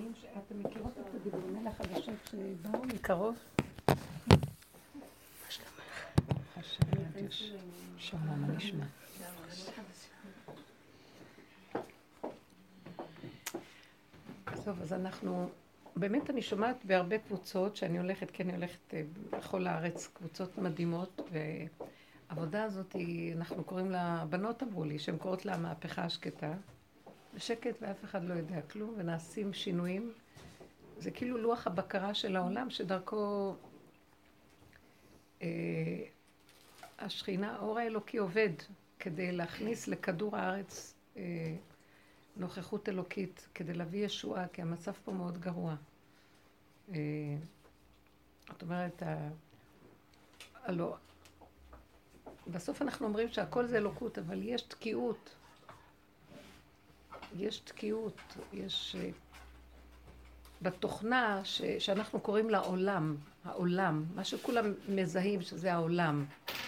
הדיבורים, אתם מכירות את הדיבורים החדשות שבאו מקרוב? מה שלומך? שלום, מה נשמע? טוב, אז אנחנו, באמת אני שומעת בהרבה קבוצות שאני הולכת, כי אני הולכת בכל הארץ, קבוצות מדהימות, והעבודה הזאת היא, אנחנו קוראים לה, בנות אמרו לי, שהן קוראות לה המהפכה השקטה, בשקט ואף אחד לא יודע כלום, ונעשים שינויים. זה כאילו לוח הבקרה של העולם, שדרכו השכינה, האור האלוקי עובד, כדי להכניס לכדור הארץ נוכחות אלוקית, כדי להביא ישועה, כי המצב פה מאוד גרוע. את אומרת, הלא, בסוף אנחנו אומרים שהכל זה אלוקות, אבל יש תקיעות. יש תקיעות, יש בתוכנה שאנחנו קוראים לה עולם, העולם, מה שכולם מזהים שזה העולם.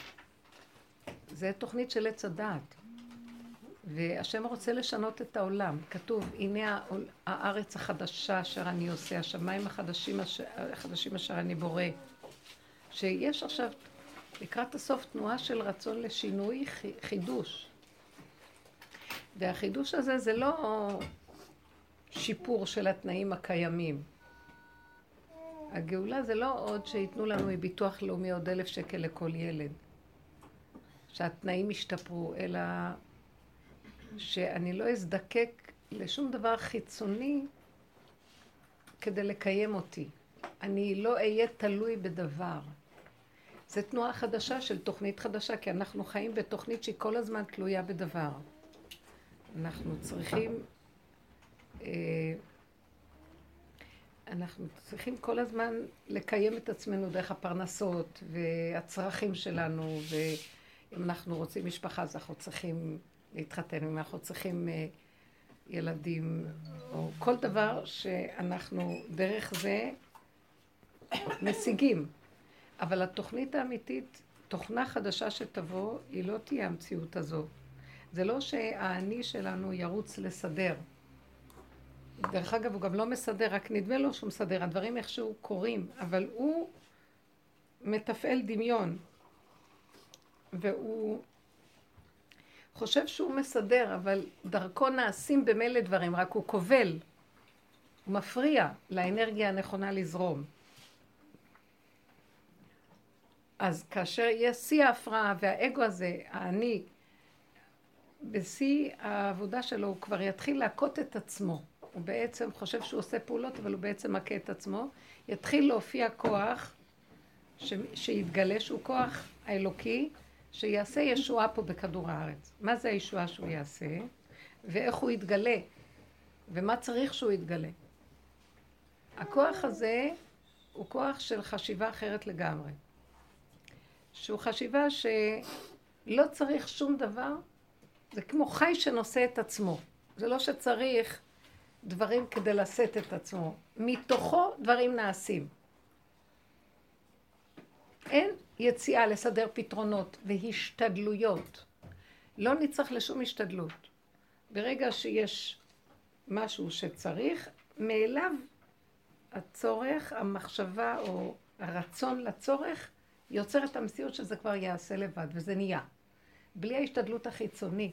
זה תוכנית של עץ הדעת. והשם רוצה לשנות את העולם. כתוב, הנה הארץ החדשה אשר אני עושה, השמיים החדשים אשר אני בורא. שיש עכשיו לקראת הסוף תנועה של רצון לשינוי, חידוש. והחידוש הזה זה לא שיפור של התנאים הקיימים. הגאולה זה לא עוד שיתנו לנו מביטוח לאומי עוד 1,000 שקל לכל ילד. שהתנאים ישתפרו, אלא שאני לא אזדקק לשום דבר חיצוני כדי לקיים אותי. אני לא אהיה תלוי בדבר. זו תנועה חדשה של תוכנית חדשה, כי אנחנו חיים בתוכנית שהיא כל הזמן תלויה בדבר. אנחנו צריכים כל הזמן לקיים את עצמנו דרך הפרנסות והצרכים שלנו, ואם אנחנו רוצים משפחה אז אנחנו צריכים להתחתן, אם אנחנו צריכים ילדים, או כל דבר שאנחנו דרך זה משיגים. אבל התוכנית האמיתית, תוכנה חדשה שתבוא, היא לא תהיה המציאות הזו. זה לא שהאני שלנו ירוץ לסדר. דרך אגב, הוא גם לא מסדר, רק נדמה לו שהוא מסדר. הדברים איכשהו קורים, אבל הוא מתפעל דמיון. והוא חושב שהוא מסדר, אבל דרכו נעשים במילא דברים, רק הוא כובל. הוא מפריע לאנרגיה הנכונה לזרום. אז כאשר יש שיא ההפרעה והאגו הזה, האני, בשיא העבודה שלו הוא כבר יתחיל להכות את עצמו. הוא בעצם חושב שהוא עושה פעולות, אבל הוא בעצם מכה את עצמו. יתחיל להופיע כוח שיתגלה, שהוא כוח האלוקי, שיעשה ישועה פה בכדור הארץ. מה זה הישועה שהוא יעשה? ואיך הוא יתגלה? ומה צריך שהוא יתגלה? הכוח הזה הוא כוח של חשיבה אחרת לגמרי. שהוא חשיבה שלא צריך שום דבר, זה כמו חי שנושא את עצמו. זה לא שצריך דברים כדי לשאת את עצמו. מתוכו דברים נעשים. אין יציאה לסדר פתרונות והשתדלויות. לא נצטרך לשום השתדלות. ברגע שיש משהו שצריך, מאליו הצורך, המחשבה או הרצון לצורך, יוצר את המציאות שזה כבר יעשה לבד, וזה נהיה. בלי ההשתדלות החיצונית.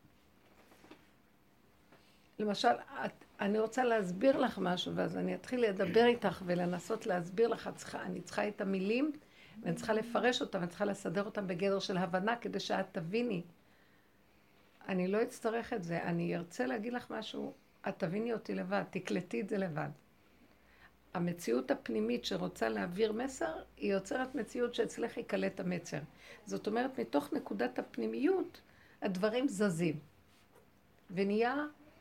למשל, אני רוצה להסביר לך משהו, ואז אני אתחיל לדבר איתך ולנסות להסביר לך, אני צריכה את המילים, ואני צריכה לפרש אותם, ואני צריכה לסדר אותם בגדר של הבנה, כדי שאת תביני. אני לא אצטרך את זה, אני ארצה להגיד לך משהו, את תביני אותי לבד, תקלטי את זה לבד. המציאות הפנימית שרוצה להעביר מסר, היא יוצרת מציאות שאצלך יקלט המסר. זאת אומרת, מתוך נקודת הפנימיות, הדברים זזים. ונהיה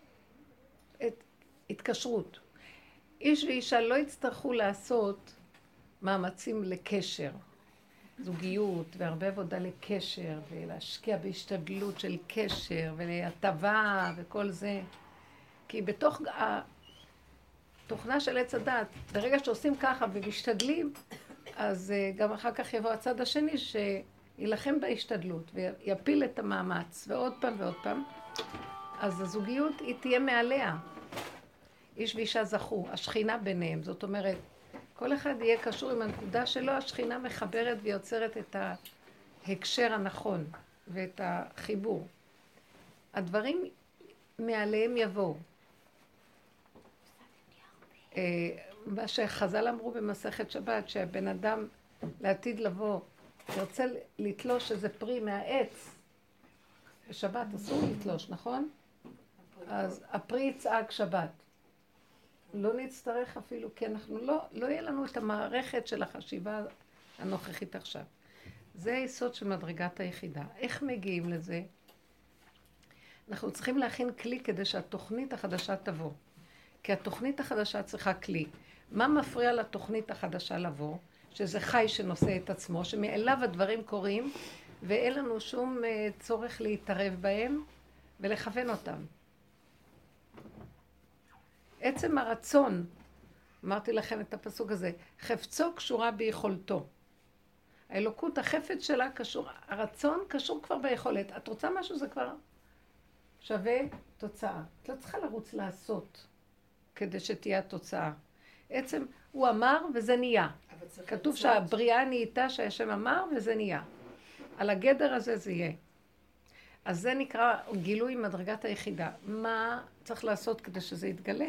התקשרות. איש ואישה לא יצטרכו לעשות מאמצים לקשר. זוגיות והרבה עבודה לקשר, ולהשקיע בהשתדלות של קשר, ולהטבה וכל זה. כי בתוך תוכנה של עץ הדת, ברגע שעושים ככה ומשתדלים, אז גם אחר כך יבוא הצד השני שילחם בהשתדלות ויפיל את המאמץ, ועוד פעם ועוד פעם. אז הזוגיות היא תהיה מעליה. איש ואישה זכו, השכינה ביניהם. זאת אומרת, כל אחד יהיה קשור עם הנקודה שלו, השכינה מחברת ויוצרת את ההקשר הנכון ואת החיבור. הדברים מעליהם יבואו. מה שחז"ל אמרו במסכת שבת, שהבן אדם לעתיד לבוא, ירצה לתלוש איזה פרי מהעץ, בשבת אסור לתלוש, נכון? אז הפרי יצעק שבת. לא נצטרך אפילו, כי אנחנו לא יהיה לנו את המערכת של החשיבה הנוכחית עכשיו. זה היסוד של מדרגת היחידה. איך מגיעים לזה? אנחנו צריכים להכין כלי כדי שהתוכנית החדשה תבוא. כי התוכנית החדשה צריכה כלי. מה מפריע לתוכנית החדשה לבוא? שזה חי שנושא את עצמו, שמאליו הדברים קורים, ואין לנו שום צורך להתערב בהם ולכוון אותם. עצם הרצון, אמרתי לכם את הפסוק הזה, חפצו קשורה ביכולתו. האלוקות, החפץ שלה קשור, הרצון קשור כבר ביכולת. את רוצה משהו, זה כבר שווה תוצאה. את לא צריכה לרוץ לעשות כדי שתהיה התוצאה. עצם, הוא אמר וזה נהיה. כתוב שהבריאה נהייתה שהשם אמר וזה נהיה. על הגדר הזה זה יהיה. אז זה נקרא גילוי מדרגת היחידה. מה צריך לעשות כדי שזה יתגלה?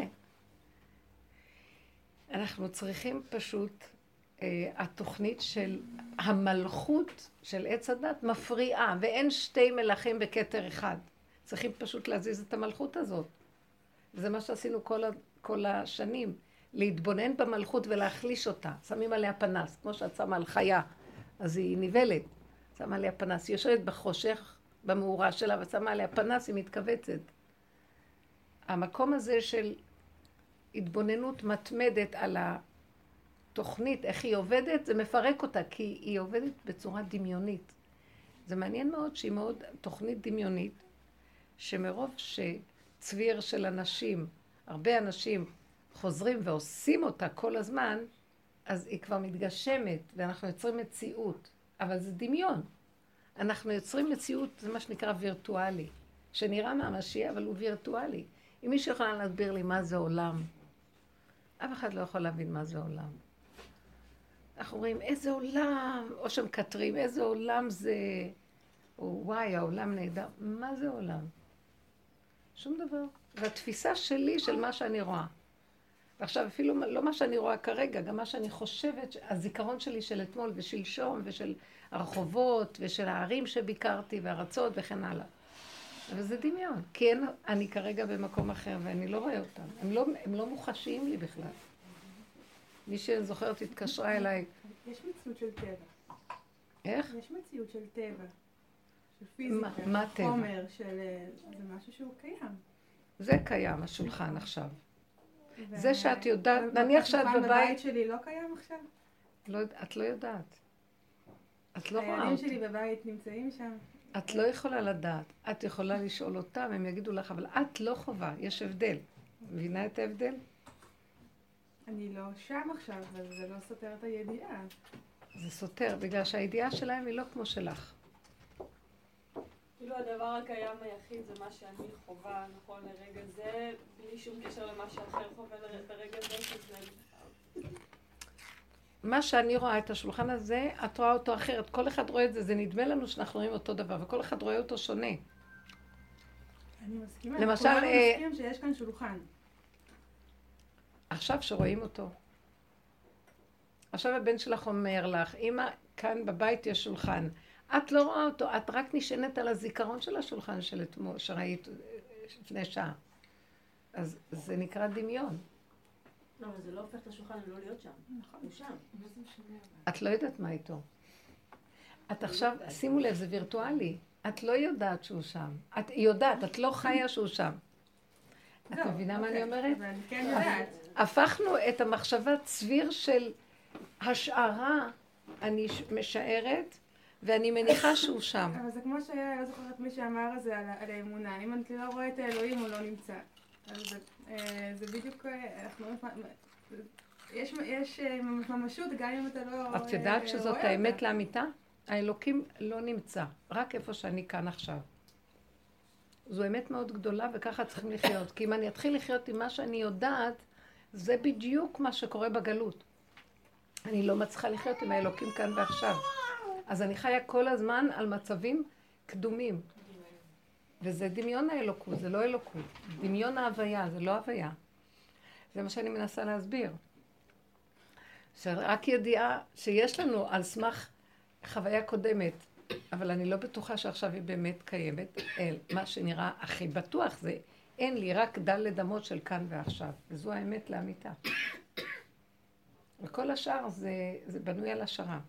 אנחנו צריכים פשוט, התוכנית של המלכות של עץ הדת מפריעה, ואין שתי מלכים בכתר אחד. צריכים פשוט להזיז את המלכות הזאת. וזה מה שעשינו כל השנים, להתבונן במלכות ולהחליש אותה. שמים עליה פנס, כמו שאת שמה על חיה, אז היא ניבלת. שמה עליה פנס, היא יושבת בחושך, במאורה שלה, ושמה עליה פנס, היא מתכווצת. המקום הזה של התבוננות מתמדת על התוכנית, איך היא עובדת, זה מפרק אותה, כי היא עובדת בצורה דמיונית. זה מעניין מאוד שהיא מאוד תוכנית דמיונית, שמרוב שצביר של אנשים, הרבה אנשים חוזרים ועושים אותה כל הזמן, אז היא כבר מתגשמת, ואנחנו יוצרים מציאות. אבל זה דמיון. אנחנו יוצרים מציאות, זה מה שנקרא וירטואלי, שנראה ממשי, אבל הוא וירטואלי. אם מישהו יכולה להסביר לי מה זה עולם, אף אחד לא יכול להבין מה זה עולם. אנחנו רואים איזה עולם, או שמקטרים, איזה עולם זה, או וואי, העולם נהדר. מה זה עולם? שום דבר. והתפיסה שלי של מה שאני רואה. ועכשיו אפילו לא מה שאני רואה כרגע, גם מה שאני חושבת, הזיכרון שלי של אתמול ושלשום ושל הרחובות ושל הערים שביקרתי והארצות וכן הלאה. אבל זה דמיון, כי אני כרגע במקום אחר ואני לא רואה אותם. הם לא מוחשיים לי בכלל. מי שזוכרת התקשרה אליי. יש מציאות של טבע. איך? יש מציאות של טבע. של פיזיקה. מה טבע? חומר של... זה משהו שהוא קיים. זה קיים, השולחן עכשיו. זה שאת יודעת, נניח שאת בבית... בבית שלי לא קיים עכשיו? את לא יודעת. את לא רואה אותי. הילדים שלי בבית נמצאים שם. את לא יכולה לדעת. את יכולה לשאול אותם, הם יגידו לך, אבל את לא חובה, יש הבדל. מבינה את ההבדל? אני לא שם עכשיו, אבל זה לא סותר את הידיעה. זה סותר, בגלל שהידיעה שלהם היא לא כמו שלך. כאילו הדבר הקיים היחיד זה מה שאני חובה נכון לרגע זה, בלי שום קשר למה שאחר חובה לרגע זה, שזה... מה שאני רואה את השולחן הזה, את רואה אותו אחרת. כל אחד רואה את זה, זה נדמה לנו שאנחנו רואים אותו דבר, וכל אחד רואה אותו שונה. אני מסכימה, למשל, כולנו מסכימים שיש כאן שולחן. עכשיו שרואים אותו. עכשיו הבן שלך אומר לך, אמא, כאן בבית יש שולחן. את לא רואה אותו, את רק נשענת על הזיכרון של השולחן של אתמול, שראית לפני שעה. אז זה נקרא דמיון. לא, אבל זה לא הופך את השולחן לא להיות שם. נכון. הוא שם. את לא יודעת מה איתו. את עכשיו, שימו לב, זה וירטואלי. את לא יודעת שהוא שם. את יודעת, את לא חיה שהוא שם. את מבינה מה אני אומרת? ואני כן יודעת. הפכנו את המחשבה צביר של השערה, אני משערת, ואני מניחה שהוא שם. אבל זה כמו שהיה, לא זוכרת מי שאמר את זה על האמונה. אם אני לא רואה את האלוהים, הוא לא נמצא. אז זה בדיוק, יש ממשות, גם אם אתה לא רואה. את יודעת שזאת האמת לאמיתה? האלוקים לא נמצא, רק איפה שאני כאן עכשיו. זו אמת מאוד גדולה וככה צריכים לחיות. כי אם אני אתחיל לחיות עם מה שאני יודעת, זה בדיוק מה שקורה בגלות. אני לא מצליחה לחיות עם האלוקים כאן ועכשיו. אז אני חיה כל הזמן על מצבים קדומים. וזה דמיון האלוקות, זה לא אלוקות. דמיון ההוויה, זה לא הוויה. זה מה שאני מנסה להסביר. שרק ידיעה שיש לנו על סמך חוויה קודמת, אבל אני לא בטוחה שעכשיו היא באמת קיימת, מה שנראה הכי בטוח זה, אין לי רק דלת אמות של כאן ועכשיו, וזו האמת לאמיתה. וכל השאר זה בנוי על השערה.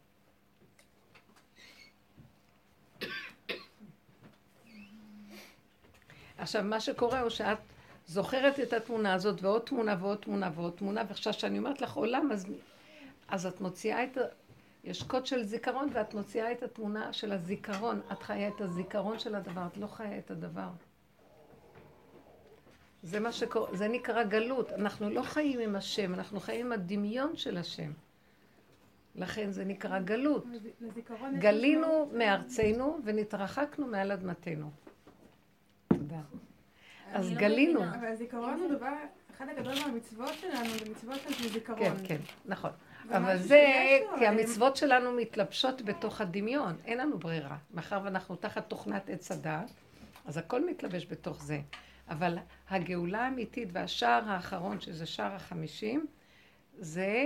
עכשיו, מה שקורה הוא שאת זוכרת את התמונה הזאת, ועוד תמונה ועוד תמונה ועוד תמונה, ועכשיו שאני אומרת לך עולם, אז את מוציאה את... יש קוד של זיכרון, ואת מוציאה את התמונה של הזיכרון. את חיה את הזיכרון של הדבר, את לא חיה את הדבר. זה מה שקורה, זה נקרא גלות. אנחנו לא חיים עם השם, אנחנו חיים עם הדמיון של השם. לכן זה נקרא גלות. גלינו מארצנו ונתרחקנו מעל אדמתנו. תודה. אז גלינו. אבל הזיכרון הוא דבר, אחד הגדול מהמצוות שלנו, זה מצוות של זיכרון. כן, כן, נכון. אבל זה, כי המצוות שלנו מתלבשות בתוך הדמיון, אין לנו ברירה. מאחר ואנחנו תחת תוכנת עץ הדעת, אז הכל מתלבש בתוך זה. אבל הגאולה האמיתית והשער האחרון, שזה שער ה50, זה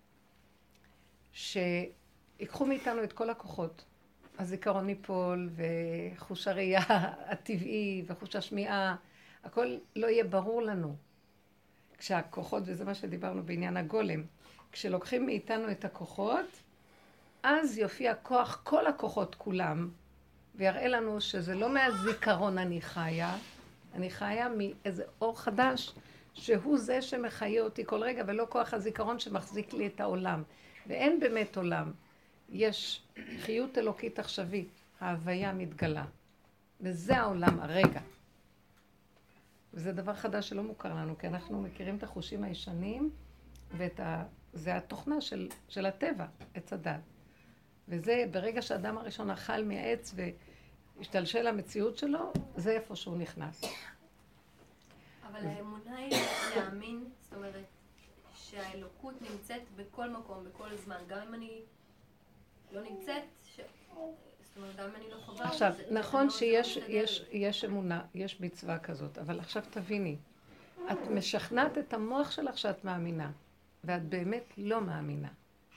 שיקחו מאיתנו את כל הכוחות. הזיכרון ייפול, וחוש הראייה הטבעי, וחוש השמיעה, הכל לא יהיה ברור לנו. כשהכוחות, וזה מה שדיברנו בעניין הגולם, כשלוקחים מאיתנו את הכוחות, אז יופיע כוח, כל הכוחות כולם, ויראה לנו שזה לא מהזיכרון אני חיה מאיזה אור חדש, שהוא זה שמחיה אותי כל רגע, ולא כוח הזיכרון שמחזיק לי את העולם. ואין באמת עולם. יש חיות אלוקית עכשווית, ההוויה מתגלה. וזה העולם הרגע. וזה דבר חדש שלא מוכר לנו, כי אנחנו מכירים את החושים הישנים, זה התוכנה של הטבע, עץ הדת. וזה ברגע שהאדם הראשון אכל מהעץ והשתלשל למציאות שלו, זה איפה שהוא נכנס. אבל האמונה היא להאמין, זאת אומרת, שהאלוקות נמצאת בכל מקום, בכל זמן. גם אם אני לא נמצאת, זאת אומרת, גם אם אני לא חווה... עכשיו, נכון שיש אמונה, יש מצווה כזאת, אבל עכשיו תביני, את משכנעת את המוח שלך שאת מאמינה, ואת באמת לא מאמינה.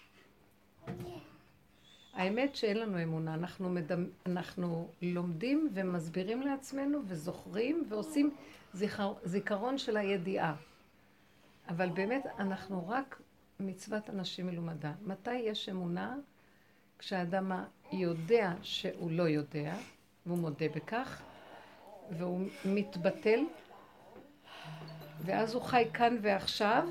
האמת שאין לנו אמונה, אנחנו לומדים ומסבירים לעצמנו וזוכרים ועושים זיכרון של הידיעה. אבל באמת אנחנו רק מצוות אנשים מלומדה. מתי יש אמונה? כשהאדם יודע שהוא לא יודע, והוא מודה בכך, והוא מתבטל, ואז הוא חי כאן ועכשיו,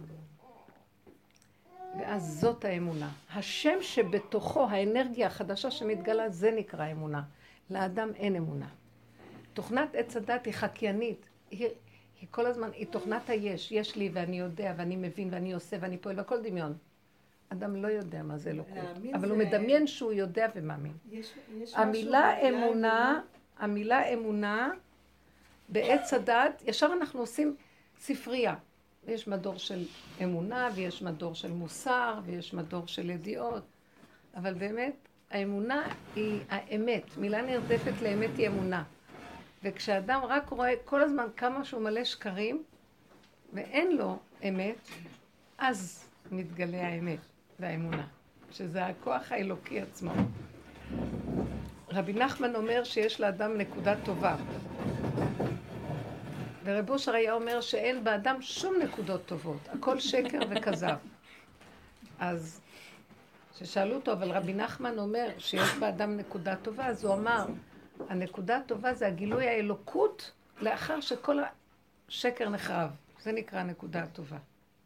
ואז זאת האמונה. השם שבתוכו, האנרגיה החדשה שמתגלה, זה נקרא אמונה. לאדם אין אמונה. תוכנת עץ הדת היא חקיינית. היא כל הזמן, היא תוכנת היש. יש לי ואני יודע ואני מבין ואני עושה ואני פועל והכל דמיון. אדם לא יודע מה זה אלוקות. אבל הוא מדמיין שהוא יודע ומאמין. המילה אמונה בעץ הדת, ישר אנחנו עושים ספרייה. יש מדור של אמונה, ויש מדור של מוסר, ויש מדור של ידיעות. אבל באמת, האמונה היא האמת. מילה נרדפת לאמת היא אמונה. וכשאדם רק רואה כל הזמן כמה שהוא מלא שקרים, ואין לו אמת, אז מתגלה האמת והאמונה, שזה הכוח האלוקי עצמו. רבי נחמן אומר שיש לאדם נקודה טובה. ורב אושר היה אומר שאין באדם שום נקודות טובות, הכל שקר וכזב. אז כששאלו אותו, אבל רבי נחמן אומר שיש באדם נקודה טובה, אז הוא אמר, הנקודה הטובה זה הגילוי האלוקות לאחר שכל השקר נחרב. זה נקרא הנקודה הטובה.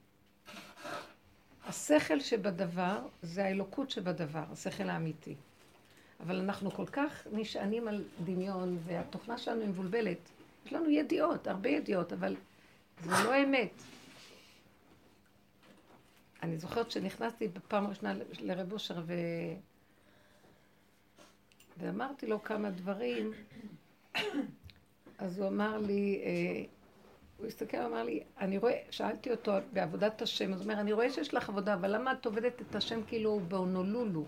השכל שבדבר זה האלוקות שבדבר, השכל האמיתי. אבל אנחנו כל כך נשענים על דמיון, והתוכנה שלנו היא מבולבלת. יש לנו ידיעות, הרבה ידיעות, אבל זה לא אמת. אני זוכרת שנכנסתי בפעם ראשונה לרב אושר ואמרתי לו כמה דברים, אז הוא אמר לי, הוא הסתכל ואמר לי, אני רואה, שאלתי אותו בעבודת השם, אז הוא אומר, אני רואה שיש לך עבודה, אבל למה את עובדת את השם כאילו הוא בהונולולו?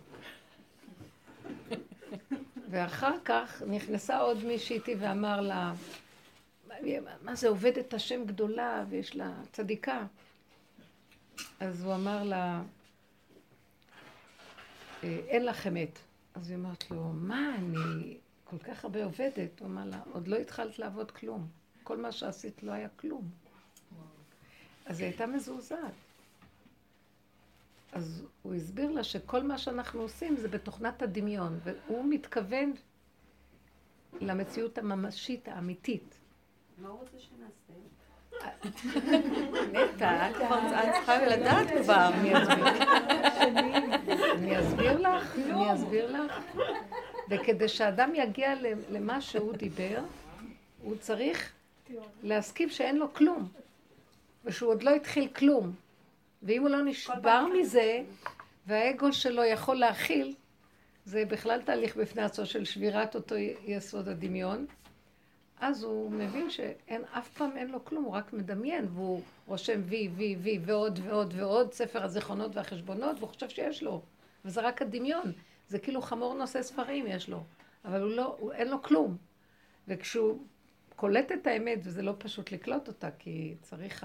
ואחר כך נכנסה עוד מישהי איתי ואמר לה, מה זה עובדת השם גדולה ויש לה צדיקה? אז הוא אמר לה, אין לך אמת. אז היא אמרת לו, מה, אני כל כך הרבה עובדת? הוא אמר לה, עוד לא התחלת לעבוד כלום. כל מה שעשית לא היה כלום. אז היא הייתה מזועזעת. אז הוא הסביר לה שכל מה שאנחנו עושים זה בתוכנת הדמיון, והוא מתכוון למציאות הממשית, האמיתית. מה הוא רוצה שנעשה? נטע, את צריכה לדעת כבר. אני אסביר לך. וכדי שאדם יגיע למה שהוא דיבר, הוא צריך להסכים שאין לו כלום, ושהוא עוד לא התחיל כלום. ואם הוא לא נשבר מזה, והאגו שלו יכול להכיל, זה בכלל תהליך בפני עצמו של שבירת אותו יסוד הדמיון, אז הוא מבין שאין, אף פעם אין לו כלום, הוא רק מדמיין, והוא רושם וי, ועוד ועוד ועוד, ספר הזיכרונות והחשבונות, והוא חושב שיש לו. וזה רק הדמיון. זה כאילו חמור נושא ספרים יש לו, אבל אין לו כלום. וכשהוא קולט את האמת, וזה לא פשוט לקלוט אותה, כי צריך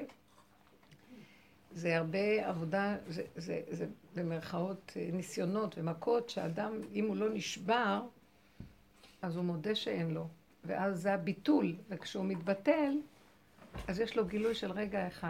זה הרבה עבודה, זה במרכאות ניסיונות ומכות, שאדם, אם הוא לא נשבר, אז הוא מודה שאין לו. ואז זה הביטול, וכשהוא מתבטל, אז יש לו גילוי של רגע אחד.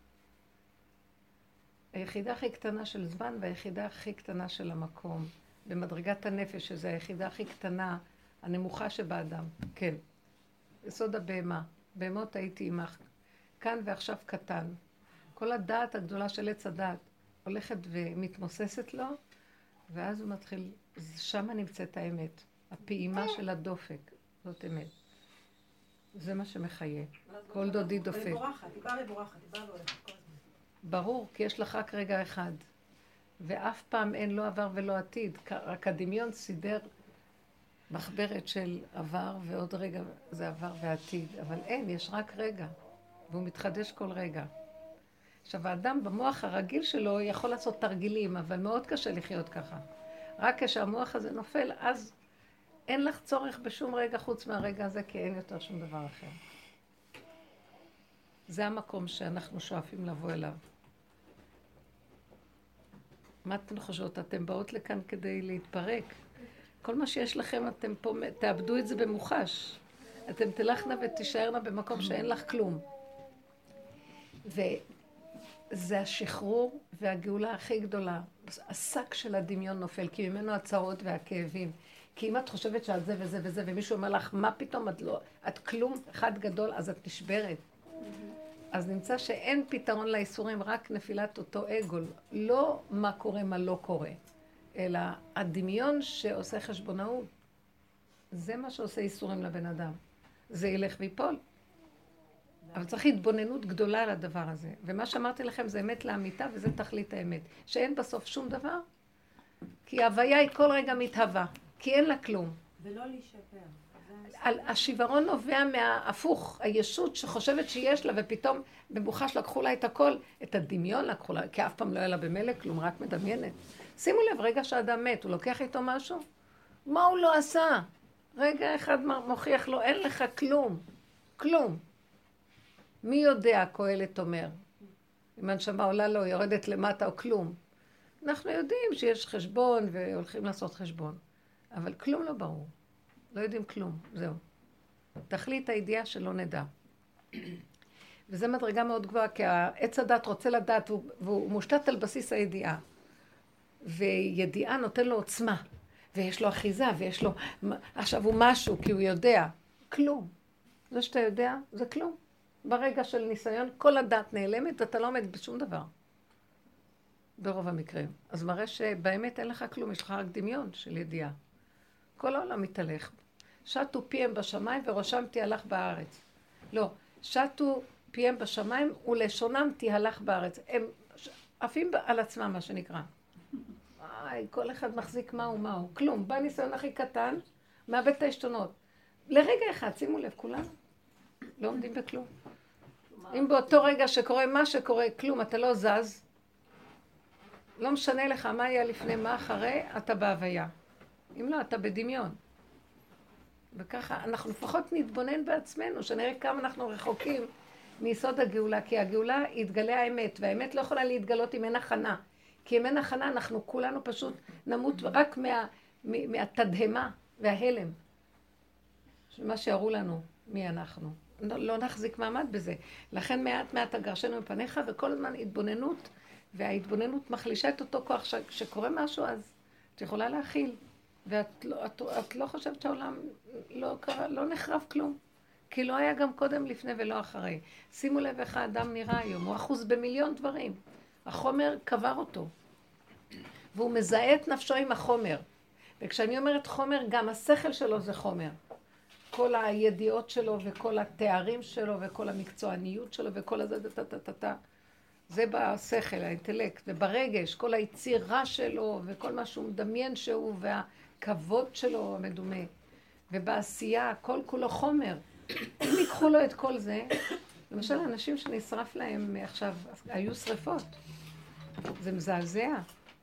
היחידה הכי קטנה של זמן והיחידה הכי קטנה של המקום. במדרגת הנפש, שזו היחידה הכי קטנה, הנמוכה שבאדם. כן. יסוד הבהמה. בהמות הייתי עמך. כאן ועכשיו קטן. כל הדעת הגדולה של עץ הדעת הולכת ומתמוססת לו, ואז הוא מתחיל, שם נמצאת האמת. הפעימה של הדופק. זאת אמת. זה מה שמחיה. כל דודי דופק. היא באה ובורחת, היא באה והולכת כל הזמן. ברור, כי יש לך רק רגע אחד. ואף פעם אין לא עבר ולא עתיד. רק הדמיון סידר מחברת של עבר ועוד רגע זה עבר ועתיד. אבל אין, יש רק רגע. והוא מתחדש כל רגע. עכשיו, האדם במוח הרגיל שלו יכול לעשות תרגילים, אבל מאוד קשה לחיות ככה. רק כשהמוח הזה נופל, אז אין לך צורך בשום רגע חוץ מהרגע הזה, כי אין יותר שום דבר אחר. זה המקום שאנחנו שואפים לבוא אליו. מה אתן חושבות? אתם באות לכאן כדי להתפרק. כל מה שיש לכם, אתם פה, תאבדו את זה במוחש. אתם תלכנה ותישארנה במקום שאין לך כלום. וזה השחרור והגאולה הכי גדולה. השק של הדמיון נופל, כי ממנו הצרות והכאבים. כי אם את חושבת שאת זה וזה וזה, ומישהו אומר לך, מה פתאום את לא, את כלום אחד גדול, אז את נשברת. אז נמצא שאין פתרון לאיסורים, רק נפילת אותו אגו. לא מה קורה, מה לא קורה, אלא הדמיון שעושה חשבונאות. זה מה שעושה איסורים לבן אדם. זה ילך ויפול. אבל צריך התבוננות גדולה על הדבר הזה. ומה שאמרתי לכם זה אמת לאמיתה, וזה תכלית האמת. שאין בסוף שום דבר, כי ההוויה היא כל רגע מתהווה, כי אין לה כלום. ולא להישבר. השיוורון נובע מההפוך, הישות שחושבת שיש לה, ופתאום במוחש לקחו לה את הכל, את הדמיון לקחו לה, כי אף פעם לא היה לה במלא כלום, רק מדמיינת. שימו לב, רגע שאדם מת, הוא לוקח איתו משהו? מה הוא לא עשה? רגע אחד מוכיח לו, אין לך כלום, כלום. מי יודע, קהלת אומר, אם הנשמה עולה לו, יורדת למטה או כלום. אנחנו יודעים שיש חשבון והולכים לעשות חשבון, אבל כלום לא ברור. לא יודעים כלום, זהו. תכלית הידיעה שלא נדע. וזה מדרגה מאוד גבוהה, כי העץ הדת רוצה לדעת, והוא מושתת על בסיס הידיעה. וידיעה נותן לו עוצמה, ויש לו אחיזה, ויש לו... עכשיו הוא משהו, כי הוא יודע. כלום. זה שאתה יודע, זה כלום. ברגע של ניסיון, כל הדת נעלמת, אתה לא עומד בשום דבר. ברוב המקרים. אז מראה שבאמת אין לך כלום, יש לך רק דמיון של ידיעה. כל העולם מתהלך. שטו פיהם בשמיים וראשם תהלך בארץ. לא, שטו פיהם בשמיים ולשונם תהלך בארץ. הם עפים על עצמם, מה שנקרא. כל אחד מחזיק מהו. כלום. בא ניסיון הכי קטן, מאבד את העשתונות. לרגע אחד, שימו לב, כולם לא עומדים בכלום. אם באותו רגע שקורה מה שקורה, כלום, אתה לא זז, לא משנה לך מה היה לפני, מה אחרי, אתה בהוויה. אם לא, אתה בדמיון. וככה אנחנו לפחות נתבונן בעצמנו, שנראה כמה אנחנו רחוקים מיסוד הגאולה, כי הגאולה יתגלה האמת, והאמת לא יכולה להתגלות אם אין הכנה. כי אם אין הכנה, אנחנו כולנו פשוט נמות רק מהתדהמה וההלם. מה שהראו לנו, מי אנחנו. לא נחזיק מעמד בזה. לכן מעט מעט אגרשנו מפניך, וכל הזמן התבוננות, וההתבוננות מחלישה את אותו כוח. שקורה משהו, אז את יכולה להכיל. ואת לא חושבת שהעולם לא נחרב כלום. כי לא היה גם קודם, לפני ולא אחרי. שימו לב איך האדם נראה היום, הוא אחוז במיליון דברים. החומר קבר אותו. והוא מזהה את נפשו עם החומר. וכשאני אומרת חומר, גם השכל שלו זה חומר. כל הידיעות שלו וכל התארים שלו וכל המקצועניות שלו וכל הזה, זה בשכל, האינטלקט, וברגש, כל היצירה שלו וכל מה שהוא מדמיין שהוא והכבוד שלו המדומה. ובעשייה, כל כולו חומר. אם ייקחו לו את כל זה, למשל אנשים שנשרף להם עכשיו, היו שריפות. זה מזעזע.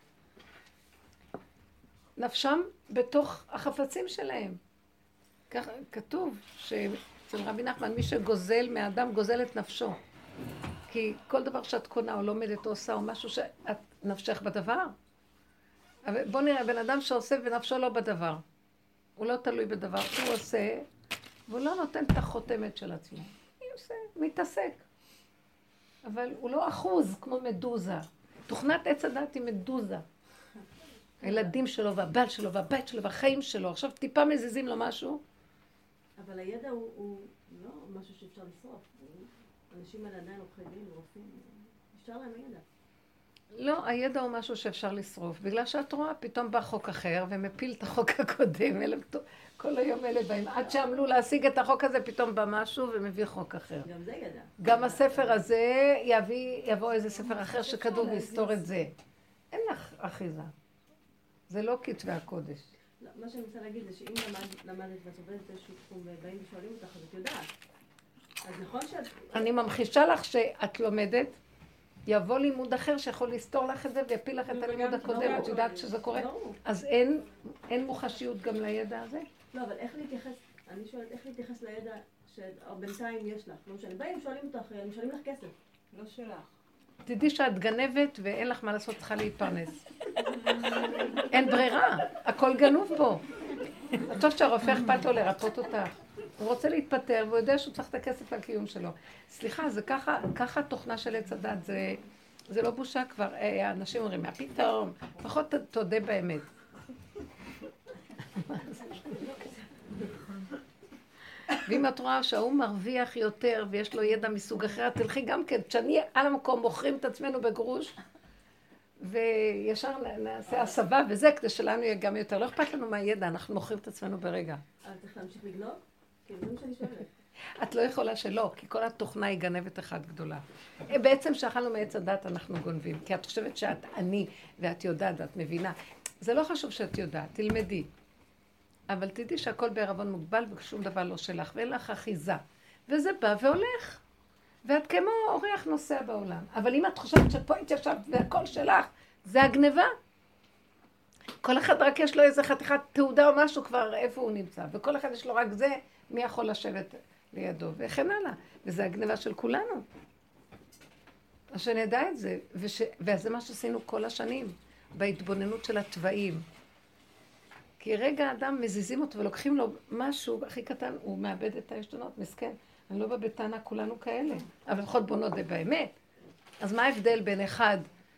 נפשם בתוך החפצים שלהם. כך כתוב שאצל רבי נחמן, מי שגוזל מהאדם גוזל את נפשו. כי כל דבר שאת קונה או לומדת או עושה או משהו שאת נפשך בדבר. אבל בוא נראה, בן אדם שעושה ונפשו לא בדבר. הוא לא תלוי בדבר שהוא עושה, והוא לא נותן את החותמת של עצמו. הוא עושה, מתעסק. אבל הוא לא אחוז כמו מדוזה. תוכנת עץ הדת היא מדוזה. הילדים שלו והבעל שלו והבית שלו והחיים שלו. עכשיו טיפה מזיזים לו משהו. אבל הידע הוא לא משהו שאפשר לשרוף. אנשים האלה עדיין עורכי דין ורופאים. אפשר להם הידע. לא, הידע הוא משהו שאפשר לשרוף. בגלל שאת רואה, פתאום בא חוק אחר ומפיל את החוק הקודם. כל היום אלה באים. עד שעמלו להשיג את החוק הזה, פתאום בא משהו ומביא חוק אחר. גם זה ידע. גם הספר הזה יבוא איזה ספר אחר שכתוב ויסתור את זה. אין לך אחיזה. זה לא כתבי הקודש. מה שאני רוצה להגיד זה שאם למדת ואת עובדת באיזשהו תחום ובאים ושואלים אותך, אז את יודעת. אז נכון שאת... אני ממחישה לך שאת לומדת, יבוא לימוד אחר שיכול לסתור לך את זה ויפיל לך את הלימוד הקודם. את יודעת שזה קורה? אז אין מוחשיות גם לידע הזה? לא, אבל איך להתייחס, אני שואלת איך להתייחס לידע שבינתיים יש לך. לא משנה, באים ושואלים אותך, הם משלמים לך כסף. לא שלך. תדעי שאת גנבת ואין לך מה לעשות, צריכה להתפרנס. אין ברירה, הכל גנוב פה. את חושבת שהרופא אכפת לו לרפות אותך. הוא רוצה להתפטר והוא יודע שהוא צריך את הכסף לקיום שלו. סליחה, זה ככה תוכנה של עץ הדת, זה לא בושה כבר. האנשים אומרים, מה פתאום? לפחות תודה באמת. ואם את רואה שההוא מרוויח יותר ויש לו ידע מסוג אחר, תלכי גם כן, כשאני על המקום מוכרים את עצמנו בגרוש, וישר נעשה הסבה וזה, כדי שלנו יהיה גם יותר. לא אכפת לנו מהידע, אנחנו מוכרים את עצמנו ברגע. אבל צריך להמשיך לגנוב? כי זה מה שאני שואלת. את לא יכולה שלא, כי כל התוכנה היא גנבת אחת גדולה. בעצם שאכלנו מעץ הדת אנחנו גונבים, כי את חושבת שאת אני ואת יודעת ואת מבינה. זה לא חשוב שאת יודעת, תלמדי. אבל תדעי שהכל בערבון מוגבל ושום דבר לא שלך, ואין לך אחיזה. וזה בא והולך. ואת כמו אורח נוסע בעולם. אבל אם את חושבת שפה התיישבת והכל שלך, זה הגניבה. כל אחד רק יש לו איזה חתיכת תעודה או משהו כבר איפה הוא נמצא. וכל אחד יש לו רק זה, מי יכול לשבת לידו, וכן הלאה. וזה הגניבה של כולנו. אז שנדע את זה. וזה מה שעשינו כל השנים, בהתבוננות של הטבעים. כי רגע האדם מזיזים אותו ולוקחים לו משהו הכי קטן, הוא מאבד את העשתונות, מסכן. אני לא בא בטענה, כולנו כאלה. אבל לפחות בוא נודה באמת. אז מה ההבדל בין אחד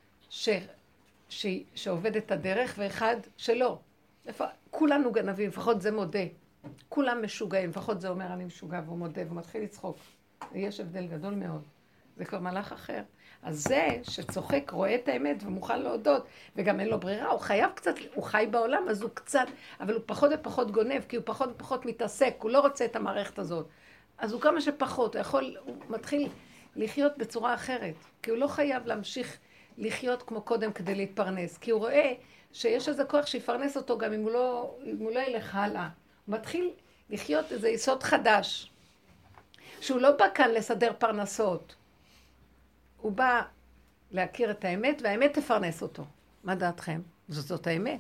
שעובד את הדרך ואחד שלא? כולנו גנבים, לפחות זה מודה. כולם משוגעים, לפחות זה אומר אני משוגע והוא מודה והוא מתחיל לצחוק. ויש הבדל גדול מאוד. זה כבר מלאך אחר. אז זה שצוחק, רואה את האמת ומוכן להודות, וגם אין לו ברירה, הוא חייב קצת, הוא חי בעולם, אז הוא קצת, אבל הוא פחות ופחות גונב, כי הוא פחות ופחות מתעסק, הוא לא רוצה את המערכת הזאת. אז הוא כמה שפחות, הוא מתחיל לחיות בצורה אחרת, כי הוא לא חייב להמשיך לחיות כמו קודם כדי להתפרנס, כי הוא רואה שיש איזה כוח שיפרנס אותו גם אם הוא לא ילך הלאה. הוא מתחיל לחיות איזה יסוד חדש. שהוא לא בא כאן לסדר פרנסות. הוא בא להכיר את האמת, והאמת תפרנס אותו. מה דעתכם? זאת האמת.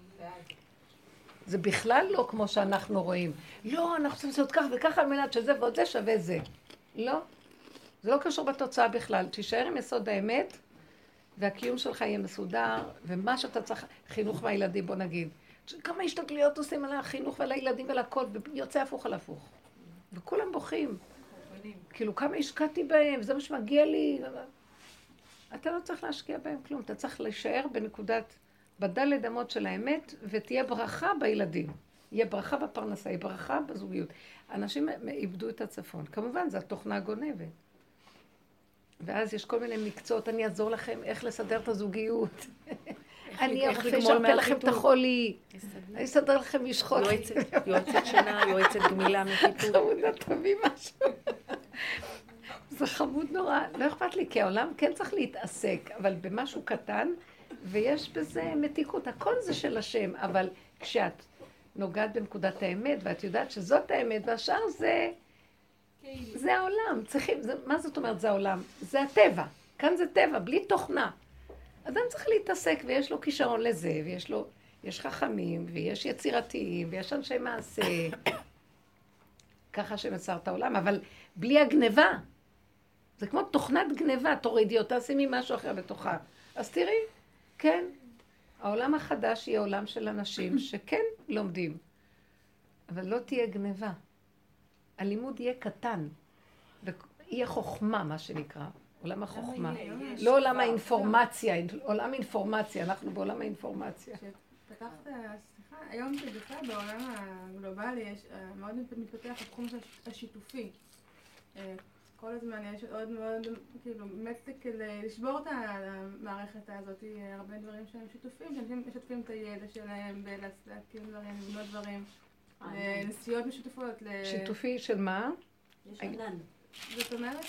זה בכלל לא כמו שאנחנו רואים. לא, אנחנו צריכים לעשות כך וכך על מנת שזה ועוד זה שווה זה. לא. זה לא קשור בתוצאה בכלל. תישאר עם יסוד האמת, והקיום שלך יהיה מסודר, ומה שאתה צריך, חינוך מהילדים, בוא נגיד. כמה השתגלויות עושים על החינוך ועל הילדים ועל הכל, ויוצא הפוך על הפוך. וכולם בוכים. כאילו, כמה השקעתי בהם, זה מה שמגיע לי. אתה לא צריך להשקיע בהם כלום, אתה צריך להישאר בנקודת, בדלת אמות של האמת, ותהיה ברכה בילדים. יהיה ברכה בפרנסה, יהיה ברכה בזוגיות. אנשים איבדו את הצפון. כמובן, זו התוכנה הגונבת. ואז יש כל מיני מקצועות, אני אעזור לכם איך לסדר את הזוגיות. אני אשרפה לכם את החולי. אני אסדר לכם משחות. יועצת שינה, יועצת גמילה מחיתות. חמודה, תביא משהו. זה חמוד נורא. לא אכפת לי, כי העולם כן צריך להתעסק, אבל במשהו קטן, ויש בזה מתיקות. הכל זה של השם, אבל כשאת נוגעת בנקודת האמת, ואת יודעת שזאת האמת, והשאר זה העולם. מה זאת אומרת זה העולם? זה הטבע. כאן זה טבע, בלי תוכנה. אדם צריך להתעסק, ויש לו כישרון לזה, יש חכמים, ויש יצירתיים, ויש אנשי מעשה. ככה שמסר את העולם, אבל בלי הגניבה. זה כמו תוכנת גניבה, תורידי אותה, שימי משהו אחר בתוכה. אז תראי, כן, העולם החדש יהיה עולם של אנשים שכן לומדים, אבל לא תהיה גניבה. הלימוד יהיה קטן, ויהיה חוכמה, מה שנקרא, עולם החוכמה. לא עולם האינפורמציה, עולם אינפורמציה, אנחנו בעולם האינפורמציה. פתחת, סליחה, היום שבכלל בעולם הגלובלי מאוד מתפתח התחום השיתופי. כל הזמן יש עוד מאוד, כאילו, באמת כדי לשבור את המערכת הזאת, הרבה דברים שהם שיתופים, שאנשים משתפים את הידע שלהם בלהקים דברים, לבנות דברים, נסיעות משותפות. שיתופי של מה? יש ענן. זאת אומרת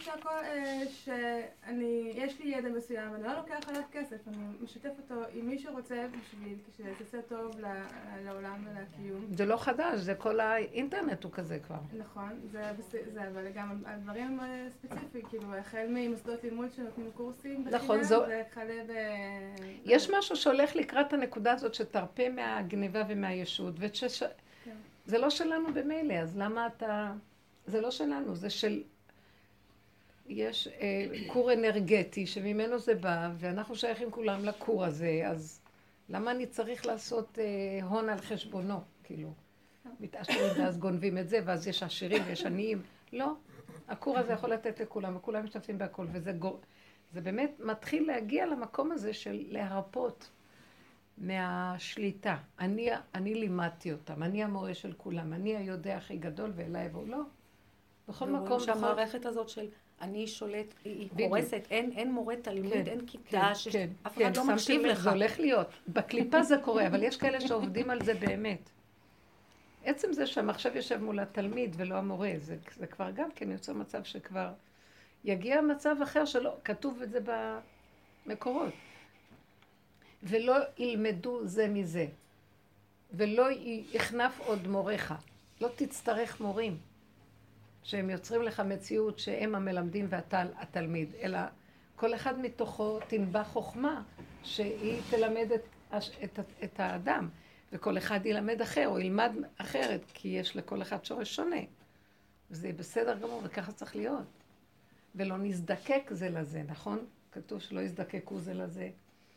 יש לי ידע מסוים, אני לא לוקח עליו כסף, אני משתף אותו עם מי שרוצה בשביל, כשזה יעשה טוב לעולם ולקיום. זה לא חדש, זה כל האינטרנט הוא כזה כבר. נכון, זה אבל גם הדברים ספציפיים, כאילו החל ממוסדות לימוד שנותנים קורסים בחינם, וכלה יש משהו שהולך לקראת הנקודה הזאת שתרפה מהגניבה ומהישות, זה לא שלנו במילא, אז למה אתה... זה לא שלנו, זה של... יש קור אנרגטי שממנו זה בא, ואנחנו שייכים כולם לקור הזה, אז למה אני צריך לעשות הון על חשבונו? כאילו, מתעשרים ואז גונבים את זה, ואז יש עשירים ויש עניים. לא, הקור הזה יכול לתת לכולם, וכולם משתתפים בהכל, זה באמת מתחיל להגיע למקום הזה של להרפות מהשליטה. אני לימדתי אותם, אני המורה של כולם, אני היודע הכי גדול ואליי יבואו. לא. בכל מקום, שהמערכת הזאת של אני שולט, היא קורסת, אין מורה תלמיד, אין כיתה, אף אחד לא מקשיב לך. זה הולך להיות. בקליפה זה קורה, אבל יש כאלה שעובדים על זה באמת. עצם זה שהמחשב יושב מול התלמיד ולא המורה, זה כבר גם כן יוצא מצב שכבר יגיע מצב אחר שלא, כתוב את זה במקורות. ולא ילמדו זה מזה, ולא יחנף עוד מוריך, לא תצטרך מורים. שהם יוצרים לך מציאות שהם המלמדים ואתה התלמיד, אלא כל אחד מתוכו תנבע חוכמה שהיא תלמד את האדם, וכל אחד ילמד אחר או ילמד אחרת, כי יש לכל אחד שורש שונה. וזה בסדר גמור, וככה צריך להיות. ולא נזדקק זה לזה, נכון? כתוב שלא יזדקקו זה לזה.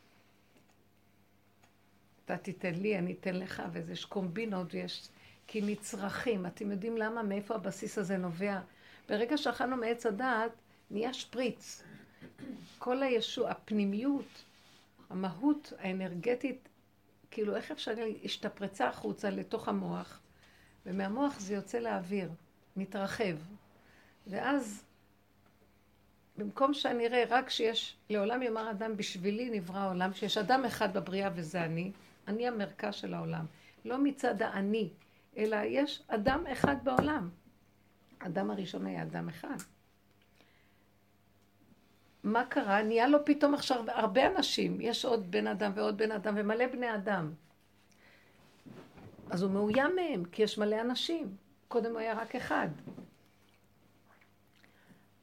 אתה תיתן לי, אני אתן לך, ויש קומבינות ויש... כי נצרכים, אתם יודעים למה, מאיפה הבסיס הזה נובע? ברגע שאכלנו מעץ הדעת, נהיה שפריץ. כל הישוע, הפנימיות, המהות האנרגטית, כאילו איך אפשר להשתפרצה החוצה לתוך המוח, ומהמוח זה יוצא לאוויר, מתרחב. ואז, במקום שאני אראה רק שיש, לעולם יאמר אדם, בשבילי נברא העולם, שיש אדם אחד בבריאה וזה אני המרכז של העולם. לא מצד האני, אלא יש אדם אחד בעולם. אדם הראשון היה אדם אחד. מה קרה? נהיה לו פתאום עכשיו הרבה אנשים. יש עוד בן אדם ועוד בן אדם ומלא בני אדם. אז הוא מאוים מהם, כי יש מלא אנשים. קודם הוא היה רק אחד.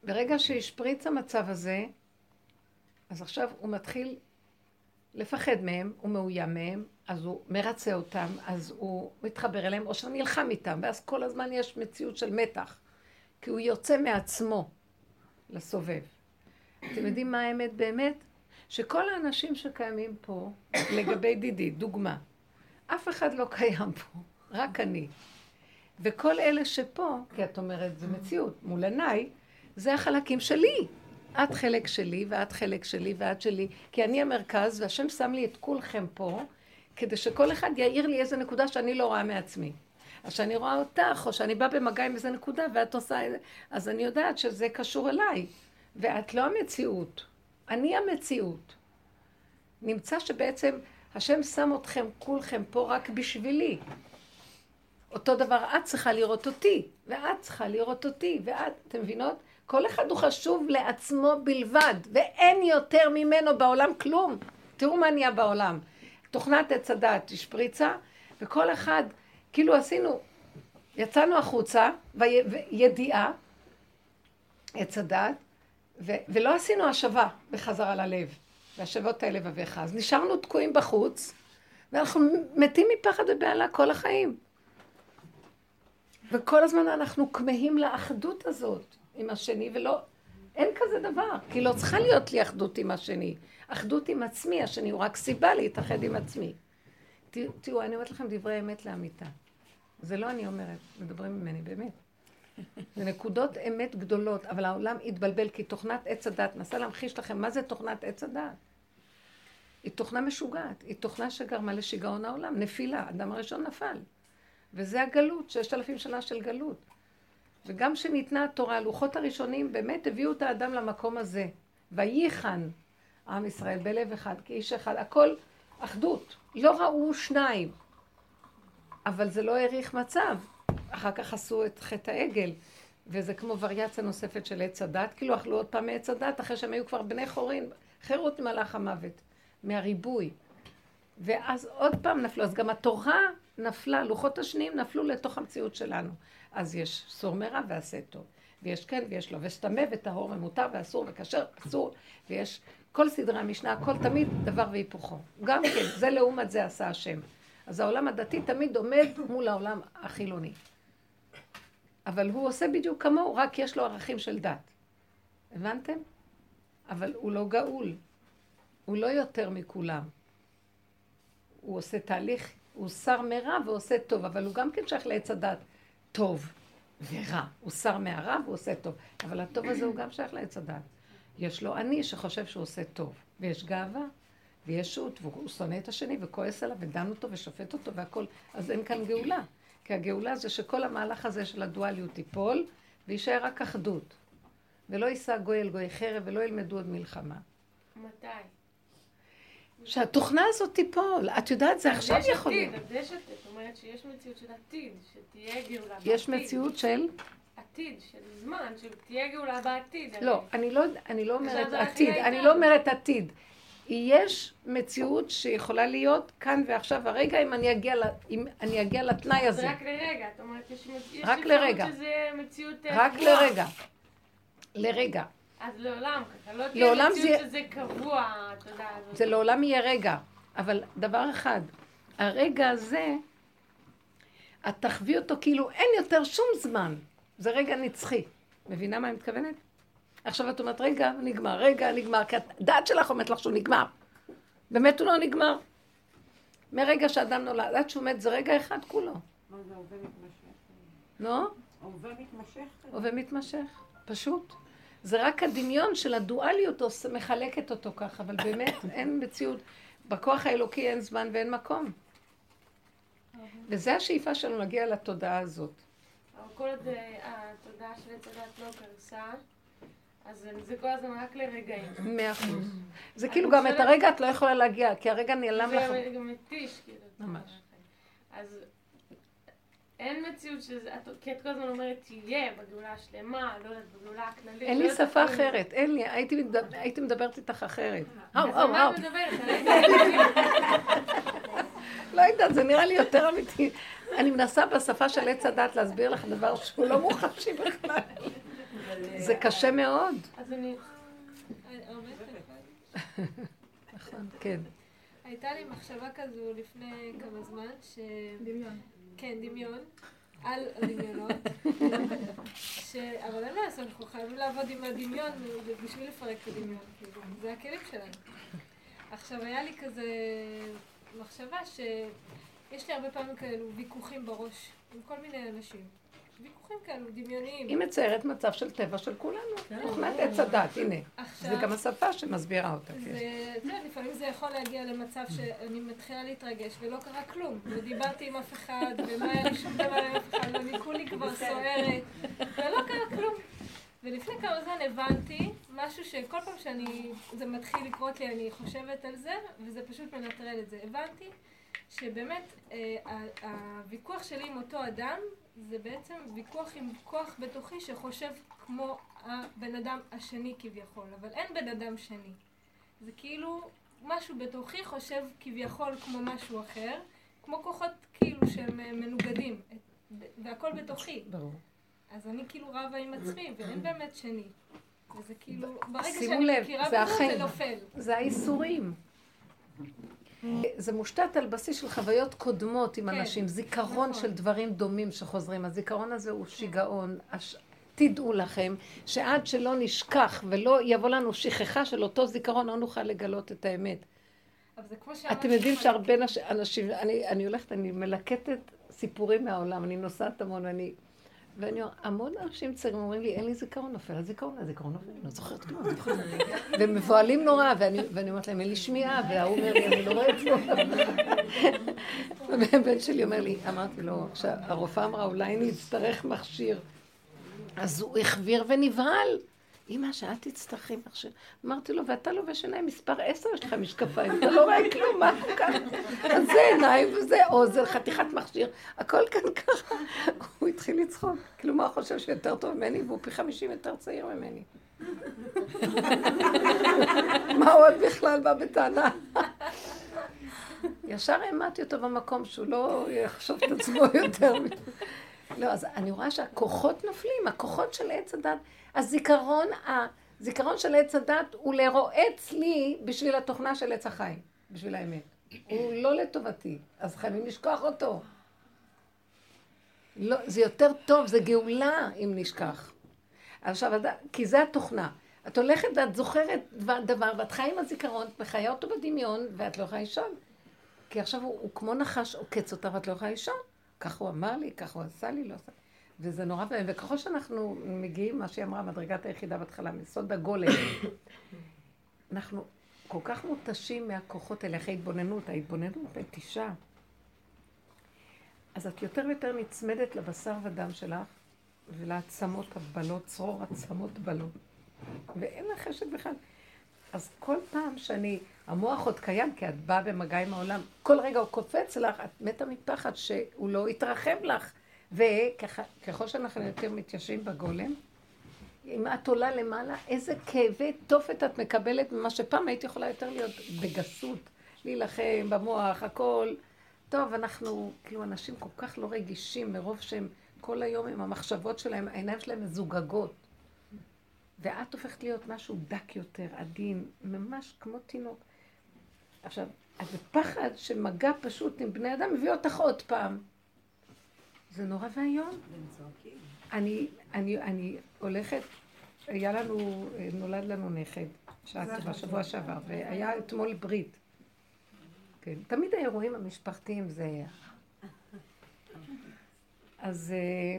ברגע שהשפריץ המצב הזה, אז עכשיו הוא מתחיל לפחד מהם, הוא מאוים מהם, אז הוא מרצה אותם, אז הוא מתחבר אליהם, או שהוא נלחם איתם, ואז כל הזמן יש מציאות של מתח, כי הוא יוצא מעצמו לסובב. אתם יודעים מה האמת באמת? שכל האנשים שקיימים פה, לגבי דידי, דוגמה, אף אחד לא קיים פה, רק אני. וכל אלה שפה, כי את אומרת, זה מציאות, מול עיניי, זה החלקים שלי. את חלק שלי, ואת חלק שלי, ואת שלי, כי אני המרכז, והשם שם לי את כולכם פה, כדי שכל אחד יאיר לי איזה נקודה שאני לא רואה מעצמי. אז שאני רואה אותך, או שאני באה במגע עם איזה נקודה, ואת עושה את זה, אז אני יודעת שזה קשור אליי. ואת לא המציאות, אני המציאות. נמצא שבעצם השם שם אתכם כולכם פה רק בשבילי. אותו דבר את צריכה לראות אותי, ואת צריכה לראות אותי, ואת, אתם מבינות? כל אחד הוא חשוב לעצמו בלבד, ואין יותר ממנו בעולם כלום. תראו מה נהיה בעולם. תוכנת עץ הדעת השפריצה, וכל אחד, כאילו עשינו, יצאנו החוצה, וידיעה, עץ הדעת, ולא עשינו השבה בחזרה ללב, והשבות האלה לבביך. אז נשארנו תקועים בחוץ, ואנחנו מתים מפחד ובעלה כל החיים. וכל הזמן אנחנו כמהים לאחדות הזאת עם השני, ולא, אין כזה דבר, כי לא צריכה להיות לי אחדות עם השני. אחדות עם עצמי, השני הוא רק סיבה להתאחד עם עצמי. תראו, אני אומרת לכם דברי אמת לאמיתה. זה לא אני אומרת, מדברים ממני, באמת. זה נקודות אמת גדולות, אבל העולם התבלבל, כי תוכנת עץ הדת, נסה להמחיש לכם מה זה תוכנת עץ הדת. היא תוכנה משוגעת, היא תוכנה שגרמה לשיגעון העולם, נפילה, אדם הראשון נפל. וזה הגלות, 6,000 שנה של גלות. וגם שניתנה התורה, הלוחות הראשונים באמת הביאו את האדם למקום הזה. וייחן עם ישראל בלב אחד, כאיש אחד, הכל אחדות. לא ראו שניים, אבל זה לא העריך מצב. אחר כך עשו את חטא העגל, וזה כמו וריאציה נוספת של עץ הדת, כאילו אכלו עוד פעם מעץ הדת, אחרי שהם היו כבר בני חורין, חירות מלאך המוות, מהריבוי. ואז עוד פעם נפלו, אז גם התורה נפלה, לוחות השניים נפלו לתוך המציאות שלנו. אז יש סור מרע ועשה טוב, ויש כן ויש לא, וסתמה וטהור ומותר ואסור וכשר, אסור, ויש כל סדרי המשנה, הכל תמיד דבר והיפוכו. גם כן, זה לעומת זה עשה השם. אז העולם הדתי תמיד עומד מול העולם החילוני. אבל הוא עושה בדיוק כמוהו, רק יש לו ערכים של דת. הבנתם? אבל הוא לא גאול. הוא לא יותר מכולם. הוא עושה תהליך, הוא שר מרע ועושה טוב, אבל הוא גם כן שייך לעץ הדת טוב ורע. הוא שר מהרע והוא עושה טוב. אבל הטוב הזה הוא גם שייך לעץ הדת. יש לו אני שחושב שהוא עושה טוב, ויש גאווה. ויש שות, והוא שונא את השני וכועס עליו ודן אותו ושופט אותו והכל. אז אין כאן גאולה. כי הגאולה זה שכל המהלך הזה של הדואליות ייפול, וישאר רק אחדות. ולא יישא גוי אל גוי חרב, ולא ילמדו עוד מלחמה. מתי? שהתוכנה הזאת תיפול. את יודעת, זה עכשיו יכול להיות. יש עתיד, זאת אומרת שיש מציאות של עתיד, שתהיה גאולה בעתיד. יש מציאות של? עתיד, של זמן, שתהיה גאולה בעתיד. לא, אני לא אומרת עתיד, אני לא אומרת עתיד. יש מציאות שיכולה להיות כאן ועכשיו, הרגע אם אני אגיע לתנאי הזה. זה רק לרגע, זאת אומרת, יש רק לרגע. שזה מציאות רק לרגע. לרגע. אז לעולם ככה, לא תהיה מציאות שזה קבוע, אתה יודע. זה לעולם יהיה רגע, אבל דבר אחד, הרגע הזה, את תחווי אותו כאילו אין יותר שום זמן, זה רגע נצחי. מבינה מה אני מתכוונת? עכשיו את אומרת, רגע נגמר, כי הדעת שלך אומרת לך שהוא נגמר. באמת הוא לא נגמר. מרגע שאדם נולד, עד שהוא מת זה רגע אחד כולו. מה זה הווה מתמשך? לא? הווה מתמשך? הווה מתמשך, פשוט. זה רק הדמיון של הדואליות מחלקת אותו ככה, אבל באמת אין מציאות. בכוח האלוקי אין זמן ואין מקום. וזה השאיפה שלנו להגיע לתודעה הזאת. אבל כל עוד התודעה של הצדת לא קרסה, אז זה כל הזמן רק לרגעים. 100%. זה כאילו גם את הרגע את לא יכולה להגיע, כי הרגע נעלם לך. זה גם מתיש, כאילו. ממש. אז אין מציאות שזה, כי את כל הזמן אומרת, תהיה בגאולה השלמה, לא יודעת, בגאולה הכללית. אין לי שפה אחרת, אין לי, הייתי מדברת איתך אחרת. אז מה את מדברת? לא יודעת, זה נראה לי יותר אמיתי. אני מנסה בשפה של עץ הדת להסביר לך דבר שהוא לא מוחשי בכלל. זה קשה מאוד. אז אני... נכון, כן. הייתה לי מחשבה כזו לפני כמה זמן, דמיון. כן, דמיון. על הדמיונות. אבל אין מה לעשות, אנחנו חייבים לעבוד עם הדמיון בשביל לפרק את הדמיון. זה הכלים שלנו. עכשיו, היה לי כזה מחשבה שיש לי הרבה פעמים כאלו ויכוחים בראש עם כל מיני אנשים. ויכוחים כאלו דמיוניים. היא מציירת מצב של טבע של כולנו. תוכנת עץ הדת, הנה. זה גם השפה שמסבירה אותה. לפעמים זה יכול להגיע למצב שאני מתחילה להתרגש ולא קרה כלום. ודיברתי עם אף אחד, ומה היה לי שום דבר עם אף אחד, ואני כולי כבר סוערת, ולא קרה כלום. ולפני כמה זמן הבנתי משהו שכל פעם שזה מתחיל לקרות לי, אני חושבת על זה, וזה פשוט מנטרל את זה. הבנתי שבאמת הוויכוח שלי עם אותו אדם, זה בעצם ויכוח עם כוח בתוכי שחושב כמו הבן אדם השני כביכול, אבל אין בן אדם שני. זה כאילו משהו בתוכי חושב כביכול כמו משהו אחר, כמו כוחות כאילו שהם מנוגדים, והכל בתוכי. ברור. אז אני כאילו רבה עם עצמי, ואין באמת שני. וזה כאילו, ברגע שימו שאני לב, מכירה זה בזה, החיים. זה נופל. זה האיסורים. זה מושתת על בסיס של חוויות קודמות עם אנשים, זיכרון של דברים דומים שחוזרים. הזיכרון הזה הוא שיגעון. תדעו לכם שעד שלא נשכח ולא יבוא לנו שכחה של אותו זיכרון, לא נוכל לגלות את האמת. אתם יודעים שהרבה אנשים, אני הולכת, אני מלקטת סיפורים מהעולם, אני נוסעת המון ואני אומר, המון אנשים צעירים אומרים לי, אין לי זיכרון נופל, הזיכרון נופל, אני לא זוכרת כלום, והם מבועלים נורא, ואני אומרת להם, אין לי שמיעה, והוא אומר לי, אני לא רואה כלום. ובן שלי אומר לי, אמרתי לו, הרופאה אמרה, אולי נצטרך מכשיר. אז הוא החביר ונבהל. אמא, שאת תצטרכי מכשיר. אמרתי לו, ואתה לובש עיניים מספר 10, יש לך משקפיים, אתה לא רואה כלום, מה הוא כאן? אז זה עיניים וזה אוזן, חתיכת מכשיר, הכל כאן ככה. הוא התחיל לצחוק, כאילו מה הוא חושב שיותר טוב ממני, והוא פי 50 יותר צעיר ממני. מה הוא עוד בכלל בא בטענה? ישר העמדתי אותו במקום שהוא לא יחשוב את עצמו יותר. לא, אז אני רואה שהכוחות נופלים, הכוחות של עץ הדת, הזיכרון של עץ הדת הוא לרועץ לי בשביל התוכנה של עץ החיים, בשביל האמת. הוא לא לטובתי, אז חייבים לשכוח אותו. לא, זה יותר טוב, זה גאולה אם נשכח. עכשיו, כי זה התוכנה. את הולכת ואת זוכרת דבר, ואת חיה עם הזיכרון, את מחיה אותו בדמיון, ואת לא יכולה לישון. כי עכשיו הוא כמו נחש עוקץ אותה, ואת לא יכולה לישון. כך הוא אמר לי, כך הוא עשה לי, לא עשה. וזה נורא פעמים. וככל שאנחנו מגיעים, מה שהיא אמרה, מדרגת היחידה בהתחלה, מסוד הגולם, אנחנו כל כך מותשים מהכוחות האלה, אחרי ההתבוננות מתישה. אז את יותר ויותר נצמדת לבשר ודם שלך, ולעצמות הבלות, צרור עצמות בלות. ואין לך חשד בכלל. אז כל פעם המוח עוד קיים, כי את באה במגע עם העולם, כל רגע הוא קופץ לך, את מתה מפחד שהוא לא יתרחב לך. וככל שאנחנו יותר מתיישבים בגולם, אם את עולה למעלה, איזה כאבי תופת את מקבלת ממה שפעם הייתי יכולה יותר להיות בגסות, להילחם במוח, הכל. טוב, אנחנו כאילו אנשים כל כך לא רגישים מרוב שהם כל היום עם המחשבות שלהם, העיניים שלהם מזוגגות. ואת הופכת להיות משהו דק יותר, עדין, ממש כמו תינוק. עכשיו, את בפחד שמגע פשוט עם בני אדם מביא אותך עוד פעם. זה נורא והיום. אני הולכת, נולד לנו נכד, בשבוע שעבר, והיה אתמול ברית. כן, תמיד האירועים המשפחתיים זה... אז...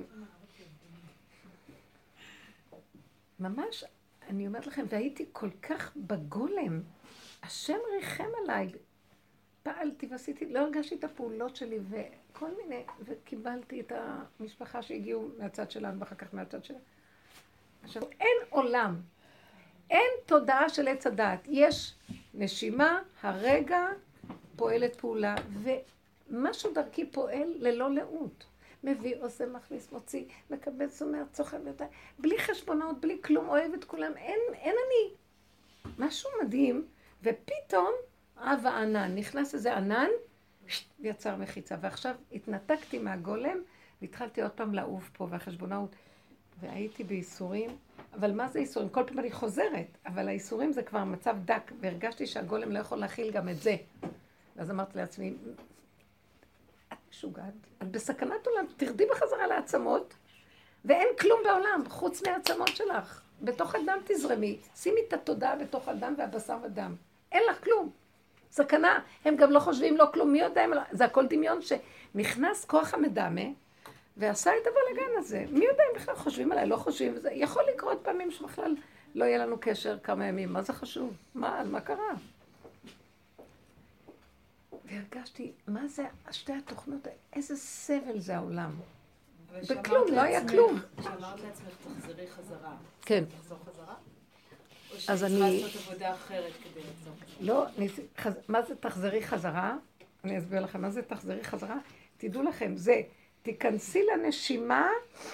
ממש, אני אומרת לכם, והייתי כל כך בגולם, השם ריחם עליי, פעלתי ועשיתי, לא הרגשתי את הפעולות שלי וכל מיני, וקיבלתי את המשפחה שהגיעו מהצד שלנו ואחר כך מהצד שלנו. עכשיו, אין עולם, אין תודעה של עץ הדעת, יש נשימה, הרגע פועלת פעולה, ומשהו דרכי פועל ללא לאות. מביא, עושה, מכניס, מוציא, מקבל, סומר, צוחק יותר, בלי חשבונות, בלי כלום, אוהב את כולם, אין אני. משהו מדהים, ופתאום אב הענן, נכנס איזה ענן, יצר מחיצה, ועכשיו התנתקתי מהגולם, והתחלתי עוד פעם לעוף פה, והחשבונאות, והייתי בייסורים, אבל מה זה ייסורים? כל פעם אני חוזרת, אבל הייסורים זה כבר מצב דק, והרגשתי שהגולם לא יכול להכיל גם את זה. ואז אמרתי לעצמי, את משוגעת, את בסכנת עולם, תרדי בחזרה לעצמות, ואין כלום בעולם, חוץ מהעצמות שלך. בתוך הדם תזרמי, שימי את התודעה בתוך הדם והבשר ודם. אין לך כלום. סכנה, הם גם לא חושבים לא כלום, מי יודע, זה הכל דמיון שנכנס כוח המדמה, ועשה את הבלגן הזה. מי יודע אם בכלל חושבים עליי, לא חושבים, וזה יכול לקרות פעמים שבכלל לא יהיה לנו קשר כמה ימים. מה זה חשוב? מה קרה? והרגשתי, מה זה שתי התוכנות, איזה סבל זה העולם. בכלום, לא היה כלום. שאמרת לעצמך, תחזרי חזרה. כן. תחזור חזרה? או אז שצריכה לעשות עבודה אחרת כדי לחזור חזרה? לא, מה זה תחזרי חזרה? אני אסביר לכם, מה זה תחזרי חזרה? תדעו לכם, זה תיכנסי לנשימה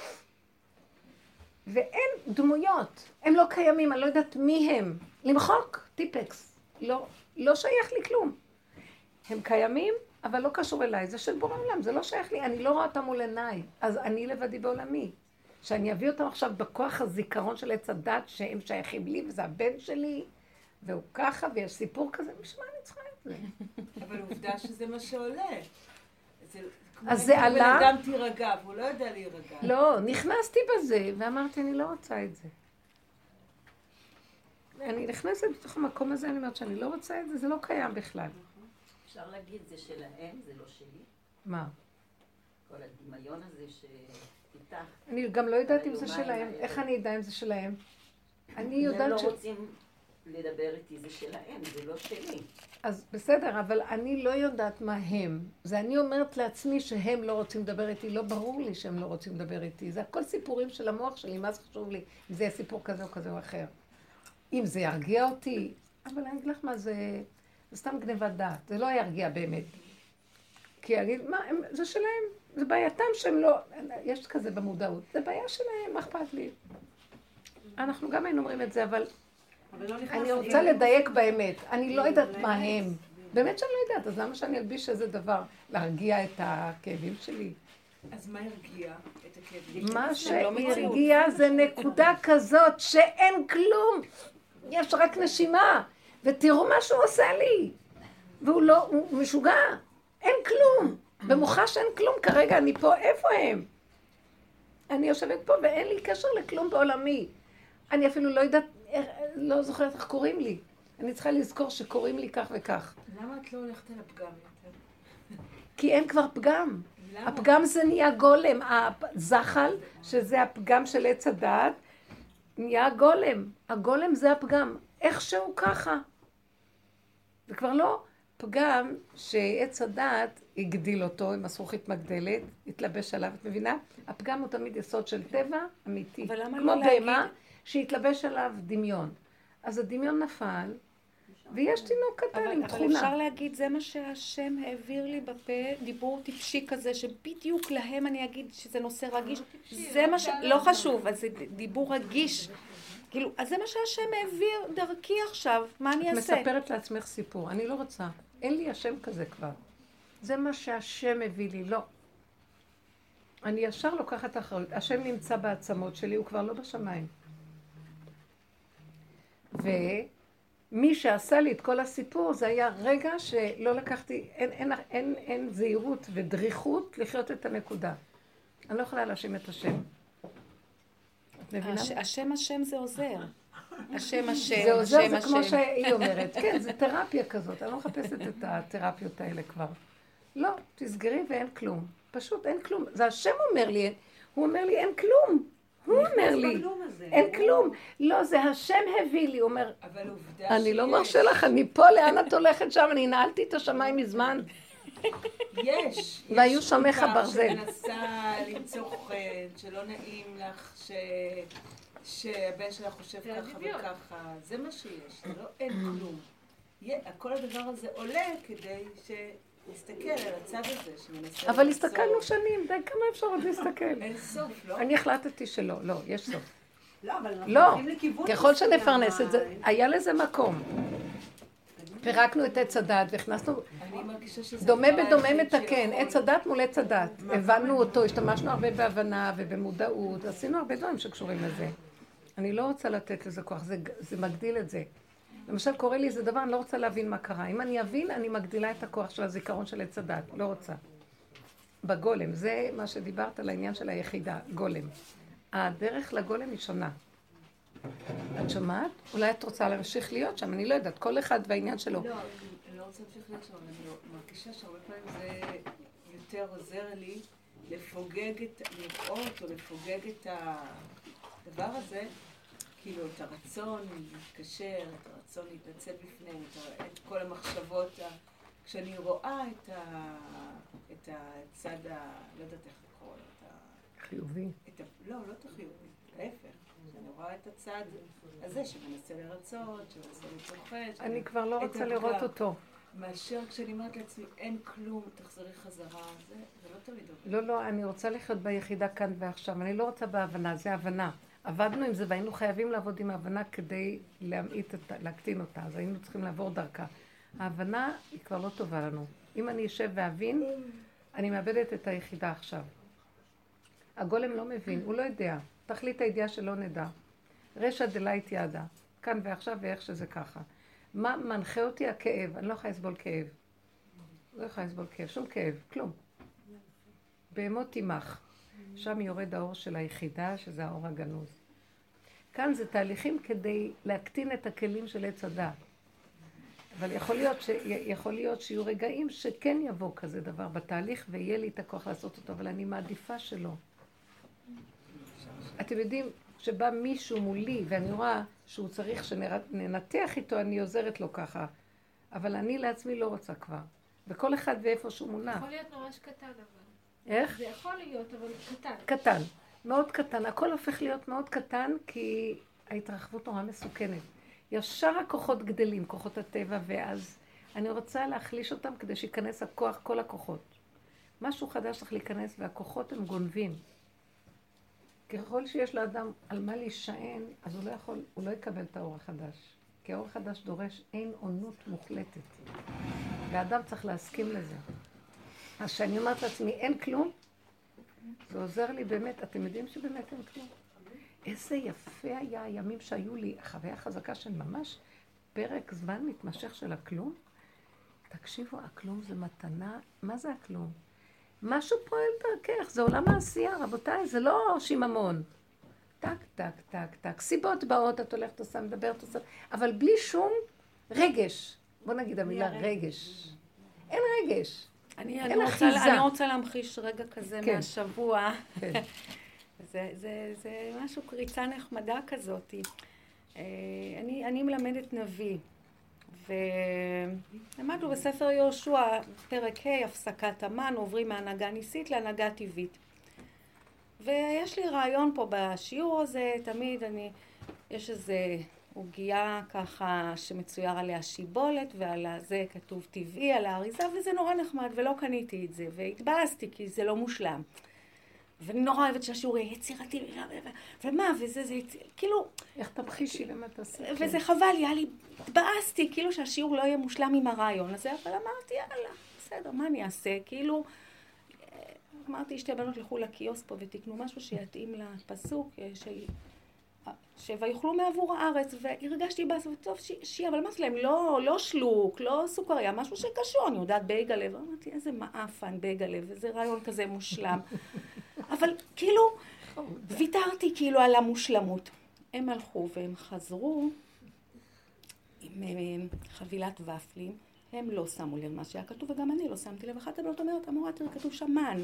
ואין דמויות, הם לא קיימים, אני לא יודעת מי הם. למחוק, טיפקס, לא שייך לי כלום. הם קיימים, אבל לא קשור אליי, זה של בורא עולם, זה לא שייך לי, אני לא רואה אותם מול עיניי, אז אני לבדי בעולמי. שאני אביא אותם עכשיו בכוח הזיכרון של עץ הדת, שהם שייכים לי, וזה הבן שלי, והוא ככה, ויש סיפור כזה, משמע אני צריכה את זה. אבל עובדה שזה מה שעולה. אז זה עלה... בן אדם תירגע, והוא לא יודע להירגע. לא, נכנסתי בזה, ואמרתי, אני לא רוצה את זה. אני נכנסת בתוך המקום הזה, אני אומרת שאני לא רוצה את זה, זה לא קיים בכלל. אפשר להגיד, זה שלהם, זה לא שלי. מה? כל הדמיון הזה שאיתך. אני גם לא יודעת אם זה שלהם. איך אני אדע אם זה שלהם? אני יודעת הם לא רוצים לדבר איתי, זה שלהם, זה לא שלי. אז בסדר, אבל אני לא יודעת מה הם. זה אני אומרת לעצמי שהם לא רוצים לדבר איתי, לא ברור לי שהם לא רוצים לדבר איתי. זה הכל סיפורים של המוח שלי, מה זה חשוב לי? אם זה יהיה סיפור כזה או כזה או אחר. אם זה ירגיע אותי, אבל אני אגיד לך מה זה... זה סתם גניבת דעת, זה לא ירגיע באמת. כי אני, מה, זה שלהם, זה בעייתם שהם לא, יש כזה במודעות, זה בעיה שלהם, מה אכפת לי? אנחנו גם היינו אומרים את זה, אבל אני רוצה לדייק באמת, אני לא יודעת מה הם. באמת שאני לא יודעת, אז למה שאני אלביש איזה דבר? להרגיע את הכאבים שלי? אז מה ירגיע את הכאבים? מה שירגיע זה נקודה כזאת שאין כלום, יש רק נשימה. ותראו מה שהוא עושה לי. והוא לא, הוא משוגע. אין כלום. במוחה שאין כלום כרגע, אני פה, איפה הם? אני יושבת פה ואין לי קשר לכלום בעולמי. אני אפילו לא יודעת, לא זוכרת איך קוראים לי. אני צריכה לזכור שקוראים לי כך וכך. למה את לא הולכת על הפגם יותר? כי אין כבר פגם. למה? הפגם זה נהיה גולם. הזחל, שזה הפגם של עץ הדעת, נהיה גולם. הגולם זה הפגם. איכשהו ככה. זה כבר לא פגם שעץ הדעת הגדיל אותו עם הזכוכית מגדלת, התלבש עליו, את מבינה? הפגם הוא תמיד יסוד של טבע אמיתי. כמו בהמה שהתלבש עליו דמיון. אז הדמיון נפל, ויש תינוק קטן עם תכונה. אבל אפשר להגיד, זה מה שהשם העביר לי בפה, דיבור טיפשי כזה, שבדיוק להם אני אגיד שזה נושא רגיש. זה מה ש... לא חשוב, אז זה דיבור רגיש. כאילו, אז זה מה שהשם העביר דרכי עכשיו, מה אני אעשה? את מספרת לעצמך סיפור, אני לא רוצה. אין לי השם כזה כבר. זה מה שהשם הביא לי, לא. אני ישר לוקחת אחריות. השם נמצא בעצמות שלי, הוא כבר לא בשמיים. ומי שעשה לי את כל הסיפור, זה היה רגע שלא לקחתי, אין זהירות ודריכות לחיות את הנקודה. אני לא יכולה להאשים את השם. השם זה עוזר. השם. זה עוזר, זה כמו שהיא אומרת. כן, זה תרפיה כזאת. אני לא מחפשת את התרפיות האלה כבר. לא, תסגרי ואין כלום. פשוט אין כלום. זה השם אומר לי, הוא אומר לי אין כלום. הוא אומר לי, אין כלום. לא, זה השם הביא לי, הוא אומר, אני לא מרשה לך, אני פה, לאן את הולכת שם? אני נעלתי את השמיים מזמן. יש. והיו שמך ברזל. שמנסה למצוא חן, שלא נעים לך, שהבן שלך חושב ככה וככה. זה מה שיש, זה לא אין כלום. כל הדבר הזה עולה כדי שנסתכל על הצד הזה, שמנסה... אבל הסתכלנו שנים, די כמה אפשר עוד להסתכל. אין סוף, לא? אני החלטתי שלא, לא, יש סוף. לא, אבל אנחנו הולכים לכיוון... ככל שנפרנס את זה, היה לזה מקום. פירקנו את עץ הדת והכנסנו, אני מרגישה שזה... דומה בדומה מתקן, עץ הדת מול עץ הדת. הבנו אותו, השתמשנו הרבה בהבנה ובמודעות, עשינו הרבה דברים שקשורים לזה. אני לא רוצה לתת לזה כוח, זה מגדיל את זה. למשל קורא לי איזה דבר, אני לא רוצה להבין מה קרה. אם אני אבין, אני מגדילה את הכוח של הזיכרון של עץ הדת, לא רוצה. בגולם, זה מה שדיברת על העניין של היחידה, גולם. הדרך לגולם היא שונה. את שומעת? אולי את רוצה להמשיך להיות שם, אני לא יודעת, כל אחד והעניין שלו. לא, אני לא רוצה להמשיך להיות שם, אני מרגישה שהרבה פעמים זה יותר עוזר לי לפוגג לראות או לפוגג את הדבר הזה, כאילו את הרצון להתקשר, את הרצון להתנצל בפניהם, את כל המחשבות, כשאני רואה את הצד, לא יודעת איך לקרוא לו, חיובי. לא את החיובי, להפך. אני רואה את הצד הזה שמנסה לרצות, שמנסה להתרחש. אני כבר לא רוצה לראות אותו. מאשר כשאני אומרת לעצמי, אין כלום, תחזרי חזרה, זה לא תמיד עובד. לא, אני רוצה לחיות ביחידה כאן ועכשיו. אני לא רוצה בהבנה, זה הבנה. עבדנו עם זה והיינו חייבים לעבוד עם ההבנה כדי להקטין אותה, אז היינו צריכים לעבור דרכה. ההבנה היא כבר לא טובה לנו. אם אני אשב ואבין, אני מאבדת את היחידה עכשיו. הגולם לא מבין, הוא לא יודע. תכלית הידיעה שלא נדע. רשע דלית ידע. כאן ועכשיו ואיך שזה ככה. מה מנחה אותי? הכאב. אני לא יכולה לסבול כאב. לא יכולה לסבול כאב. שום כאב. כלום. בהמות תימך. שם יורד האור של היחידה, שזה האור הגנוז. כאן זה תהליכים כדי להקטין את הכלים של עץ הדעת. אבל יכול להיות שיהיו רגעים שכן יבוא כזה דבר בתהליך ויהיה לי את הכוח לעשות אותו, אבל אני מעדיפה שלא. אתם יודעים, שבא מישהו מולי ואני רואה שהוא צריך שננתח איתו, אני עוזרת לו ככה. אבל אני לעצמי לא רוצה כבר. וכל אחד ואיפה שהוא מונח. יכול להיות ממש קטן אבל. איך? זה יכול להיות, אבל קטן. קטן. מאוד קטן. הכל הופך להיות מאוד קטן כי ההתרחבות נורא מסוכנת. ישר הכוחות גדלים, כוחות הטבע, ואז אני רוצה להחליש אותם כדי שיכנס הכוח, כל הכוחות. משהו חדש צריך להיכנס והכוחות הם גונבים. ככל שיש לאדם על מה להישען, אז הוא לא יקבל את האור החדש. כי האור החדש דורש אין עונות מוחלטת. והאדם צריך להסכים לזה. אז כשאני אומרת לעצמי, אין כלום, זה עוזר לי באמת, אתם יודעים שבאמת אין כלום? איזה יפה היה הימים שהיו לי, החוויה חזקה של ממש פרק זמן מתמשך של הכלום. תקשיבו, הכלום זה מתנה, מה זה הכלום? משהו פועל דרכך, זה עולם העשייה, רבותיי, זה לא שיממון. טק, טק, טק, טק, סיבות באות, את הולכת עושה, מדברת עושה, אבל בלי שום רגש. בוא נגיד המילה רגש. אין רגש. אין אחיזה. אני רוצה להמחיש רגע כזה מהשבוע. זה משהו קריצה נחמדה כזאת. אני מלמדת נביא. ולמדנו בספר יהושע, פרק ה', הפסקת המן, עוברים מהנהגה ניסית להנהגה טבעית. ויש לי רעיון פה בשיעור הזה, תמיד יש איזה עוגיה ככה שמצויר עליה שיבולת, ועל זה כתוב טבעי, על האריזה, וזה נורא נחמד, ולא קניתי את זה, והתבאסתי כי זה לא מושלם. ואני נורא אוהבת שהשיעור יהיה יצירתי, ומה, וזה, כאילו... איך תמחישי למה תעשי? וזה חבל, לי, התבאסתי, כאילו שהשיעור לא יהיה מושלם עם הרעיון הזה, אבל אמרתי, יאללה, בסדר, מה אני אעשה? כאילו, אמרתי, שתי בנות לכו לקיוסק פה ותקנו משהו שיתאים לפסוק של... ויוכלו מעבור הארץ, והרגשתי בסוף, טוב, שיהיה, אבל אמרתי להם, לא שלוק, לא סוכריה, משהו שקשור, אני יודעת בייגלה, ואמרתי, איזה מאפן בייגלה, וזה רעיון כזה מושלם. אבל כאילו, ויתרתי כאילו על המושלמות. הם הלכו והם חזרו עם חבילת ופלים, הם לא שמו לב מה שהיה כתוב, וגם אני לא שמתי לב, אחת הבנות אומרת, המורה, תראה, כתוב שם מן.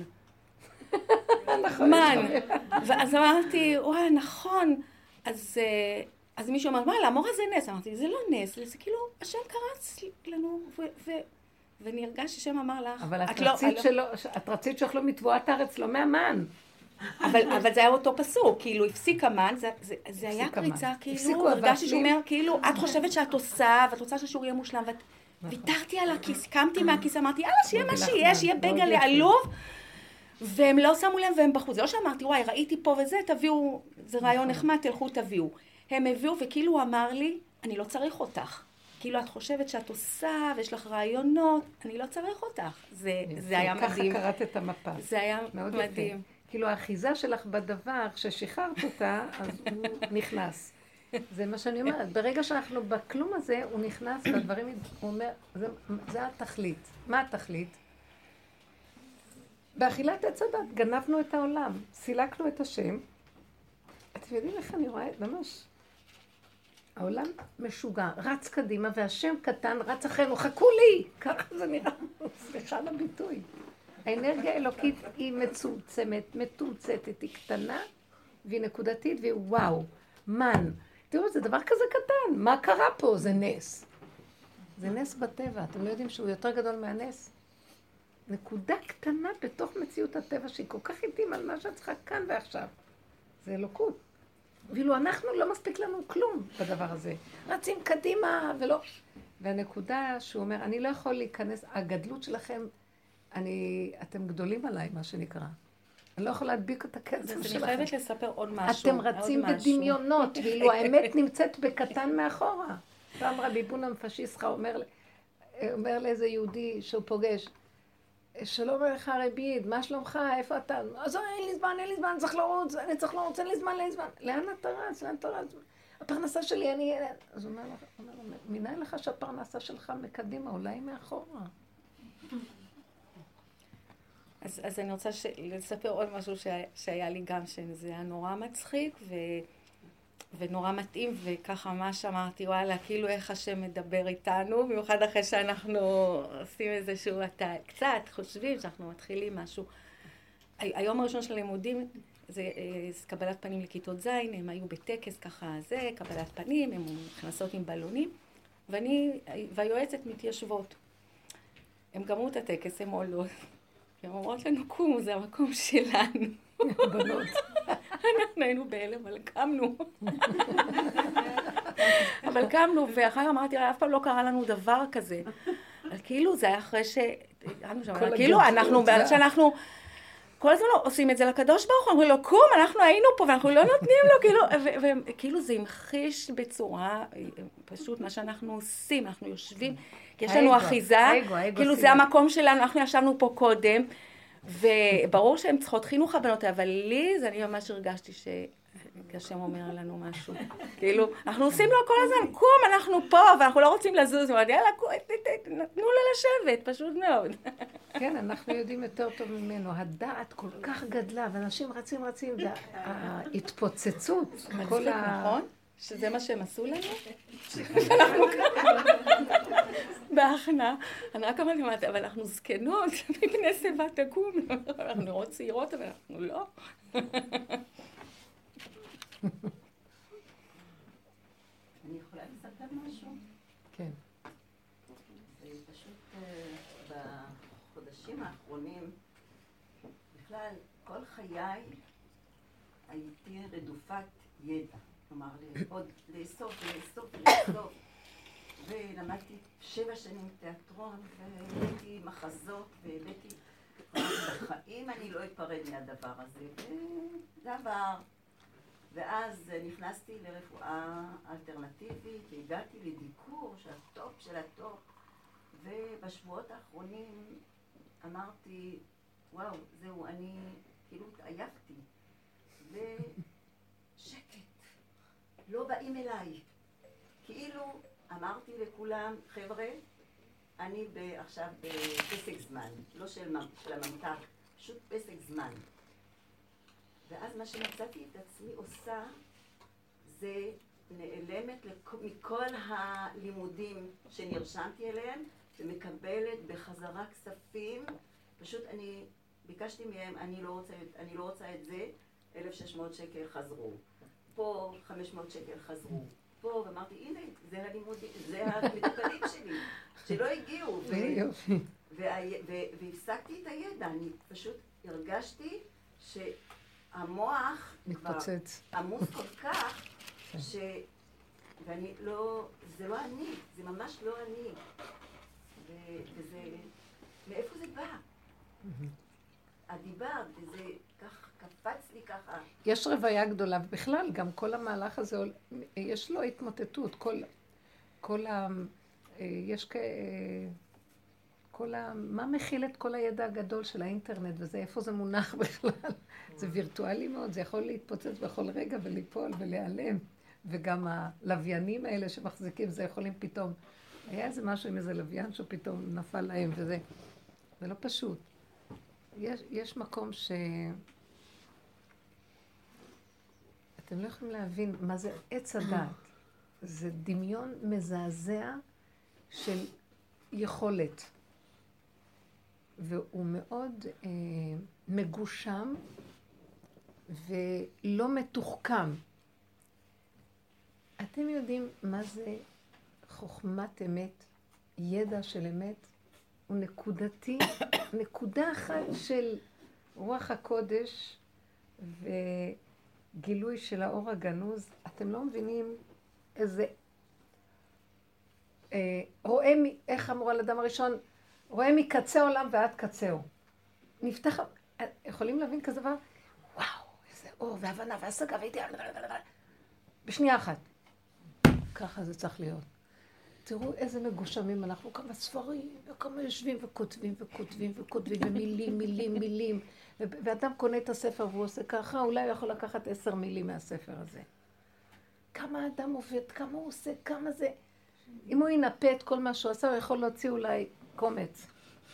מן. ואז אמרתי, וואי, נכון. אז מישהו אמר, מה, למורה זה נס? אמרתי, זה לא נס, זה כאילו, השם קרץ לנו, ונרגש השם אמר לך. אבל את רצית שאוכלו מתבואת הארץ, לא מהמן. אבל זה היה אותו פסוק, כאילו, הפסיק המן, זה היה קריצה, כאילו, הרגשתי שהוא אומר, כאילו, את חושבת שאת עושה, ואת רוצה שהשיעור יהיה מושלם, ויתרתי על הכיס, קמתי מהכיס, אמרתי, יאללה, שיהיה מה שיש, שיהיה בגלה עלוב, והם לא שמו להם והם בחוץ. זה לא שאמרתי, וואי, ראיתי פה וזה, תביאו, זה רעיון נחמד, תלכו תביאו. הם הביאו, וכאילו הוא אמר לי, אני לא צריך אותך. כאילו את חושבת שאת עושה ויש לך רעיונות, אני לא צריך אותך. זה היה מדהים. ככה קראת את המפה. זה היה מדהים. כאילו האחיזה שלך בדבר, כששחררת אותה, אז הוא נכנס. זה מה שאני אומרת. ברגע שאנחנו בכלום הזה, הוא נכנס והדברים, הוא אומר, זה התכלית. מה התכלית? באכילת עץ הדת גנבנו את העולם, סילקנו את השם. אתם יודעים איך אני רואה? ממש. העולם משוגע, רץ קדימה, והשם קטן רץ אחרינו, חכו לי! ככה זה נראה, סליחה על הביטוי. האנרגיה האלוקית היא מצומצמת, מתומצתת, היא קטנה, והיא נקודתית, והיא וואו, מן. תראו, זה דבר כזה קטן, מה קרה פה? זה נס. זה נס בטבע, אתם לא יודעים שהוא יותר גדול מהנס? נקודה קטנה בתוך מציאות הטבע, שהיא כל כך איטים על מה שאת צריכה כאן ועכשיו. זה אלוקות. ואילו אנחנו לא מספיק לנו כלום בדבר הזה. רצים קדימה ולא. והנקודה שהוא אומר, אני לא יכול להיכנס, הגדלות שלכם, אתם גדולים עליי, מה שנקרא. אני לא יכולה להדביק את הקצב שלכם. אני חייבת לספר עוד משהו. אתם רצים בדמיונות, ואילו האמת נמצאת בקטן מאחורה. פעם רבי בונם פשיסחה אומר לאיזה יהודי שהוא פוגש, שלום עליך רביד, מה שלומך, איפה אתה? אז אין לי זמן, אני צריך לרוץ, אין לי זמן. לאן אתה רץ? הפרנסה שלי, אז הוא אומר לו, מנין לך שהפרנסה שלך מקדימה, אולי מאחורה. אז אני רוצה לספר עוד משהו שהיה לי גם, שזה היה נורא מצחיק ונורא מתאים, וככה ממש אמרתי, וואלה, כאילו איך השם מדבר איתנו, במיוחד אחרי שאנחנו עושים איזשהו, קצת חושבים שאנחנו מתחילים משהו. היום הראשון של הלימודים, זה קבלת פנים לכיתות ז', הם היו בטקס ככה זה, קבלת פנים, הם נכנסות עם בלונים, והיועצת מתיישבות. הם גמרו את הטקס, הם עולות. הן אומרות לנו, קומו, זה המקום שלנו. בנות. אנחנו היינו בהלם, אבל קמנו. אבל קמנו, ואחר אמרתי, אף פעם לא קרה לנו דבר כזה. אבל כאילו זה היה אחרי ש... כאילו אנחנו כל הזמן עושים את זה לקדוש ברוך הוא, אומרים לו, קום, אנחנו היינו פה, ואנחנו לא נותנים לו, כאילו זה המחיש בצורה, פשוט מה שאנחנו עושים, אנחנו יושבים, כי יש לנו אחיזה, כאילו זה המקום שלנו, אנחנו ישבנו פה קודם, וברור שהן צריכות חינוך הבנות, אבל לי, אני ממש הרגשתי שהשם אומר לנו משהו. כאילו, אנחנו עושים לו כל הזמן, קום, אנחנו פה, ואנחנו לא רוצים לזוז, יאללה, נתנו לה לשבת, פשוט מאוד. כן, אנחנו יודעים יותר טוב ממנו. הדעת כל כך גדלה, ואנשים רצים, וההתפוצצות. מצליק, נכון? שזה מה שהם עשו לנו? בהכנה. אני רק אמרתי, אבל אנחנו זקנות, מפני שיבה תקום. אנחנו נראות צעירות, אבל אנחנו לא. אני יכולה לספר משהו? כן. זה פשוט בחודשים האחרונים, בכלל, כל חיי הייתי רדופת ידע. כלומר, עוד לאסוף. ולמדתי 7 שנים תיאטרון, והבאתי מחזות, בחיים אני לא אפרד מהדבר הזה. וזה עבר. ואז נכנסתי לרפואה אלטרנטיבית, והגעתי לדיקור של הטופ של הטופ, ובשבועות האחרונים אמרתי, וואו, זהו, אני כאילו התעייפתי, ושקט, לא באים אליי. כאילו אמרתי לכולם, חבר'ה, אני עכשיו בפסק זמן, לא של הממתק, פשוט פסק זמן. ואז מה שמצאתי את עצמי עושה, זה נעלמת מכל הלימודים שנרשמתי אליהם, ומקבלת בחזרה כספים. פשוט אני ביקשתי מהם, אני לא רוצה את זה, 1,600 שקל חזרו. פה 500 שקל חזרו. פה, ואמרתי, הנה, זה הלימודים, זה המטופלים שלי, שלא הגיעו. והפסקתי את הידע, אני פשוט הרגשתי המוח מתפוצץ. עמוס כל כך, ואני לא, זה לא אני, זה ממש לא אני. וזה, מאיפה זה בא? הדיבר, וזה כך, קפץ לי ככה. יש רוויה גדולה, ובכלל, גם כל המהלך הזה, יש לו התמוטטות, כל יש מה מכיל את כל הידע הגדול של האינטרנט וזה, איפה זה מונח בכלל? זה וירטואלי מאוד, זה יכול להתפוצץ בכל רגע וליפול ולהיעלם. וגם הלוויינים האלה שמחזיקים, זה יכולים פתאום, היה איזה משהו עם איזה לוויין שפתאום נפל להם וזה, זה לא פשוט. יש מקום אתם לא יכולים להבין מה זה עץ הדעת. זה דמיון מזעזע של יכולת. והוא מאוד מגושם ולא מתוחכם. אתם יודעים מה זה חוכמת אמת, ידע של אמת? הוא נקודתי, נקודה אחת של רוח הקודש וגילוי של האור הגנוז. אתם לא מבינים איזה... רואה, איך אמרו על אדם הראשון? רואה מקצה עולם ועד קצהו. נפתח... יכולים להבין כזה דבר? וואו, איזה אור והבנה והשגה וידיעה. בשנייה אחת. ככה זה צריך להיות. תראו איזה מגושמים אנחנו, כמה ספרים, וכמה יושבים וכותבים וכותבים וכותבים, ומילים, מילים, מילים. ואדם קונה את הספר והוא עושה ככה, אולי הוא יכול לקחת 10 מילים מהספר הזה. כמה אדם עובד, כמה הוא עושה, כמה זה... אם הוא ינפה את כל מה שהוא עשה, הוא יכול להוציא אולי קומץ.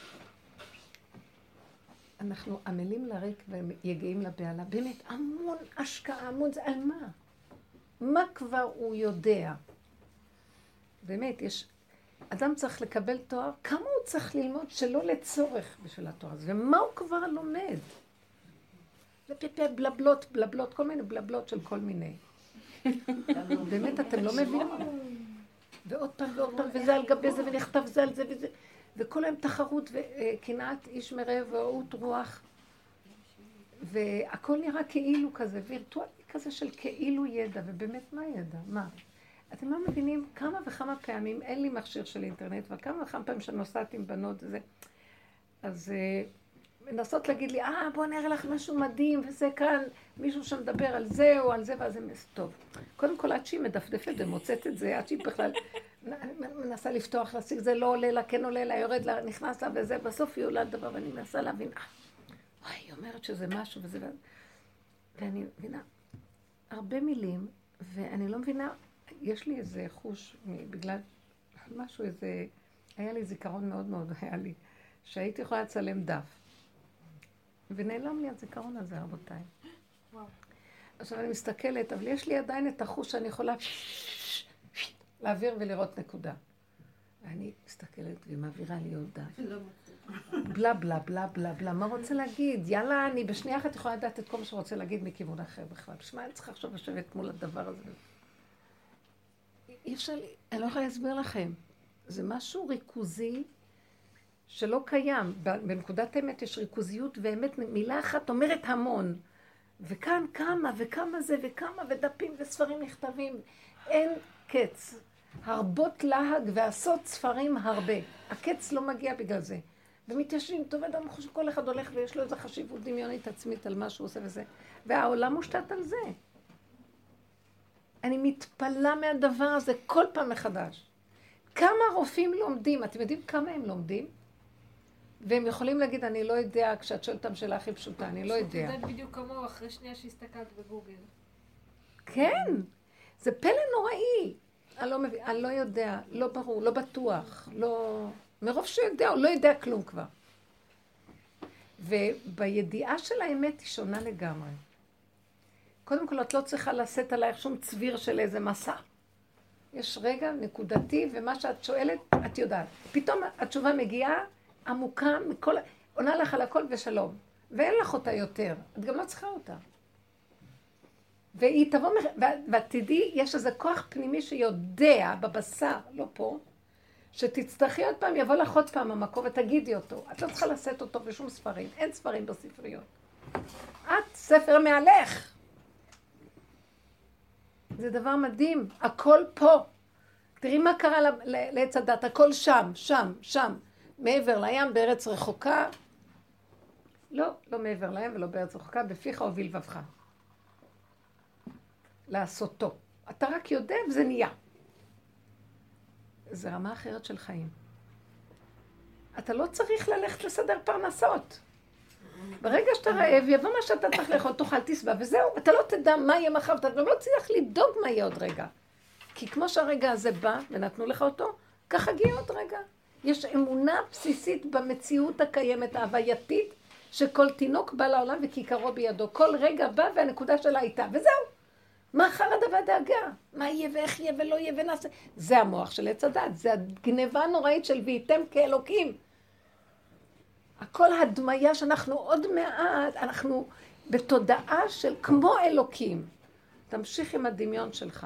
אנחנו עמלים לריק ויגעים לבעלה. באמת, המון השקעה, המון זה על מה? מה כבר הוא יודע? באמת, אדם צריך לקבל תואר, כמה הוא צריך ללמוד שלא לצורך בשביל התואר הזה, ומה הוא כבר לומד? בלבלות, בלבלות, כל מיני בלבלות של כל מיני. באמת, אתם לא מבינים? ועוד פעם ועוד פעם, וזה על גבי זה, ונכתב זה על זה וזה, וכל היום תחרות וקנאת איש מרעב ורעות רוח, והכל נראה כאילו כזה, וירטואלי כזה של כאילו ידע, ובאמת מה ידע? מה? אתם לא מבינים כמה וכמה פעמים, אין לי מכשיר של אינטרנט, וכמה וכמה פעמים שנוסעת עם בנות וזה, אז מנסות להגיד לי, בוא נראה לך משהו מדהים, וזה כאן, מישהו שמדבר על זה או על זה, ואז זה טוב. קודם כל, עד שהיא מדפדפת ומוצאת את זה, עד שהיא בכלל מנסה לפתוח, להשיג, זה לא עולה לה, כן עולה לה, יורד לה, נכנס לה וזה, בסוף היא עולה לדבר, ואני מנסה להבין, היא אומרת שזה משהו וזה, ואני מבינה הרבה מילים, ואני לא מבינה, יש לי איזה חוש, בגלל משהו, היה לי זיכרון מאוד מאוד, היה לי, שהייתי יכולה לצלם דף. ונעלם לי הזיכרון הזה, רבותיי. עכשיו אני מסתכלת, אבל יש לי עדיין את החוש שאני יכולה להעביר ולראות נקודה. ואני מסתכלת ומעבירה לי עוד דף. בלה בלה בלה בלה בלה, מה רוצה להגיד? יאללה, אני בשנייה אחת יכולה לדעת את כל מה שרוצה להגיד מכיוון אחר בכלל. בשביל מה אני צריכה עכשיו לשבת מול הדבר הזה? אי אפשר לי, אני לא יכולה להסביר לכם. זה משהו ריכוזי שלא קיים. בנקודת האמת יש ריכוזיות, ואמת מילה אחת אומרת המון. וכאן כמה וכמה זה וכמה ודפים וספרים נכתבים. אין קץ. הרבות להג ועשות ספרים הרבה. הקץ לא מגיע בגלל זה. ומתיישבים, טוב אדם חושב כל אחד הולך ויש לו איזו חשיבות דמיונית עצמית על מה שהוא עושה וזה. והעולם מושתת על זה. אני מתפלאה מהדבר הזה כל פעם מחדש. כמה רופאים לומדים? אתם יודעים כמה הם לומדים? והם יכולים להגיד, אני לא יודע, כשאת שואלת אותם שאלה הכי פשוטה, אני לא יודע. זה בדיוק כמוהו אחרי שנייה שהסתכלת בגוגל. כן, זה פלא נוראי. אני לא יודע, לא ברור, לא בטוח, לא... מרוב שהוא יודע, הוא לא יודע כלום כבר. ובידיעה של האמת היא שונה לגמרי. קודם כל, את לא צריכה לשאת עלייך שום צביר של איזה מסע. יש רגע נקודתי, ומה שאת שואלת, את יודעת. פתאום התשובה מגיעה עמוקה, עונה לך על הכל ושלום. ואין לך אותה יותר, את גם לא צריכה אותה. והיא תבוא, ותדעי, יש איזה כוח פנימי שיודע בבשר, לא פה, שתצטרכי עוד פעם, יבוא לך עוד פעם המקום ותגידי אותו. את לא צריכה לשאת אותו בשום ספרים, אין ספרים בספריות. את ספר מעלך. זה דבר מדהים, הכל פה. תראי מה קרה לעץ הדת, הכל שם, שם, שם. מעבר לים, בארץ רחוקה. לא מעבר לים ולא בארץ רחוקה, בפיך ובלבבך. לעשותו. אתה רק יודע וזה נהיה. זה רמה אחרת של חיים. אתה לא צריך ללכת לסדר פרנסות. ברגע שאתה רעב, יבוא מה שאתה צריך לאכול, תאכל, תשבע, וזהו. אתה לא תדע מה יהיה מחר, אתה גם לא צריך לדאוג מה יהיה עוד רגע. כי כמו שהרגע הזה בא, ונתנו לך אותו, ככה הגיע עוד רגע. יש אמונה בסיסית במציאות הקיימת, ההווייתית, שכל תינוק בא לעולם וכיכרו בידו. כל רגע בא והנקודה שלה איתה, וזהו. מה חרדה והדאגה? מה יהיה ואיך יהיה ולא יהיה ונעשה? זה המוח של עץ הדת, זה הגניבה הנוראית של והייתם כאלוקים. הכל הדמיה שאנחנו עוד מעט, אנחנו בתודעה של כמו אלוקים. תמשיך עם הדמיון שלך.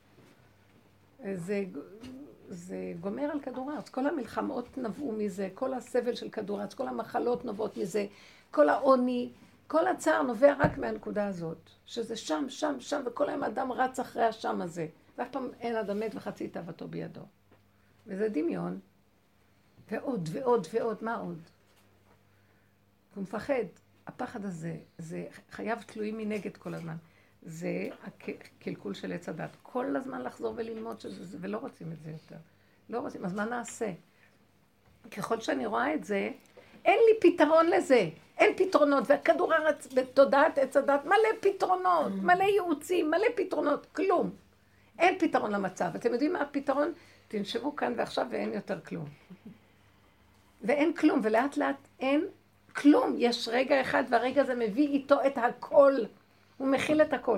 זה גומר על כדור הארץ. כל המלחמות נבעו מזה, כל הסבל של כדור הארץ, כל המחלות נובעות מזה, כל העוני, כל הצער נובע רק מהנקודה הזאת. שזה שם, שם, שם, וכל היום אדם רץ אחרי השם הזה. ואף פעם אין אדם מת וחצי תאוותו בידו. וזה דמיון. ועוד ועוד ועוד, מה עוד? הוא מפחד. הפחד הזה, זה חייב תלויים מנגד כל הזמן. זה הקלקול של עץ הדת. כל הזמן לחזור וללמוד שזה, ולא רוצים את זה יותר. לא רוצים, אז מה נעשה? ככל שאני רואה את זה, אין לי פתרון לזה. אין פתרונות, והכדור הארץ בתודעת עץ הדת, מלא פתרונות, מלא ייעוצים, מלא פתרונות, כלום. אין פתרון למצב. אתם יודעים מה הפתרון? תנשבו כאן ועכשיו ואין יותר כלום. ואין כלום, ולאט לאט אין כלום. יש רגע אחד, והרגע הזה מביא איתו את הכל. הוא מכיל את הכל.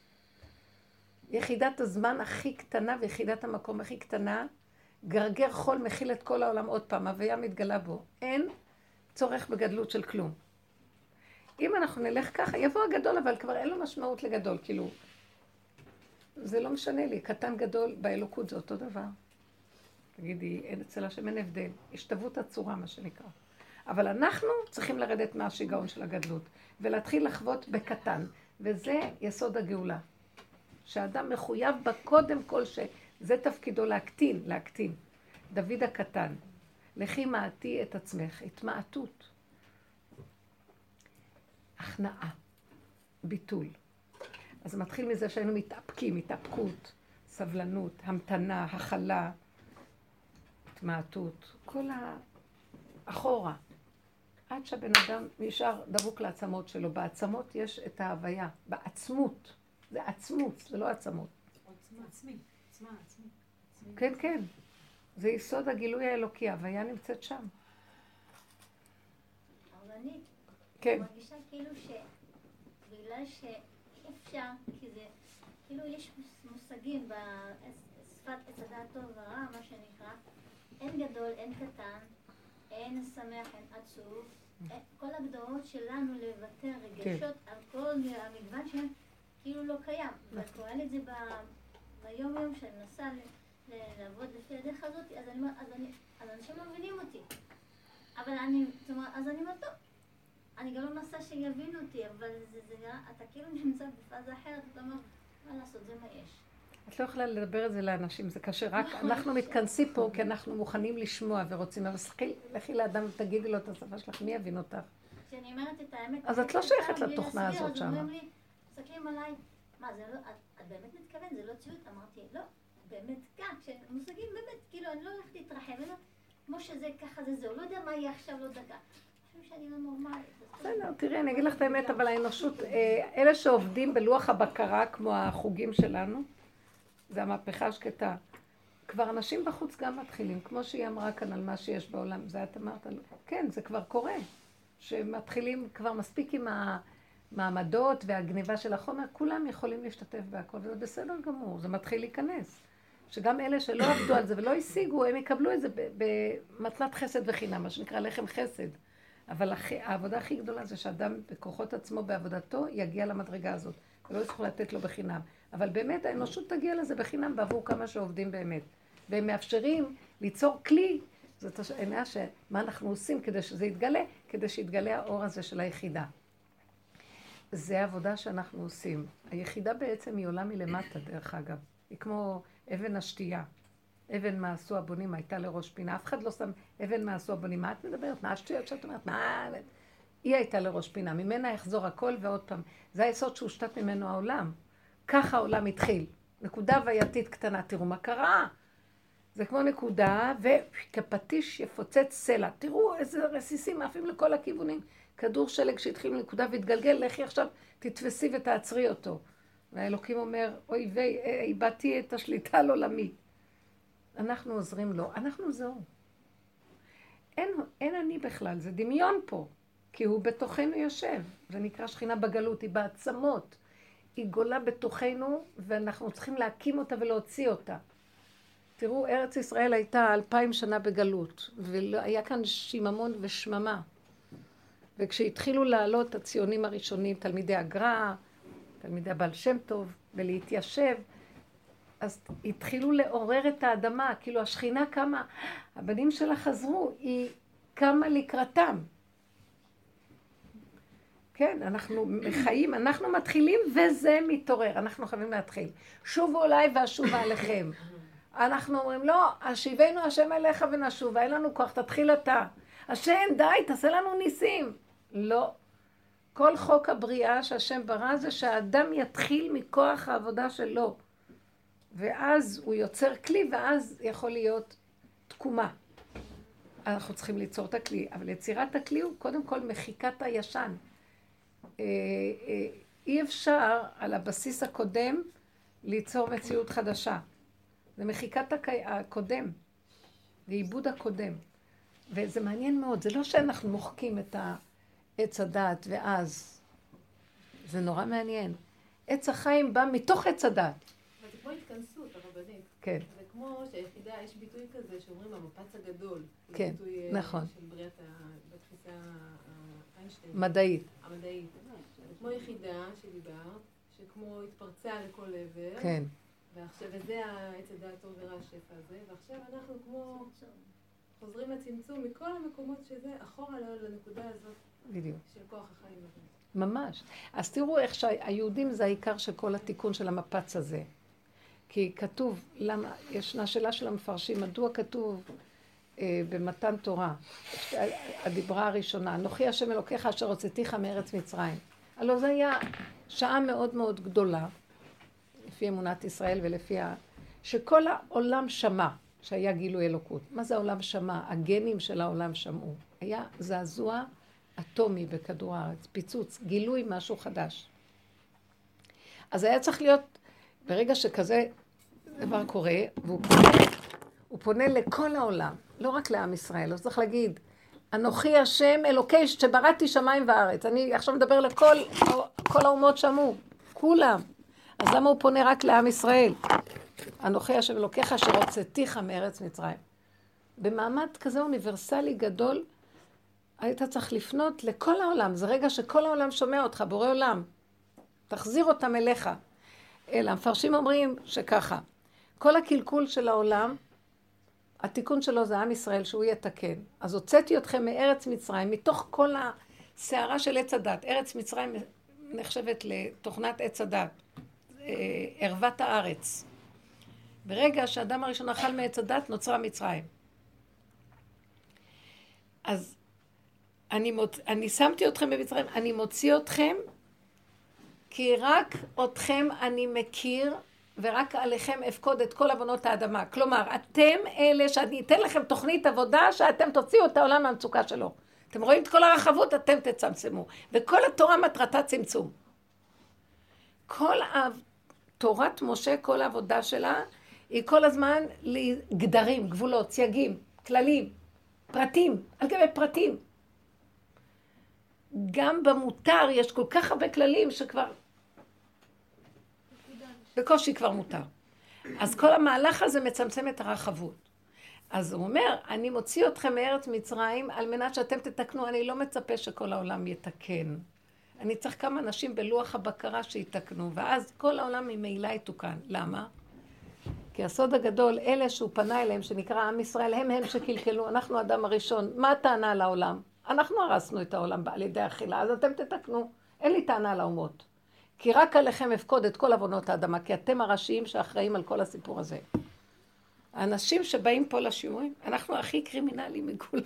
יחידת הזמן הכי קטנה ויחידת המקום הכי קטנה, גרגר חול מכיל את כל העולם עוד פעם, הוויה מתגלה בו. אין צורך בגדלות של כלום. אם אנחנו נלך ככה, יבוא הגדול, אבל כבר אין לו משמעות לגדול, כאילו, זה לא משנה לי, קטן גדול באלוקות זה אותו דבר. תגידי, אין אצל השם אין הבדל, השתוות הצורה, מה שנקרא. אבל אנחנו צריכים לרדת מהשיגעון של הגדלות, ולהתחיל לחוות בקטן, וזה יסוד הגאולה. שהאדם מחויב בה קודם כל שזה תפקידו להקטין. דוד הקטן, לכי מעטי את עצמך, התמעטות. הכנעה, ביטול. אז מתחיל מזה שהיינו מתאפקים, התאפקות, סבלנות, המתנה, הכלה, התמעטות, כל האחורה. עד שהבן אדם נשאר דבוק לעצמות שלו. בעצמות יש את ההוויה, בעצמות. זה עצמות, זה לא עצמות. עוצמה עצמית, עוצמה עצמית. כן, כן. זה יסוד הגילוי האלוקי, ההוויה נמצאת שם. אבל אני מרגישה כאילו שבגלל שאי אפשר, כי זה, כאילו יש מושגים בשפת עץ הדעת טוב ורע, מה שנקרא, אין גדול, אין קטן, אין שמח, אין עצוב, כל הגדרות שלנו לבטא רגשות על כל המגוון שהם כאילו לא קיים. ואת קוראה לי את זה ביום יום שאני מנסה לעבוד לפי הדרך הזאת, אז אנשים לא מבינים אותי. אבל אז אני אומרת, טוב, אני גם לא מנסה שיבינו אותי, אבל זה נראה, אתה כאילו נמצא בפאזה אחרת, אתה אומר, מה לעשות, זה מה יש. את לא יכולה לדבר את זה לאנשים, זה קשה, רק אנחנו מתכנסים פה כי אנחנו מוכנים לשמוע ורוצים, אבל לכי לאדם ותגידי לו את השפה שלך, מי יבין אותך? כשאני אומרת את האמת, אז את לא שייכת לתוכנה הזאת שם. אז אומרים לי, מסתכלים עליי, מה זה לא, את באמת מתכוונת, זה לא ציות? אמרתי, לא, באמת כך, כשמושגים באמת, כאילו, אני לא הולכת להתרחב, אלא כמו שזה ככה זה, הוא לא יודע מה יהיה עכשיו, לא דקה. חושבים שאני לא נורמלית. בסדר, תראי, אני אגיד לך את האמת, אבל האנושות, אלה שעובדים בלוח הבקרה, כמו החוגים שלנו, זה המהפכה השקטה. כבר אנשים בחוץ גם מתחילים, כמו שהיא אמרה כאן על מה שיש בעולם, זה את אמרת, כן, זה כבר קורה, שמתחילים כבר מספיק עם המעמדות והגניבה של החומר, כולם יכולים להשתתף בהכל, וזה בסדר גמור, זה מתחיל להיכנס. שגם אלה שלא עבדו על זה ולא השיגו, הם יקבלו את זה במתנת חסד וחינם, מה שנקרא לחם חסד. אבל העבודה הכי גדולה זה שאדם בכוחות עצמו בעבודתו יגיע למדרגה הזאת, ולא יצטרכו לתת לו בחינם. אבל באמת האנושות תגיע לזה בחינם בעבור כמה שעובדים באמת. והם מאפשרים ליצור כלי, זאת העניין שמה אנחנו עושים כדי שזה יתגלה, כדי שיתגלה האור הזה של היחידה. זה העבודה שאנחנו עושים. היחידה בעצם היא עולה מלמטה, דרך אגב. היא כמו אבן השתייה. אבן מה עשו הבונים הייתה לראש פינה. אף אחד לא שם אבן מה עשו הבונים. מה את מדברת? מה השטויות שאת אומרת? מה? היא הייתה לראש פינה. ממנה יחזור הכל ועוד פעם. זה היסוד שהושתת ממנו העולם. ככה העולם התחיל. נקודה הווייתית קטנה. תראו מה קרה. זה כמו נקודה, וכפטיש יפוצץ סלע. תראו איזה רסיסים עפים לכל הכיוונים. כדור שלג שהתחיל מנקודה והתגלגל, לכי עכשיו תתפסי ותעצרי אותו. והאלוקים אומר, אוי ויי, איבדתי את השליטה על עולמי. אנחנו עוזרים לו, אנחנו זהו. אין אני בכלל, זה דמיון פה, כי הוא בתוכנו יושב. זה נקרא שכינה בגלות, היא בעצמות. היא גולה בתוכנו, ואנחנו צריכים להקים אותה ולהוציא אותה. תראו, ארץ ישראל הייתה 2000 שנה בגלות, והיה כאן שיממון ושממה. וכשהתחילו לעלות הציונים הראשונים, תלמידי הגר"א, תלמידי הבעל שם טוב, ולהתיישב, אז התחילו לעורר את האדמה, כאילו השכינה קמה, הבנים שלה חזרו, היא קמה לקראתם. כן, אנחנו חיים, אנחנו מתחילים וזה מתעורר, אנחנו חייבים להתחיל. שובו אליי ואשובה עליכם. אנחנו אומרים, לא, השיבנו השם אליך ונשובה, אין לנו כוח, תתחיל אתה. השם, די, תעשה לנו ניסים. לא. כל חוק הבריאה שהשם ברא זה שהאדם יתחיל מכוח העבודה שלו. ואז הוא יוצר כלי, ואז יכול להיות תקומה. אנחנו צריכים ליצור את הכלי, אבל יצירת הכלי הוא קודם כל מחיקת הישן. אי אפשר על הבסיס הקודם ליצור מציאות חדשה. זה מחיקת הקודם, זה עיבוד הקודם. וזה מעניין מאוד, זה לא שאנחנו מוחקים את עץ הדעת ואז. זה נורא מעניין. עץ החיים בא מתוך עץ הדעת. זה כמו התכנסות, הרבנית. כן. זה כמו שהיחידה, יש ביטוי כזה שאומרים המפץ הגדול. כן, נכון. של בריאת, בתפיסה איינשטיין. מדעית. המדעית. זה כמו יחידה שדיברת, שכמו התפרצה לכל עבר. כן. ועכשיו, וזה העץ הדעת עובר השפע הזה, ועכשיו אנחנו כמו חוזרים לצמצום מכל המקומות שזה אחורה לנקודה הזאת. בדיוק. של כוח החיים הזה. ממש. אז תראו איך שהיהודים זה העיקר של כל התיקון של המפץ הזה. כי כתוב, למה, ישנה שאלה של המפרשים, מדוע כתוב במתן תורה, הדיברה הראשונה, אנוכי השם אלוקיך אשר הוצאתיך מארץ מצרים. הלוא זו היה שעה מאוד מאוד גדולה, לפי אמונת ישראל ולפי שכל העולם שמע שהיה גילוי אלוקות. מה זה העולם שמע? הגנים של העולם שמעו. היה זעזוע אטומי בכדור הארץ, פיצוץ, גילוי משהו חדש. אז היה צריך להיות, ברגע שכזה דבר קורה, והוא פונה לכל העולם, לא רק לעם ישראל, אז צריך להגיד, אנוכי השם אלוקי שבראתי שמיים וארץ. אני עכשיו מדבר לכל האומות שמעו, כולם. אז למה הוא פונה רק לעם ישראל? אנוכי השם אלוקיך אשר הוצאתיך מארץ מצרים. במעמד כזה אוניברסלי גדול, היית צריך לפנות לכל העולם. זה רגע שכל העולם שומע אותך, בורא עולם. תחזיר אותם אליך. אלא המפרשים אומרים שככה, כל הקלקול של העולם, התיקון שלו זה עם ישראל, שהוא יתקן. אז הוצאתי אתכם מארץ מצרים, מתוך כל הסערה של עץ הדת. ארץ מצרים נחשבת לתוכנת עץ הדת. ערוות הארץ. ברגע שהאדם הראשון אכל מעץ הדת, נוצרה מצרים. אז אני שמתי אתכם במצרים, אני מוציא אתכם, כי רק אתכם אני מכיר, ורק עליכם אפקוד את כל עוונות האדמה. כלומר, אתם אלה שאני אתן לכם תוכנית עבודה, שאתם תוציאו את העולם מהמצוקה שלו. אתם רואים את כל הרחבות, אתם תצמצמו. וכל התורה מטרתה צמצום. כל תורת משה, כל העבודה שלה, היא כל הזמן לגדרים, גבולות, סייגים, כללים, פרטים, על גבי פרטים. גם במותר יש כל כך הרבה כללים שכבר בקושי כבר מותר. אז כל המהלך הזה מצמצם את הרחבות. אז הוא אומר, אני מוציא אתכם מארץ מצרים על מנת שאתם תתקנו, אני לא מצפה שכל העולם יתקן. אני צריך כמה אנשים בלוח הבקרה שיתקנו, ואז כל העולם ממילא יתוקן. למה? כי הסוד הגדול, אלה שהוא פנה אליהם, שנקרא עם ישראל, הם שקלקלו, אנחנו האדם הראשון. מה הטענה על העולם? אנחנו הרסנו את העולם על ידי אכילה, אז אתם תתקנו. אין לי טענה על האומות. כי רק עליכם אפקוד את כל עוונות האדמה, כי אתם הראשיים שאחראים על כל הסיפור הזה. האנשים שבאים פה לשיעורים, אנחנו הכי קרימינליים מכולם.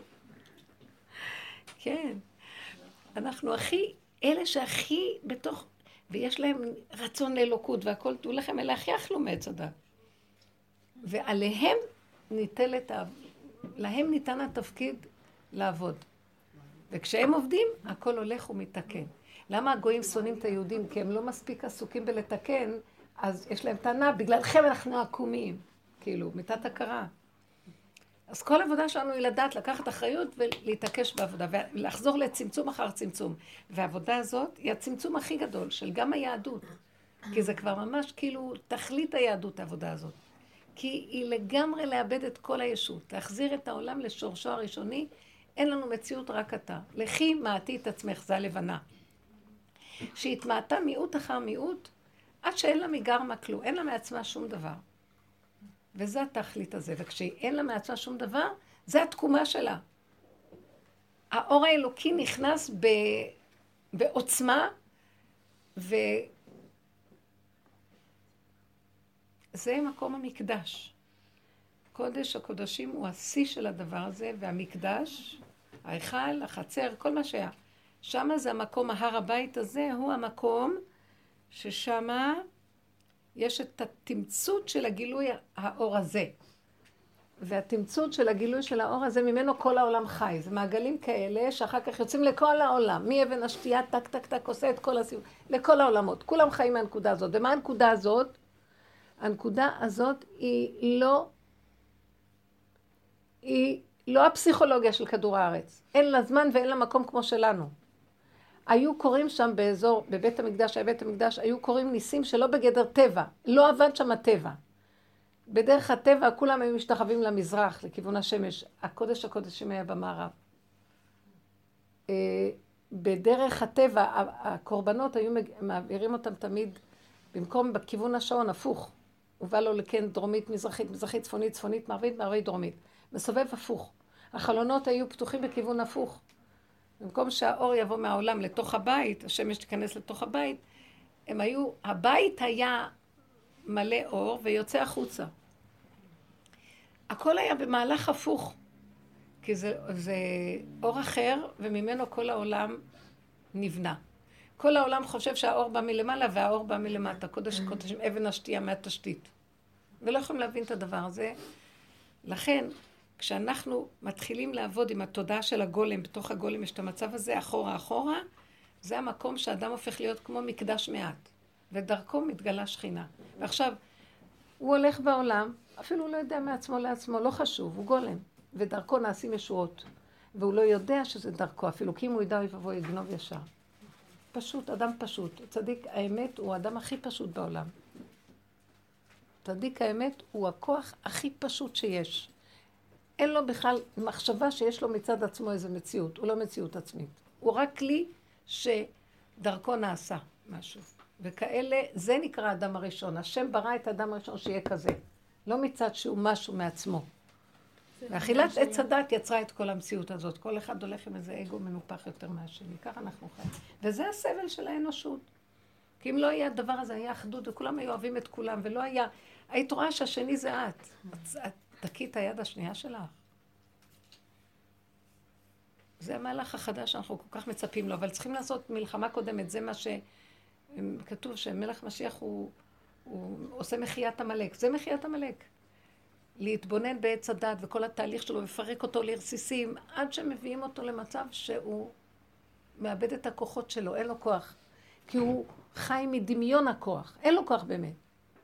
כן. אנחנו אלה שהכי בתוך, ויש להם רצון לאלוקות והכל, תדעו לכם, אלה הכי אכלו מעץ הדת. ועליהם להם ניתן התפקיד לעבוד. וכשהם עובדים, הכל הולך ומתקן. למה הגויים שונאים את היהודים? כי הם לא מספיק עסוקים בלתקן, אז יש להם טענה, בגללכם אנחנו עקומים. כאילו, מתת הכרה. אז כל עבודה שלנו היא לדעת, לקחת אחריות ולהתעקש בעבודה, ולחזור לצמצום אחר צמצום. והעבודה הזאת היא הצמצום הכי גדול של גם היהדות. כי זה כבר ממש כאילו תכלית היהדות, העבודה הזאת. כי היא לגמרי לאבד את כל הישות, להחזיר את העולם לשורשו הראשוני, אין לנו מציאות רק אתה. לכי מעטי את עצמך, זה הלבנה. שהתמעטה מיעוט אחר מיעוט, עד שאין לה מגרמה כלום, אין לה מעצמה שום דבר. וזה התכלית הזה, וכשאין לה מעצמה שום דבר, זה התקומה שלה. האור האלוקי נכנס בעוצמה, וזה מקום המקדש. קודש הקודשים הוא השיא של הדבר הזה, והמקדש, ההיכל, החצר, כל מה שהיה. שמה זה המקום, ההר הבית הזה, הוא המקום ששמה יש את התמצות של הגילוי האור הזה. והתמצות של הגילוי של האור הזה, ממנו כל העולם חי. זה מעגלים כאלה שאחר כך יוצאים לכל העולם. מאבן השתייה, טק, טק, טק, עושה את כל הסיום. לכל העולמות. כולם חיים מהנקודה הזאת. ומה הנקודה הזאת? הנקודה הזאת היא לא הפסיכולוגיה של כדור הארץ. אין לה זמן ואין לה מקום כמו שלנו. היו קוראים שם באזור, בבית המקדש, בית המקדש, היו קוראים ניסים שלא בגדר טבע. לא עבד שם הטבע. בדרך הטבע כולם היו משתחווים למזרח, לכיוון השמש. הקודש הקודשים היה במערב. בדרך הטבע, הקורבנות היו מעבירים אותם תמיד, במקום בכיוון השעון, הפוך. ובא לו לכן דרומית, מזרחית, מזרחית, צפונית, צפונית, מערבית, מערבית, דרומית. מסובב הפוך. החלונות היו פתוחים בכיוון הפוך. במקום שהאור יבוא מהעולם לתוך הבית, השמש תיכנס לתוך הבית, הבית היה מלא אור ויוצא החוצה. הכל היה במהלך הפוך, כי זה אור אחר וממנו כל העולם נבנה. כל העולם חושב שהאור בא מלמעלה והאור בא מלמטה, קודש הקודשים, אבן השתייה מהתשתית. ולא יכולים להבין את הדבר הזה. לכן, כשאנחנו מתחילים לעבוד עם התודעה של הגולם, בתוך הגולם יש את המצב הזה, אחורה, אחורה, זה המקום שהאדם הופך להיות כמו מקדש מעט, ודרכו מתגלה שכינה. ועכשיו, הוא הולך בעולם, אפילו הוא לא יודע מעצמו לעצמו, לא חשוב, הוא גולם, ודרכו נעשים ישועות, והוא לא יודע שזה דרכו, אפילו כי אם הוא ידע יבוא יגנוב ישר. פשוט, אדם פשוט. צדיק האמת הוא האדם הכי פשוט בעולם. צדיק האמת הוא הכוח הכי פשוט שיש. אין לו בכלל מחשבה שיש לו מצד עצמו איזו מציאות, הוא לא מציאות עצמית. הוא רק כלי שדרכו נעשה משהו. וכאלה, זה נקרא האדם הראשון. השם ברא את האדם הראשון שיהיה כזה. לא מצד שהוא משהו מעצמו. ואכילת עץ הדת יצרה את כל המציאות הזאת. כל אחד הולך עם איזה אגו מנופח יותר מהשני. ככה אנחנו חיים. וזה הסבל של האנושות. כי אם לא היה הדבר הזה, היה אחדות, וכולם היו אוהבים את כולם, ולא היה... היית רואה שהשני זה את. את תקי את היד השנייה שלך. זה המהלך החדש שאנחנו כל כך מצפים לו, אבל צריכים לעשות מלחמה קודמת. זה מה שכתוב, שמלך משיח הוא עושה מחיית המלך. זה מחיית המלך. להתבונן בעץ הדת וכל התהליך שלו, לפרק אותו לרסיסים, עד שמביאים אותו למצב שהוא מאבד את הכוחות שלו, אין לו כוח. כי הוא חי מדמיון הכוח, אין לו כוח באמת.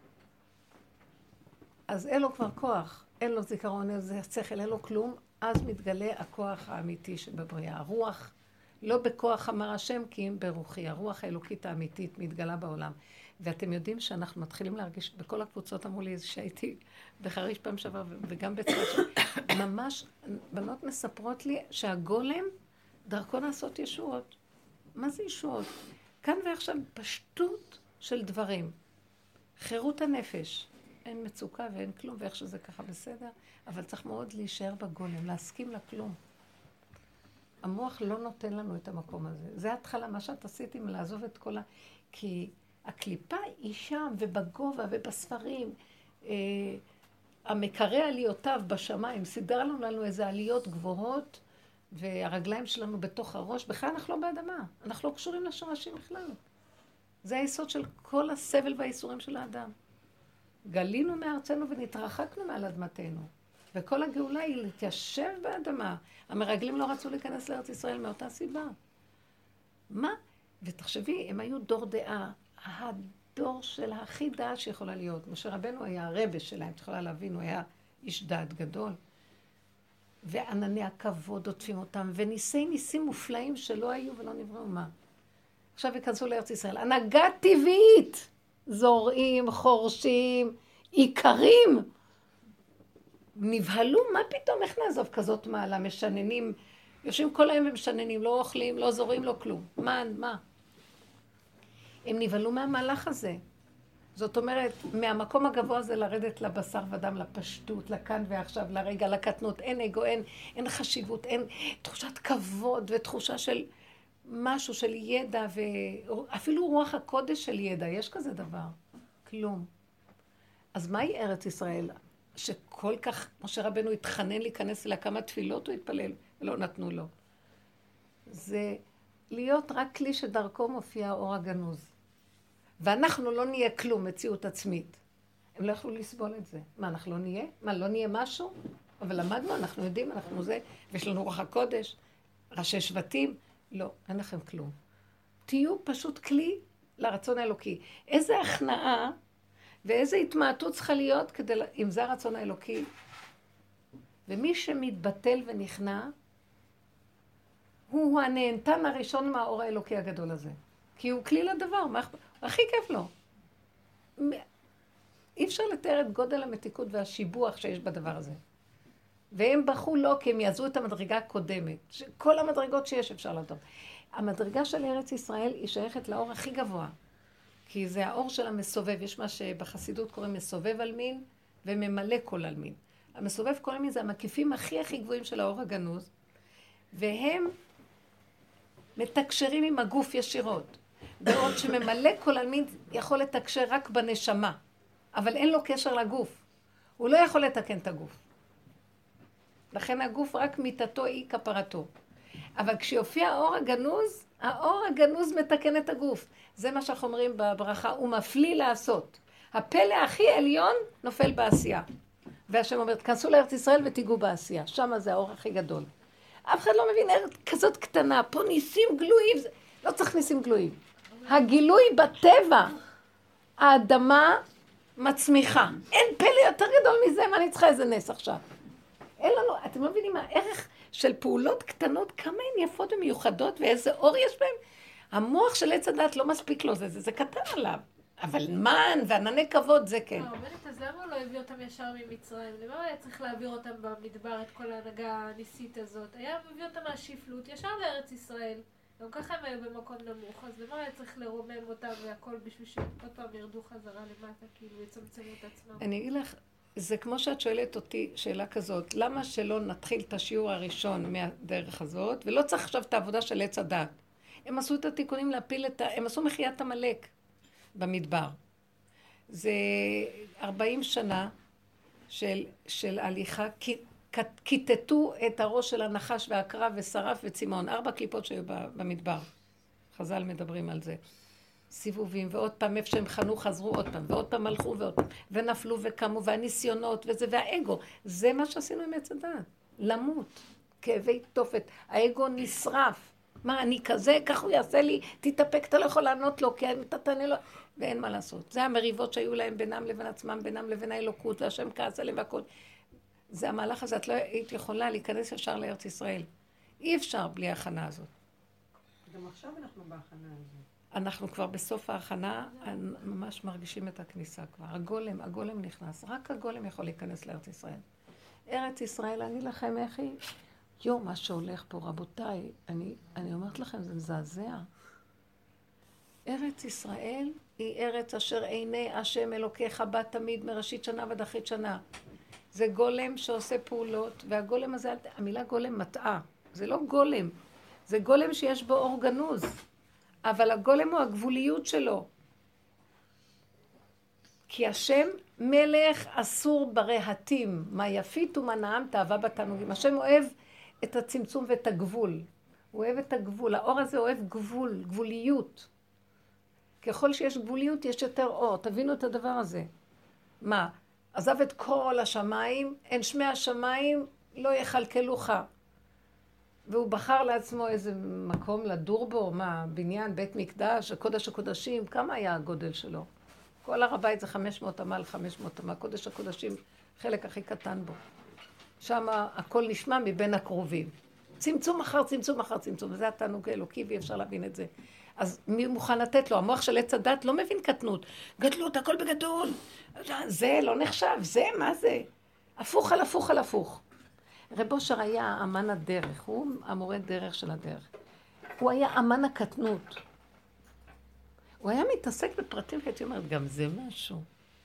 אז אין לו כבר כוח, אין לו זיכרון, אין לו שכל, אין לו כלום, אז מתגלה הכוח האמיתי שבבריאה. הרוח, לא בכוח אמר השם, כי אם ברוחי, הרוח האלוקית האמיתית מתגלה בעולם. ואתם יודעים שאנחנו מתחילים להרגיש, בכל הקבוצות אמרו לי שהייתי בחריש פעם שעבר וגם בצפת, ממש בנות מספרות לי שהגולם דרכו לעשות ישועות. מה זה ישועות? כאן ועכשיו פשטות של דברים. חירות הנפש. אין מצוקה ואין כלום, ואיך שזה ככה בסדר, אבל צריך מאוד להישאר בגולם, להסכים לכלום. המוח לא נותן לנו את המקום הזה. זה ההתחלה, מה שאת עשית עם לעזוב את כל כי הקליפה היא שם, ובגובה, ובספרים. המקרה עליותיו בשמיים, סידר לנו איזה עליות גבוהות, והרגליים שלנו בתוך הראש. בכלל אנחנו לא באדמה, אנחנו לא קשורים לשורשים בכלל. זה היסוד של כל הסבל והאיסורים של האדם. גלינו מארצנו ונתרחקנו מעל אדמתנו. וכל הגאולה היא להתיישב באדמה. המרגלים לא רצו להיכנס לארץ ישראל מאותה סיבה. מה? ותחשבי, הם היו דור דעה, הדור של הכי דעה שיכולה להיות. משה רבנו היה הרבה שלהם, את יכולה להבין, הוא היה איש דעת גדול. וענני הכבוד עוטפים אותם, וניסים מופלאים שלא היו ולא נבראו מה. עכשיו יכנסו לארץ ישראל. הנהגה טבעית, זורעים, חורשים, עיקרים. נבהלו, מה פתאום, איך נעזוב כזאת מעלה, משננים, יושבים כל היום ומשננים, לא אוכלים, לא זורעים, לא כלום. מה? הם נבהלו מהמהלך הזה. זאת אומרת, מהמקום הגבוה הזה לרדת לבשר ודם, לפשטות, לכאן ועכשיו, לרגע, לקטנות, אין אגו, אין חשיבות, אין תחושת כבוד ותחושה של משהו, של ידע, ואפילו רוח הקודש של ידע, יש כזה דבר, כלום. אז מהי ארץ ישראל? שכל כך, משה רבנו התחנן להיכנס אליה, כמה תפילות הוא התפלל, ולא נתנו לו. זה להיות רק כלי שדרכו מופיע האור הגנוז. ואנחנו לא נהיה כלום, מציאות עצמית. הם לא יכלו לסבול את זה. מה, אנחנו לא נהיה? מה, לא נהיה משהו? אבל למדנו, אנחנו יודעים, אנחנו זה, ויש לנו רוח הקודש, ראשי שבטים. לא, אין לכם כלום. תהיו פשוט כלי לרצון האלוקי. איזה הכנעה ואיזה התמעטות צריכה להיות כדי, אם זה הרצון האלוקי. ומי שמתבטל ונכנע, הוא הנהנתן הראשון מהאור האלוקי הגדול הזה. כי הוא כלי לדבר, הכי כיף לו. אי אפשר לתאר את גודל המתיקות והשיבוח שיש בדבר הזה. והם בחו לו כי הם יעזו את המדרגה הקודמת. כל המדרגות שיש אפשר לדבר. המדרגה של ארץ ישראל היא שייכת לאור הכי גבוה. כי זה האור של המסובב. יש מה שבחסידות קוראים מסובב אלמין וממלא כל אלמין. המסובב כל אלמין זה המקיפים הכי גבוהים של האור הגנוז. והם מתקשרים עם הגוף ישירות. בעוד שממלא כל אלמין יכול לתקשר רק בנשמה. אבל אין לו קשר לגוף. הוא לא יכול לתקן את הגוף. לכן הגוף רק מיתתו היא כפרתו. אבל כשיופיע האור הגנוז מתקן את הגוף. זה מה שאנחנו אומרים בברכה, הוא מפליא לעשות. הפלא הכי עליון נופל בעשייה. והשם אומר, תכנסו לארץ ישראל ותיגעו בעשייה. שם זה האור הכי גדול. אף אחד לא מבין, ארץ כזאת קטנה, פה ניסים גלויים, לא צריך ניסים גלויים. הגילוי בטבע, האדמה מצמיחה. אין פלא יותר גדול מזה, מה אני צריכה איזה נס עכשיו? אין לנו, אתם לא מבינים, הערך של פעולות קטנות, כמה הן יפות ומיוחדות, ואיזה אור יש בהן. המוח של עץ הדת לא מספיק לו, זה קטן עליו. אבל מן וענני כבוד זה כן. אומרת, אז למה הוא לא הביא אותם ישר ממצרים? למה הוא היה צריך להעביר אותם במדבר, את כל ההנהגה הניסית הזאת? היה מביא אותם מהשפלות, ישר לארץ ישראל. גם ככה הם היו במקום נמוך, אז למה היה צריך לרומם אותם והכל בשביל שעוד פעם ירדו חזרה למטה, כאילו יצמצמו את עצמם? אני אגיד לך, זה כמו שאת שואלת אותי שאלה כזאת, למה שלא נתחיל את השיעור הראשון מהדרך הזאת, ולא צריך עכשיו את העבודה של עץ הדת. הם עשו את התיקונים להפיל הם עשו מחיית המלאק במדבר. זה 40 שנה של הליכה, כיתתו את הראש של הנחש והקרב ושרף וצימון, 4 קליפות שהיו במדבר. חז"ל מדברים על זה. סיבובים, ועוד פעם איפה שהם חנו חזרו עוד פעם, ועוד פעם הלכו ועוד פעם, ונפלו וקמו, והניסיונות וזה, והאגו. זה מה שעשינו עם עץ הדת. למות, כאבי תופת, האגו נשרף. מה, אני כזה, כך הוא יעשה לי, תתאפק, אתה לא יכול לענות לו, כי אתה תענה לו, ואין מה לעשות. זה המריבות שהיו להם בינם לבין עצמם, בינם לבין האלוקות, והשם כעס עליהם והכל. זה המהלך הזה, את לא היית יכולה להיכנס ישר לארץ ישראל. אי אפשר בלי ההכנה הזאת. גם עכשיו אנחנו בהכנה הזאת. אנחנו כבר בסוף ההכנה, ממש מרגישים את הכניסה כבר. הגולם נכנס, רק הגולם יכול להיכנס לארץ ישראל. ארץ ישראל, אני לכם איך היא? מה שהולך פה, רבותיי, אני אומרת לכם, זה מזעזע. ארץ ישראל היא ארץ אשר עיני השם אלוקיך בה תמיד מראשית שנה ועד אחרית שנה. זה גולם שעושה פעולות, והגולם הזה, המילה גולם מטעה. זה לא גולם, זה גולם שיש בו אור גנוז. אבל הגולם הוא הגבוליות שלו. כי השם מלך אסור ברהטים, מה יפית ומה נעם תאווה בתענוגים. השם אוהב את הצמצום ואת הגבול. הוא אוהב את הגבול. האור הזה אוהב גבול, גבוליות. ככל שיש גבוליות יש יותר אור. תבינו את הדבר הזה. מה? עזב את כל השמיים, אין שמי השמיים, לא יחלקלוך. והוא בחר לעצמו איזה מקום לדור בו, מה, בניין, בית מקדש, הקודש הקודשים, כמה היה הגודל שלו? כל הר הבית זה 500 אמה על 500 אמה, קודש הקודשים, חלק הכי קטן בו. שם הכל נשמע מבין הקרובים. צמצום אחר צמצום אחר צמצום, וזה התענוג האלוקי ואי אפשר להבין את זה. אז מי מוכן לתת לו? המוח של עץ הדת לא מבין קטנות. גדלות, הכל בגדול. זה לא נחשב, זה מה זה? הפוך על הפוך על הפוך. רב אושר היה אמן הדרך, הוא המורה דרך של הדרך. הוא היה אמן הקטנות. הוא היה מתעסק בפרטים, כי הייתי אומרת, גם זה משהו.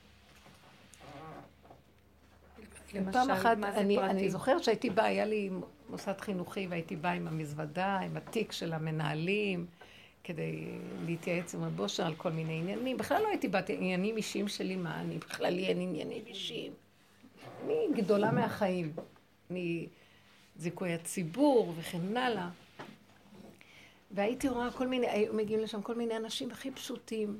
פעם אחת, אני זוכרת שהייתי באה, היה לי מוסד חינוכי, והייתי באה עם המזוודה, עם התיק של המנהלים, כדי להתייעץ עם רב אושר על כל מיני עניינים. בכלל לא הייתי באת עניינים אישיים שלי, מה אני בכלל לי אין עניינים אישיים. אני גדולה מהחיים, מזיכוי הציבור וכן הלאה. והייתי רואה כל מיני, היו מגיעים לשם כל מיני אנשים הכי פשוטים.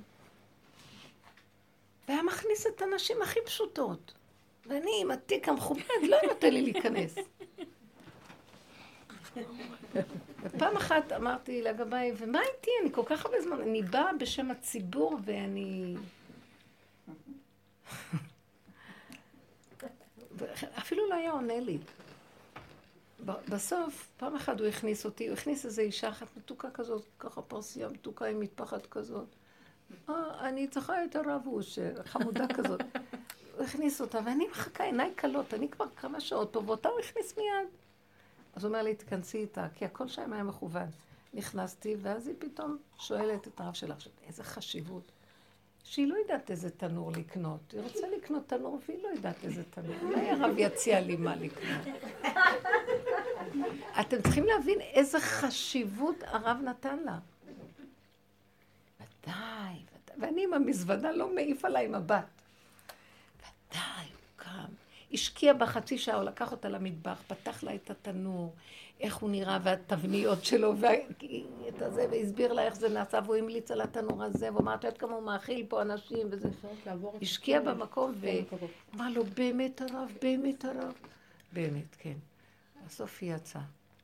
והיה מכניס את הנשים הכי פשוטות. ואני עם התיק המכובד לא נותן לי להיכנס. ופעם אחת אמרתי לגביי, ומה איתי? אני כל כך הרבה זמן, אני באה בשם הציבור ואני... אפילו לא היה עונה לי. בסוף, פעם אחת הוא הכניס אותי, הוא הכניס איזו אישה אחת מתוקה כזאת, ככה פרסייה מתוקה עם מטפחת כזאת. אני צריכה את הרב אושר, חמודה כזאת. הוא הכניס אותה, ואני מחכה, עיניי קלות, אני כבר כמה שעות פה, ואותה הוא הכניס מיד. אז הוא אומר לי, תכנסי איתה, כי הכל שם היה מכוון. נכנסתי, ואז היא פתאום שואלת את הרב שלה, עכשיו, איזה חשיבות. שהיא לא יודעת איזה תנור לקנות. היא רוצה לקנות תנור, והיא לא יודעת איזה תנור. אולי הרב יציע לי מה לקנות. אתם צריכים להבין איזה חשיבות הרב נתן לה. ודאי, ואני עם המזוודה לא מעיף עליי מבט. ודאי, הוא קם. השקיע בה חצי שעה, הוא לקח אותה למטבח, פתח לה את התנור, איך הוא נראה, והתבניות שלו, ואת הזה, והסביר לה איך זה נעשה, והוא המליץ על התנור הזה, והוא אמר, את יודעת כמה הוא מאכיל פה אנשים, וזה השקיע במקום, ואמר לו, באמת הרב, באמת הרב. באמת, כן. בסוף היא יצאה.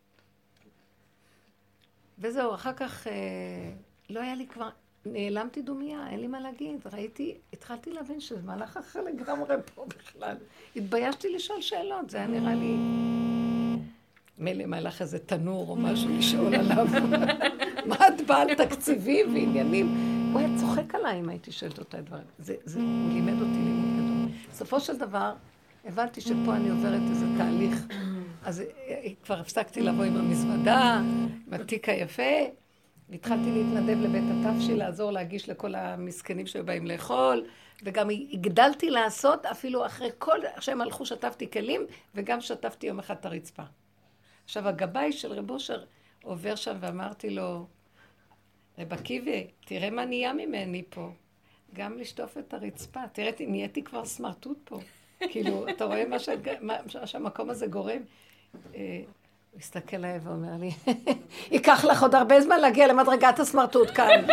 וזהו, אחר כך לא היה לי כבר, נעלמתי דומיה, אין לי מה להגיד. ראיתי, התחלתי להבין שזה מהלך אחר לגמרי פה בכלל. התביישתי לשאול שאלות, זה היה נראה לי... מילא מהלך איזה תנור או משהו לשאול עליו. מה את בעל תקציבים ועניינים? הוא היה צוחק עליי אם הייתי שואלת אותה את דברים. הוא לימד אותי לימוד גדול. בסופו של דבר, הבנתי שפה אני עוברת איזה תהליך. אז כבר הפסקתי לבוא עם המזוודה, עם התיק היפה, והתחלתי להתנדב לבית התפשי, לעזור להגיש לכל המסכנים שבאים לאכול, וגם הגדלתי לעשות אפילו אחרי כל שהם הלכו שטפתי כלים, וגם שטפתי יום אחד את הרצפה. עכשיו הגבאי של רב אושר עובר שם ואמרתי לו, רב עקיבא, תראה מה נהיה ממני פה, גם לשטוף את הרצפה, תראה, נהייתי כבר סמרטוט פה, כאילו, אתה רואה מה שהמקום הזה גורם? הוא הסתכל עליי ואומר לי, ייקח לך עוד הרבה זמן להגיע למדרגת הסמרטוט כאן.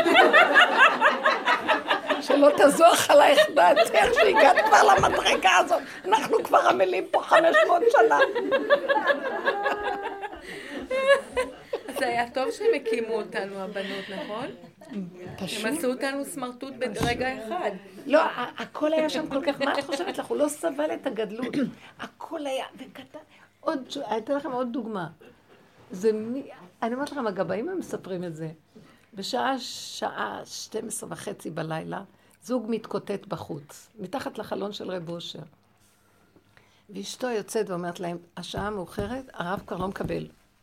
שלא תזוח עלייך דעתך שהגעת כבר למדרגה הזאת. אנחנו כבר עמלים פה 500 שנה. זה היה טוב שהם הקימו אותנו, הבנות, נכון? פשוט. הם עשו אותנו סמרטוט ברגע אחד. לא, הכל היה שם כל כך, מה את חושבת לך? הוא לא סבל את הגדלות. הכל היה, וקטן. הייתה לכם עוד דוגמה. אני אומרת לכם, הגבאים הם מספרים את זה. בשעה 12:30 בלילה, זוג מתקוטט בחוץ, מתחת לחלון של רב אושר. ואשתו יוצאת ואומרת להם, השעה מאוחרת, הרב כבר לא מקבל.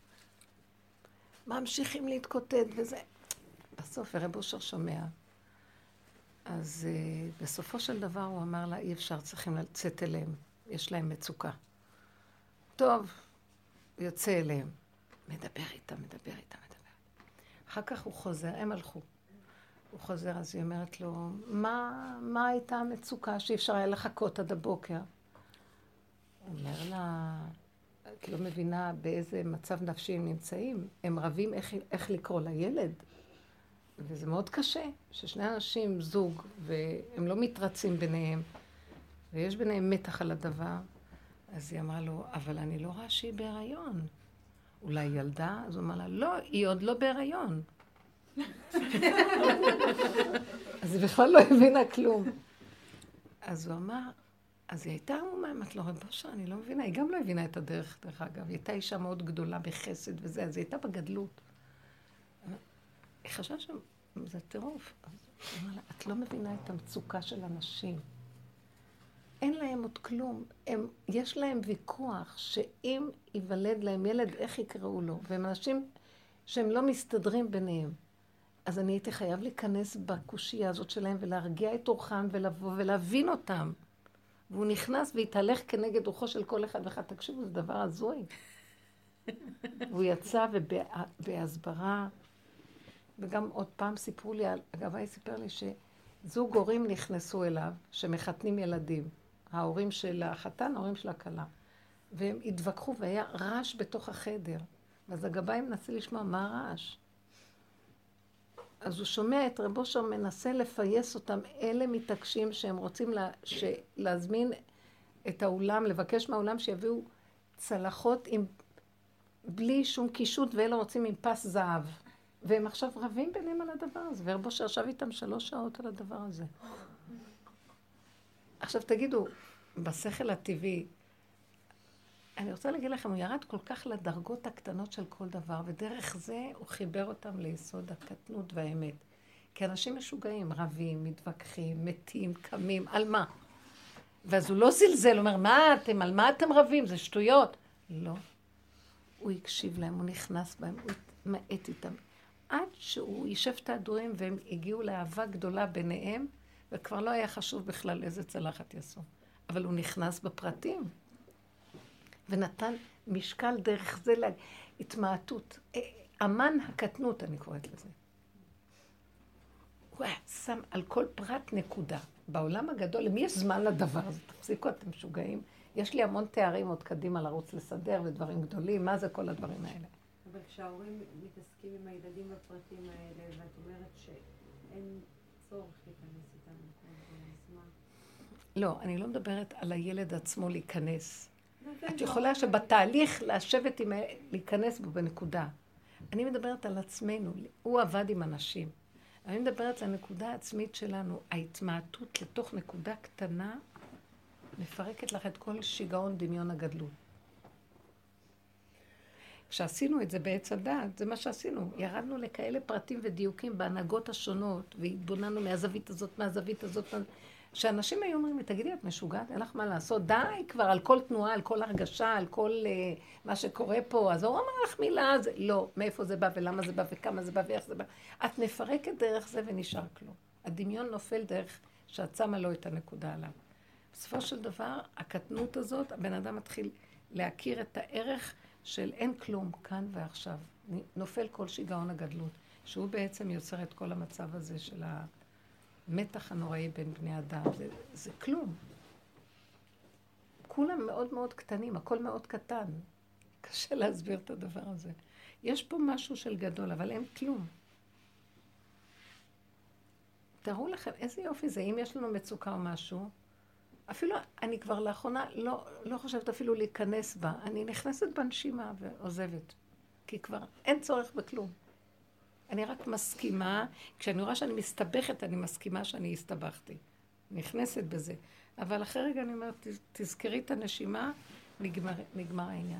ממשיכים להתקוטט וזה. בסוף רב אושר שומע. אז בסופו של דבר הוא אמר לה, אי אפשר, צריכים לצאת אליהם. יש להם מצוקה. טוב, הוא יוצא אליהם. מדבר איתם. אחר כך הוא חוזר, הם הלכו. הוא חוזר, אז היא אומרת לו, מה הייתה המצוקה שאי אפשר היה לחכות עד הבוקר? הוא אומר לה, כי לא מבינה באיזה מצב נפשי הם נמצאים. הם רבים איך לקרוא לילד. וזה מאוד קשה, ששני אנשים זוג, והם לא מתרצים ביניהם. ויש ביניהם מתח על הדבר. אז היא אמרה לו, אבל אני לא רואה שהיא בהיריון. אולי ילדה? אז הוא אמר לה, לא, היא עוד לא בהיריון. אז היא בכלל לא הבינה כלום. אז הוא אמר, אז היא הייתה עמומה, אמרת לו, רב אושר, אני לא מבינה, היא גם לא הבינה את הדרך, דרך אגב. היא הייתה אישה מאוד גדולה בחסד וזה, אז היא הייתה בגדלות. היא חשבה שזה טירוף. אז היא אמרה לה, את לא מבינה את המצוקה של אנשים. אין להם עוד כלום. יש להם ויכוח שאם ייוולד להם ילד, איך יקראו לו? והם אנשים שהם לא מסתדרים ביניהם. אז אני הייתי חייב להיכנס בקושייה הזאת שלהם ולהרגיע את אורחם ולבוא ולהבין אותם. והוא נכנס והתהלך כנגד רוחו של כל אחד ואחד. תקשיבו, זה דבר הזוי. והוא יצא ובהסברה, וגם עוד פעם סיפרו לי, אגב, היא סיפר לי שזוג הורים נכנסו אליו, שמחתנים ילדים. ההורים של החתן, ההורים של הכלה. והם התווכחו והיה רעש בתוך החדר. אז הגבאי מנסה לשמוע מה הרעש. אז הוא שומע את רב אושר מנסה לפייס אותם, אלה מתעקשים שהם רוצים להזמין את האולם, לבקש מהאולם שיביאו צלחות בלי שום קישוט, ואלה רוצים עם פס זהב. והם עכשיו רבים ביניהם על הדבר הזה, ורב אושר ישב איתם 3 שעות על הדבר הזה. עכשיו תגידו, בשכל הטבעי, אני רוצה להגיד לכם, הוא ירד כל כך לדרגות הקטנות של כל דבר, ודרך זה הוא חיבר אותם ליסוד הקטנות והאמת. כי אנשים משוגעים, רבים, מתווכחים, מתים, קמים, על מה? ואז הוא לא זלזל, הוא אומר, על מה אתם רבים? זה שטויות. לא. הוא הקשיב להם, הוא נכנס בהם, הוא התמעט איתם. עד שהוא יישב את ההדורים והם הגיעו לאהבה גדולה ביניהם, וכבר לא היה חשוב בכלל איזה צלחת יעשו. אבל הוא נכנס בפרטים. ונתן משקל דרך זה להתמעטות. אמן הקטנות, אני קוראת לזה. הוא שם על כל פרט נקודה. בעולם הגדול, למי יש זמן לדבר הזה? תפסיקו, אתם משוגעים. יש לי המון תארים עוד קדימה לרוץ לסדר ודברים גדולים. מה זה כל הדברים האלה? אבל כשההורים מתעסקים עם הילדים בפרטים האלה, ואת אומרת שאין צורך להיכנס איתם כל הזמן. לא, אני לא מדברת על הילד עצמו להיכנס. את יכולה שבתהליך לשבת עם, להיכנס בו בנקודה. אני מדברת על עצמנו, הוא עבד עם אנשים. אני מדברת על הנקודה העצמית שלנו, ההתמעטות לתוך נקודה קטנה, מפרקת לך את כל שיגעון דמיון הגדלות. כשעשינו את זה בעץ הדעת, זה מה שעשינו. ירדנו לכאלה פרטים ודיוקים בהנהגות השונות, והתבוננו מהזווית הזאת, מהזווית הזאת, שאנשים היו אומרים לי, תגידי, את משוגעת? אין לך מה לעשות? די כבר על כל תנועה, על כל הרגשה, על כל מה שקורה פה. אז הוא אומר לך מילה, זה לא, מאיפה זה בא ולמה זה בא וכמה זה בא ואיך זה בא. את מפרקת דרך זה ונשאר כלום. הדמיון נופל דרך שאת שמה לו את הנקודה עליו. בסופו של דבר, הקטנות הזאת, הבן אדם מתחיל להכיר את הערך של אין כלום, כאן ועכשיו. נופל כל שיגעון הגדלות, שהוא בעצם יוצר את כל המצב הזה של המתח הנוראי בין בני אדם. זה כלום. כולם מאוד מאוד קטנים, הכל מאוד קטן. קשה להסביר את הדבר הזה. יש פה משהו של גדול, אבל אין כלום. תראו לכם, איזה יופי זה, אם יש לנו מצוקה או משהו, אפילו אני כבר לאחרונה לא חושבת אפילו להיכנס בה. אני נכנסת בנשימה ועוזבת. כי כבר אין צורך בכלום. אני רק מסכימה, כשאני רואה שאני מסתבכת, אני מסכימה שאני הסתבכתי. נכנסת בזה. אבל אחרי רגע אני אומרת, תזכרי את הנשימה, נגמר העניין.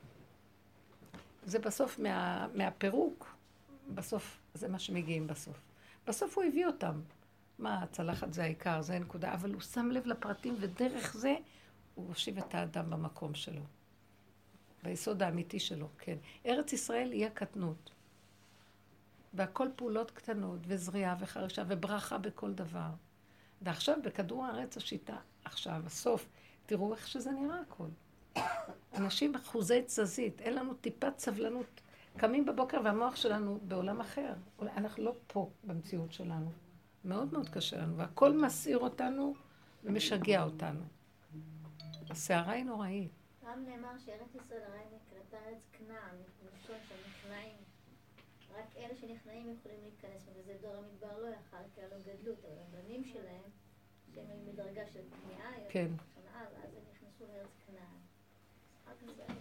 זה בסוף מהפירוק, בסוף זה מה שמגיעים בסוף. בסוף הוא הביא אותם. מה, הצלחת זה העיקר, זה הנקודה, אבל הוא שם לב לפרטים, ודרך זה הוא הושיב את האדם במקום שלו. ביסוד האמיתי שלו, כן. ארץ ישראל היא הקטנות. והכל פעולות קטנות, וזריעה וחרשה, וברכה בכל דבר. ועכשיו, בכדור הארץ השיטה, עכשיו, הסוף, תראו איך שזה נראה הכל. אנשים אחוזי תזזית, אין לנו טיפת סבלנות. קמים בבוקר והמוח שלנו בעולם אחר. אנחנו לא פה במציאות שלנו. מאוד מאוד קשה לנו, והכל מסעיר אותנו ומשגע אותנו. הסערה היא נוראית. גם נאמר שארץ ישראל הרי נקראת ארץ כנען, מלשון של נכנעים. רק אלה שנכנעים יכולים להיכנס, וזה דור המדבר לא יכל, כי היה לו גדלות, אבל הבנים שלהם שהם מדרגה של כניעה, כן. ואז הם נכנסו לארץ כנען. אחר כך זה היה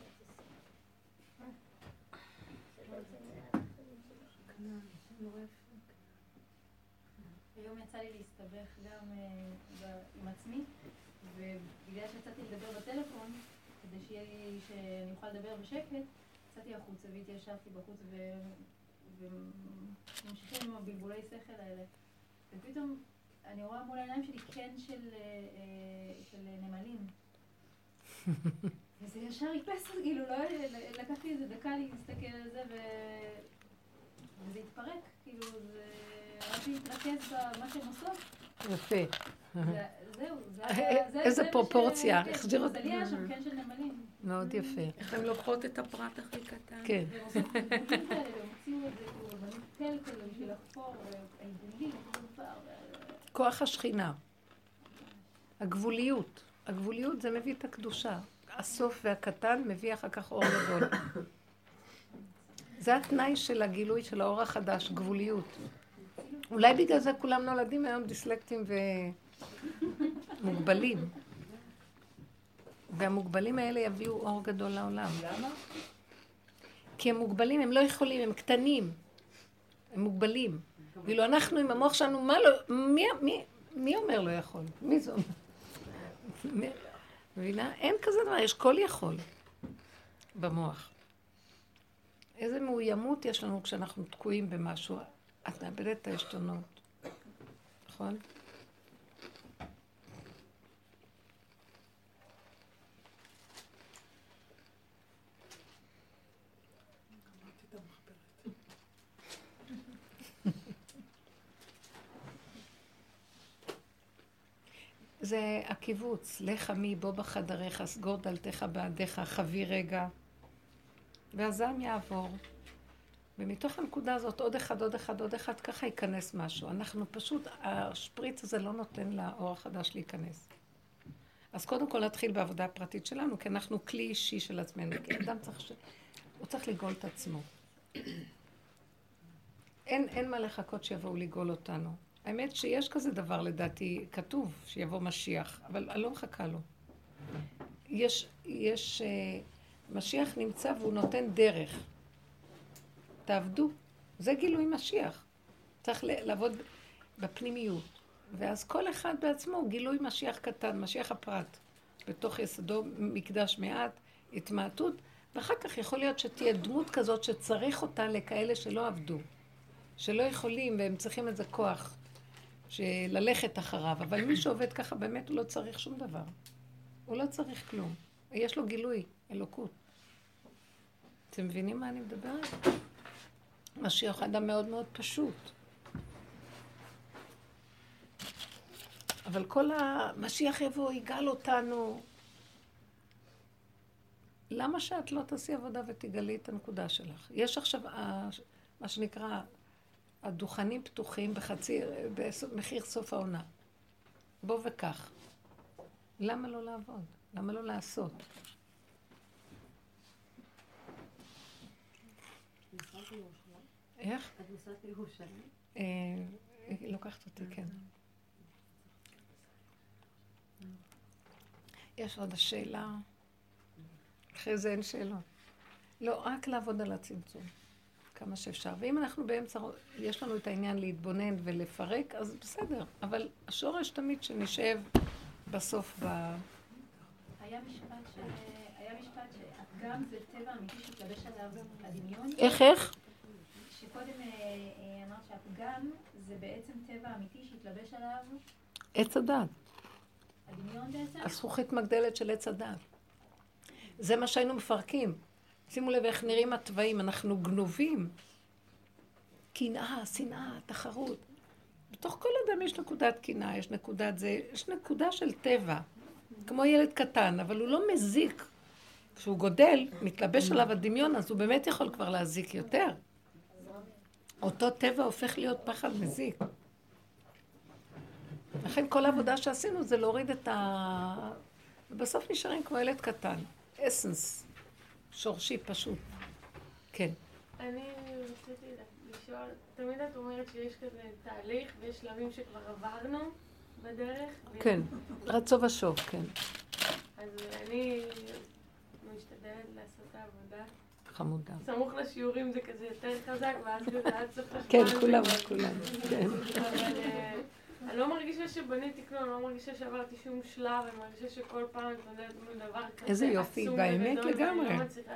היום יצא לי להסתבך גם עם עצמי, ובגלל שיצאתי לדבר בטלפון, כדי שאני אוכל לדבר בשקט, יצאתי החוצה והתיישבתי בחוץ וממשיכים עם הבלבולי שכל האלה. ופתאום אני רואה מול העיניים שלי קן של נמלים. וזה ישר איפס, כאילו, לא, לקחתי איזה דקה להסתכל על זה וזה התפרק, כאילו, רק להתרכז במה שהן עושות. יפה. זהו, איזה פרופורציה, החזיר אותי. זה לי היה שם קן של נמלים. מאוד יפה. איך הן לוקחות את הפרט הכי קטן. כן. והם עושות בגבולים כאלה, והם הוציאו את זה, כאילו, בנים כאלה בשביל לחפור, והעיגולים, כוח השכינה. הגבוליות. הגבוליות זה מביא את הקדושה. הסוף והקטן מביא אחר כך אור גדול. זה התנאי של הגילוי של האור החדש, גבוליות. אולי בגלל זה כולם נולדים היום דיסלקטים ומוגבלים. והמוגבלים האלה יביאו אור גדול לעולם. למה? כי הם מוגבלים, הם לא יכולים, הם קטנים. הם מוגבלים. ואילו אנחנו עם המוח שלנו, מה לא, מי אומר לא יכול? מי זה אומר? מבינה? אין כזה דבר, יש כל יכול במוח. איזה מאוימות יש לנו כשאנחנו תקועים במשהו. את מאבדת את ההשתנות. נכון? זה הקיבוץ, לך עמי בוא בחדריך, סגור דלתך בעדיך, חבי רגע, והזעם יעבור. ומתוך הנקודה הזאת עוד אחד, עוד אחד, עוד אחד, ככה ייכנס משהו. אנחנו פשוט, השפריץ הזה לא נותן לאור החדש להיכנס. אז קודם כל נתחיל בעבודה הפרטית שלנו, כי אנחנו כלי אישי של עצמנו, כי אדם צריך, הוא צריך לגאול את עצמו. אין מה לחכות שיבואו לגאול אותנו. האמת שיש כזה דבר לדעתי, כתוב שיבוא משיח, אבל אני לא מחכה לו. משיח נמצא והוא נותן דרך. תעבדו. זה גילוי משיח. צריך לעבוד בפנימיות. ואז כל אחד בעצמו הוא גילוי משיח קטן, משיח הפרט. בתוך יסודו מקדש מעט, התמעטות, ואחר כך יכול להיות שתהיה דמות כזאת שצריך אותה לכאלה שלא עבדו. שלא יכולים והם צריכים איזה כוח. שללכת אחריו, אבל מי שעובד ככה באמת הוא לא צריך שום דבר. הוא לא צריך כלום. יש לו גילוי, אלוקות. אתם מבינים מה אני מדברת? משיח אדם מאוד מאוד פשוט. אבל כל המשיח יבוא, יגאל אותנו. למה שאת לא תעשי עבודה ותגלי את הנקודה שלך? יש עכשיו מה שנקרא הדוכנים פתוחים במחיר סוף העונה. בוא וכך. למה לא לעבוד? למה לא לעשות? איך? את נוסעת לירושלים? לוקחת אותי, כן. יש עוד השאלה. אחרי זה אין שאלות. לא, רק לעבוד על הצמצום. כמה שאפשר. ואם אנחנו באמצע, יש לנו את העניין להתבונן ולפרק, אז בסדר. אבל השורש תמיד שנשאב בסוף היה משפט שהפגם זה טבע אמיתי שתלבש עליו הדמיון. איך? שקודם אמרת שהפגם זה בעצם טבע אמיתי שהתלבש עליו עץ הדת. הדמיון בעצם? הזכוכית מגדלת של עץ הדת. זה מה שהיינו מפרקים. שימו לב איך נראים הטבעים, אנחנו גנובים. קנאה, שנאה, תחרות. בתוך כל אדם יש נקודת קנאה, יש נקודת זה, יש נקודה של טבע. כמו ילד קטן, אבל הוא לא מזיק. כשהוא גודל, מתלבש עליו הדמיון, אז הוא באמת יכול כבר להזיק יותר. אותו טבע הופך להיות פחד מזיק. לכן כל העבודה שעשינו זה להוריד את ובסוף נשארים כמו ילד קטן. אסנס. שורשי פשוט. כן. אני רציתי לשאול, תמיד את אומרת שיש כזה תהליך ויש שלבים שכבר עברנו, בדרך. כן, רצו ושוב, כן. אז אני משתדלת לעשות את העבודה. חמודה. סמוך לשיעורים זה כזה יותר חזק, ואז כזה עד סוף השבוע. כן, כולם, כן. אבל אני לא מרגישה שבניתי כלום, אני לא מרגישה שעברתי שום שלב, אני מרגישה שכל פעם אני מתמודדת מול דבר כזה איזה יופי, באמת לגמרי. ואני לא מצליחה...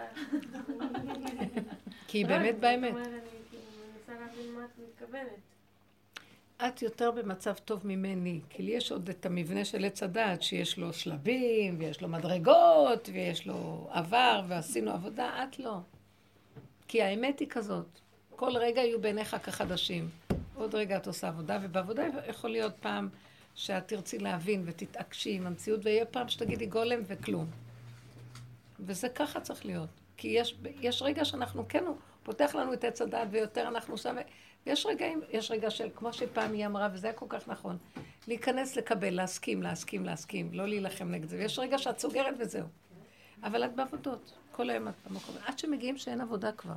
כי היא באמת באמת. אני מנסה להבין מה את מתכוונת. את יותר במצב טוב ממני, כי לי יש עוד את המבנה של עץ הדעת, שיש לו שלבים, ויש לו מדרגות, ויש לו עבר, ועשינו עבודה, את לא. כי האמת היא כזאת, כל רגע יהיו בעיניך כחדשים. עוד רגע את עושה עבודה, ובעבודה יכול להיות פעם שאת תרצי להבין ותתעקשי עם המציאות, ויהיה פעם שתגידי גולם וכלום. וזה ככה צריך להיות. כי יש רגע שאנחנו כן, הוא פותח לנו את עץ הדעת, ויותר אנחנו שם... יש רגע של, כמו שפעם היא אמרה, וזה היה כל כך נכון, להיכנס, לקבל, להסכים, לא להילחם נגד זה. ויש רגע שאת סוגרת וזהו. אבל את בעבודות, כל היום את במקום. עד שמגיעים שאין עבודה כבר.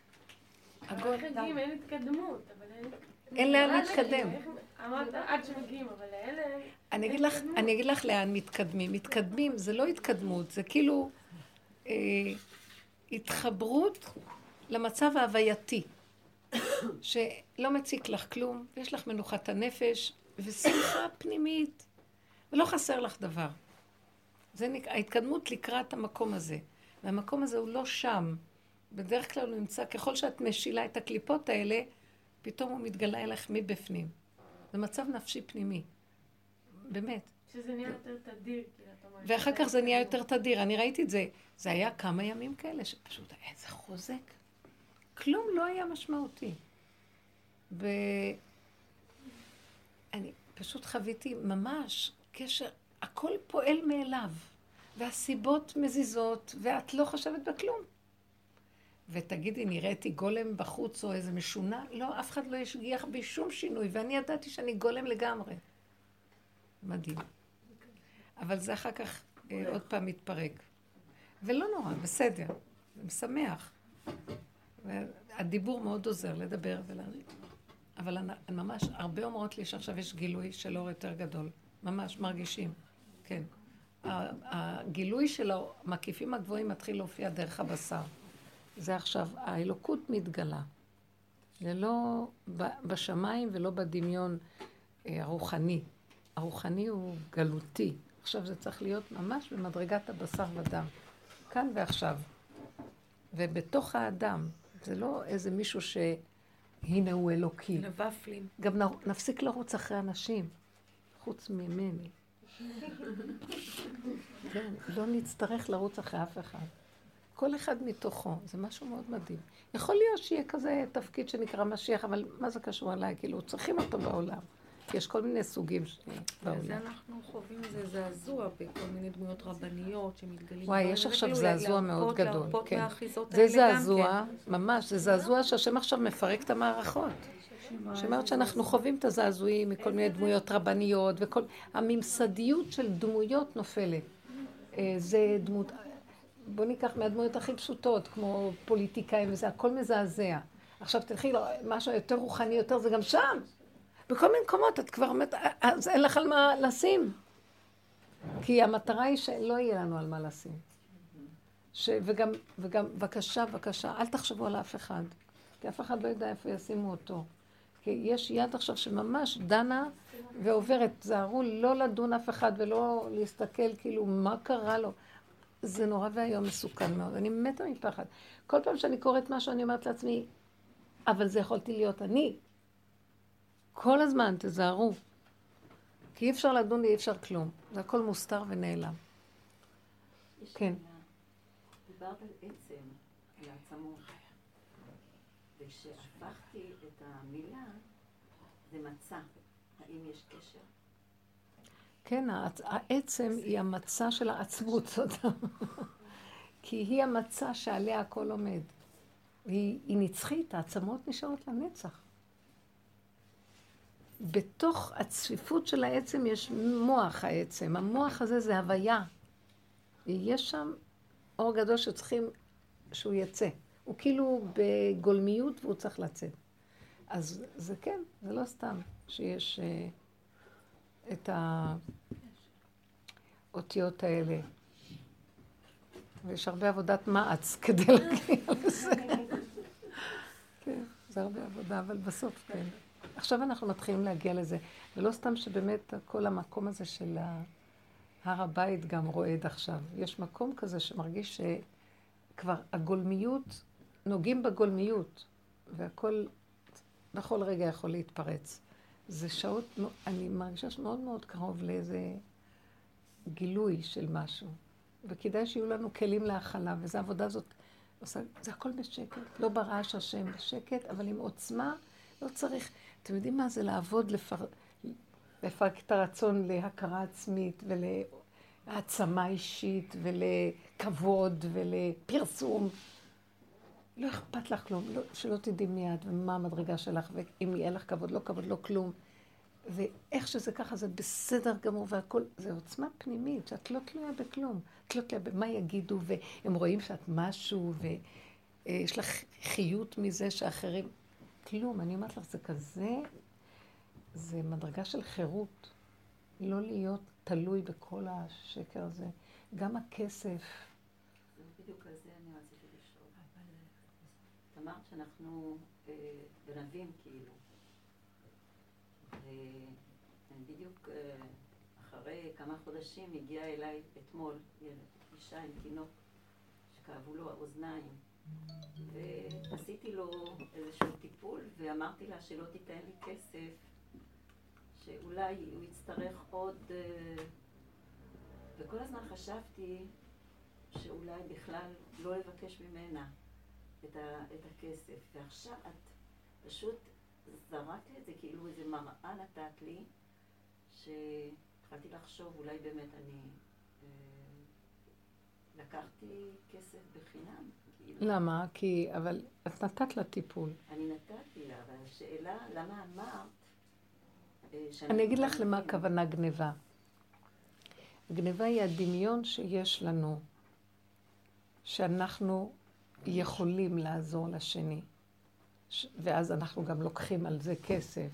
אין התקדמות, אבל אין לאן להתקדם. אמרת עד שמגיעים, אבל לאלה... אני אגיד לך לאן מתקדמים. מתקדמים זה לא התקדמות, זה כאילו התחברות למצב ההווייתי. שלא מציק לך כלום, ויש לך מנוחת הנפש, ושמחה פנימית, ולא חסר לך דבר. זה ההתקדמות לקראת המקום הזה. והמקום הזה הוא לא שם. בדרך כלל הוא נמצא, ככל שאת משילה את הקליפות האלה, פתאום הוא מתגלה אליך מבפנים. זה מצב נפשי פנימי. באמת. שזה נהיה יותר תדיר. ואחר כך זה נהיה יותר תדיר. אני ראיתי את זה. זה היה כמה ימים כאלה שפשוט היה איזה חוזק. כלום לא היה משמעותי. ואני פשוט חוויתי ממש קשר, הכל פועל מאליו, והסיבות מזיזות, ואת לא חושבת בכלום. ותגידי, נראיתי גולם בחוץ או איזה משונה? לא, אף אחד לא ישגיח בשום שינוי, ואני ידעתי שאני גולם לגמרי. מדהים. אבל זה אחר כך עוד פעם מתפרק. ולא נורא, בסדר, זה משמח. והדיבור מאוד עוזר לדבר ולהריד. אבל ממש הרבה אומרות לי שעכשיו יש גילוי של אור יותר גדול. ממש מרגישים, כן. הגילוי של המקיפים הגבוהים מתחיל להופיע דרך הבשר. זה עכשיו, האלוקות מתגלה. זה לא בשמיים ולא בדמיון הרוחני. הרוחני הוא גלותי. עכשיו זה צריך להיות ממש במדרגת הבשר ודם. כאן ועכשיו. ובתוך האדם, זה לא איזה מישהו שהנה הוא אלוקי. נבפלים. גם נפסיק לרוץ אחרי אנשים, חוץ ממני. כן, לא נצטרך לרוץ אחרי אף אחד. כל אחד מתוכו, זה משהו מאוד מדהים. יכול להיות שיהיה כזה תפקיד שנקרא משיח, אבל מה זה קשור עליי? כאילו, צריכים אותו בעולם. כי יש כל מיני סוגים בעולם. וזה אנחנו חווים איזה זעזוע בכל מיני דמויות רבניות שמתגלים. וואי, יש עכשיו זעזוע מאוד גדול. זה זעזוע, ממש, זה זעזוע שהשם עכשיו מפרק את המערכות. שאומרת שאנחנו חווים את הזעזועים מכל מיני דמויות רבניות, וכל הממסדיות של דמויות נופלת. זה דמות, בוא ניקח מהדמויות הכי פשוטות, כמו פוליטיקאים וזה, הכל מזעזע. עכשיו תלכי משהו יותר רוחני יותר, זה גם שם. בכל מיני מקומות את כבר אומרת, אז אין לך על מה לשים. כי המטרה היא שלא יהיה לנו על מה לשים. וגם, בבקשה, אל תחשבו על אף אחד. כי אף אחד לא יודע איפה ישימו אותו. כי יש יד עכשיו שממש דנה ועוברת. זהרו לא לדון אף אחד ולא להסתכל כאילו מה קרה לו. זה נורא והיום מסוכן מאוד. אני מתה מפחד. כל פעם שאני קוראת משהו אני אומרת לעצמי, אבל זה יכולתי להיות אני. כל הזמן תזהרו. כי אי אפשר לדון לי, אי אפשר כלום. זה הכל מוסתר ונעלם. כן. דיברת על עצם, על העצמות. וכשהפכתי את המילה, זה מצא. האם יש קשר? כן, העצם היא המצא של העצמות. כי היא המצא שעליה הכל עומד. היא נצחית, העצמות נשארות לנצח. בתוך הצפיפות של העצם יש מוח העצם. המוח הזה זה הוויה. יש שם אור גדול שצריכים שהוא יצא. הוא כאילו בגולמיות והוא צריך לצאת. אז זה כן, זה לא סתם שיש את האותיות האלה. ויש הרבה עבודת מעץ כדי להגיע לזה. כן, זה הרבה עבודה, אבל בסוף כן. עכשיו אנחנו מתחילים להגיע לזה. ולא סתם שבאמת כל המקום הזה של הר הבית גם רועד עכשיו. יש מקום כזה שמרגיש שכבר הגולמיות, נוגעים בגולמיות, והכל בכל רגע יכול להתפרץ. זה שעות, אני מרגישה שמאוד מאוד קרוב לאיזה גילוי של משהו. וכדאי שיהיו לנו כלים להכלה, וזו העבודה הזאת, זה הכל בשקט, לא ברעש השם, בשקט, אבל עם עוצמה, לא צריך. אתם יודעים מה זה לעבוד, לפרק את הרצון להכרה עצמית, ולהעצמה אישית, ולכבוד, ולפרסום. לא אכפת לך כלום, שלא תדעי מיד, ומה המדרגה שלך, ואם יהיה לך כבוד, לא כבוד, לא כלום. ואיך שזה ככה, זה בסדר גמור, והכל, זה עוצמה פנימית, שאת לא תלויה בכלום. את לא תלויה במה יגידו, והם רואים שאת משהו, ויש לך חיות מזה שאחרים... כלום, אני אומרת לך, זה כזה, זה מדרגה של חירות. לא להיות תלוי בכל השקר הזה. גם הכסף. בדיוק על זה אני רציתי לשאול. את אמרת שאנחנו גנבים כאילו. ואני בדיוק אחרי כמה חודשים הגיעה אליי אתמול אישה עם תינוק שכאבו לו האוזניים. ועשיתי לו איזשהו טיפול ואמרתי לה שלא תיתן לי כסף, שאולי הוא יצטרך עוד, וכל הזמן חשבתי שאולי בכלל לא לבקש ממנה את הכסף. ועכשיו את פשוט זרקת לי את זה, כאילו איזה מראה נתת לי, שהתחלתי לחשוב אולי באמת אני לקחתי כסף בחינם. למה? כי, אבל את נתת לה טיפול. אני נתתי לה, אבל השאלה, למה אמרת... אני אגיד לך למה הכוונה גניבה. הגניבה היא הדמיון שיש לנו, שאנחנו יכולים לעזור לשני. ואז אנחנו גם לוקחים על זה כסף.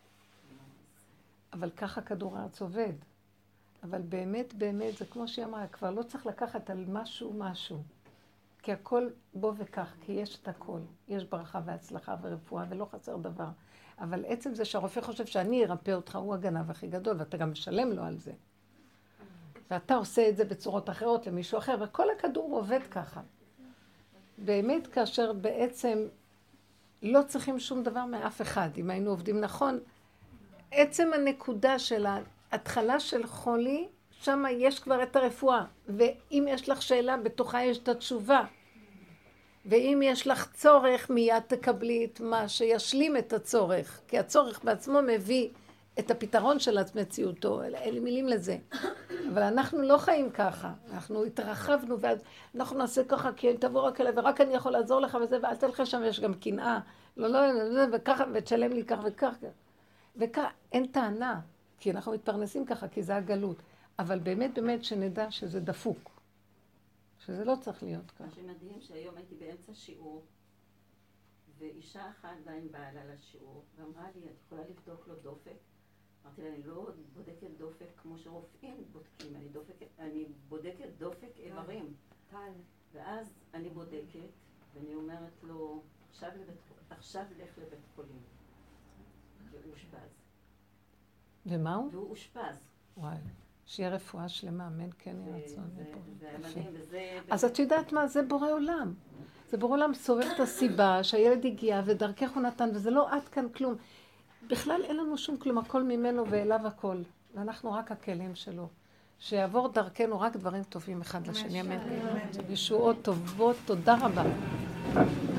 אבל ככה כדור הארץ עובד. אבל באמת, באמת, זה כמו שהיא אמרה, כבר לא צריך לקחת על משהו. כי הכל בו וכך, כי יש את הכל. יש ברכה והצלחה ורפואה ולא חסר דבר. אבל עצם זה שהרופא חושב שאני ארפא אותך, הוא הגנב הכי גדול, ואתה גם משלם לו על זה. ואתה עושה את זה בצורות אחרות למישהו אחר, וכל הכדור עובד ככה. באמת כאשר בעצם לא צריכים שום דבר מאף אחד, אם היינו עובדים נכון, עצם הנקודה של ההתחלה של חולי, שם יש כבר את הרפואה, ואם יש לך שאלה, בתוכה יש את התשובה. ואם יש לך צורך, מיד תקבלי את מה שישלים את הצורך, כי הצורך בעצמו מביא את הפתרון של מציאותו, אלה מילים לזה. אבל אנחנו לא חיים ככה, אנחנו התרחבנו, ואנחנו נעשה ככה, כי תבוא רק אליי, ורק אני יכול לעזור לך וזה, ואל תלכה שם, יש גם קנאה, לא, וככה, ותשלם לי כך וכך. וכך, אין טענה, כי אנחנו מתפרנסים ככה, כי זה הגלות. אבל באמת שנדע שזה דפוק. שזה לא צריך להיות ככה. מה שמדהים שהיום הייתי באמצע שיעור, ואישה אחת באה עם בעלה לשיעור, ואמרה לי, את יכולה לבדוק לו דופק? אמרתי לה, אני לא בודקת דופק כמו שרופאים בודקים, אני בודקת דופק איברים. ואז אני בודקת, ואני אומרת לו, עכשיו לך לבית חולים. והוא אושפז. ומה הוא? והוא אושפז. וואי. שיהיה רפואה שלמה, אמן, כן יהיה רצון. זה מדהים, וזה... אז את יודעת מה? זה בורא עולם. זה בורא עולם סובב את הסיבה שהילד הגיע ודרכך הוא נתן, וזה לא עד כאן כלום. בכלל אין לנו שום כלום, הכל ממנו ואליו הכל. ואנחנו רק הכלים שלו. שיעבור דרכנו רק דברים טובים אחד לשני, אמן. ישועות טובות, תודה רבה.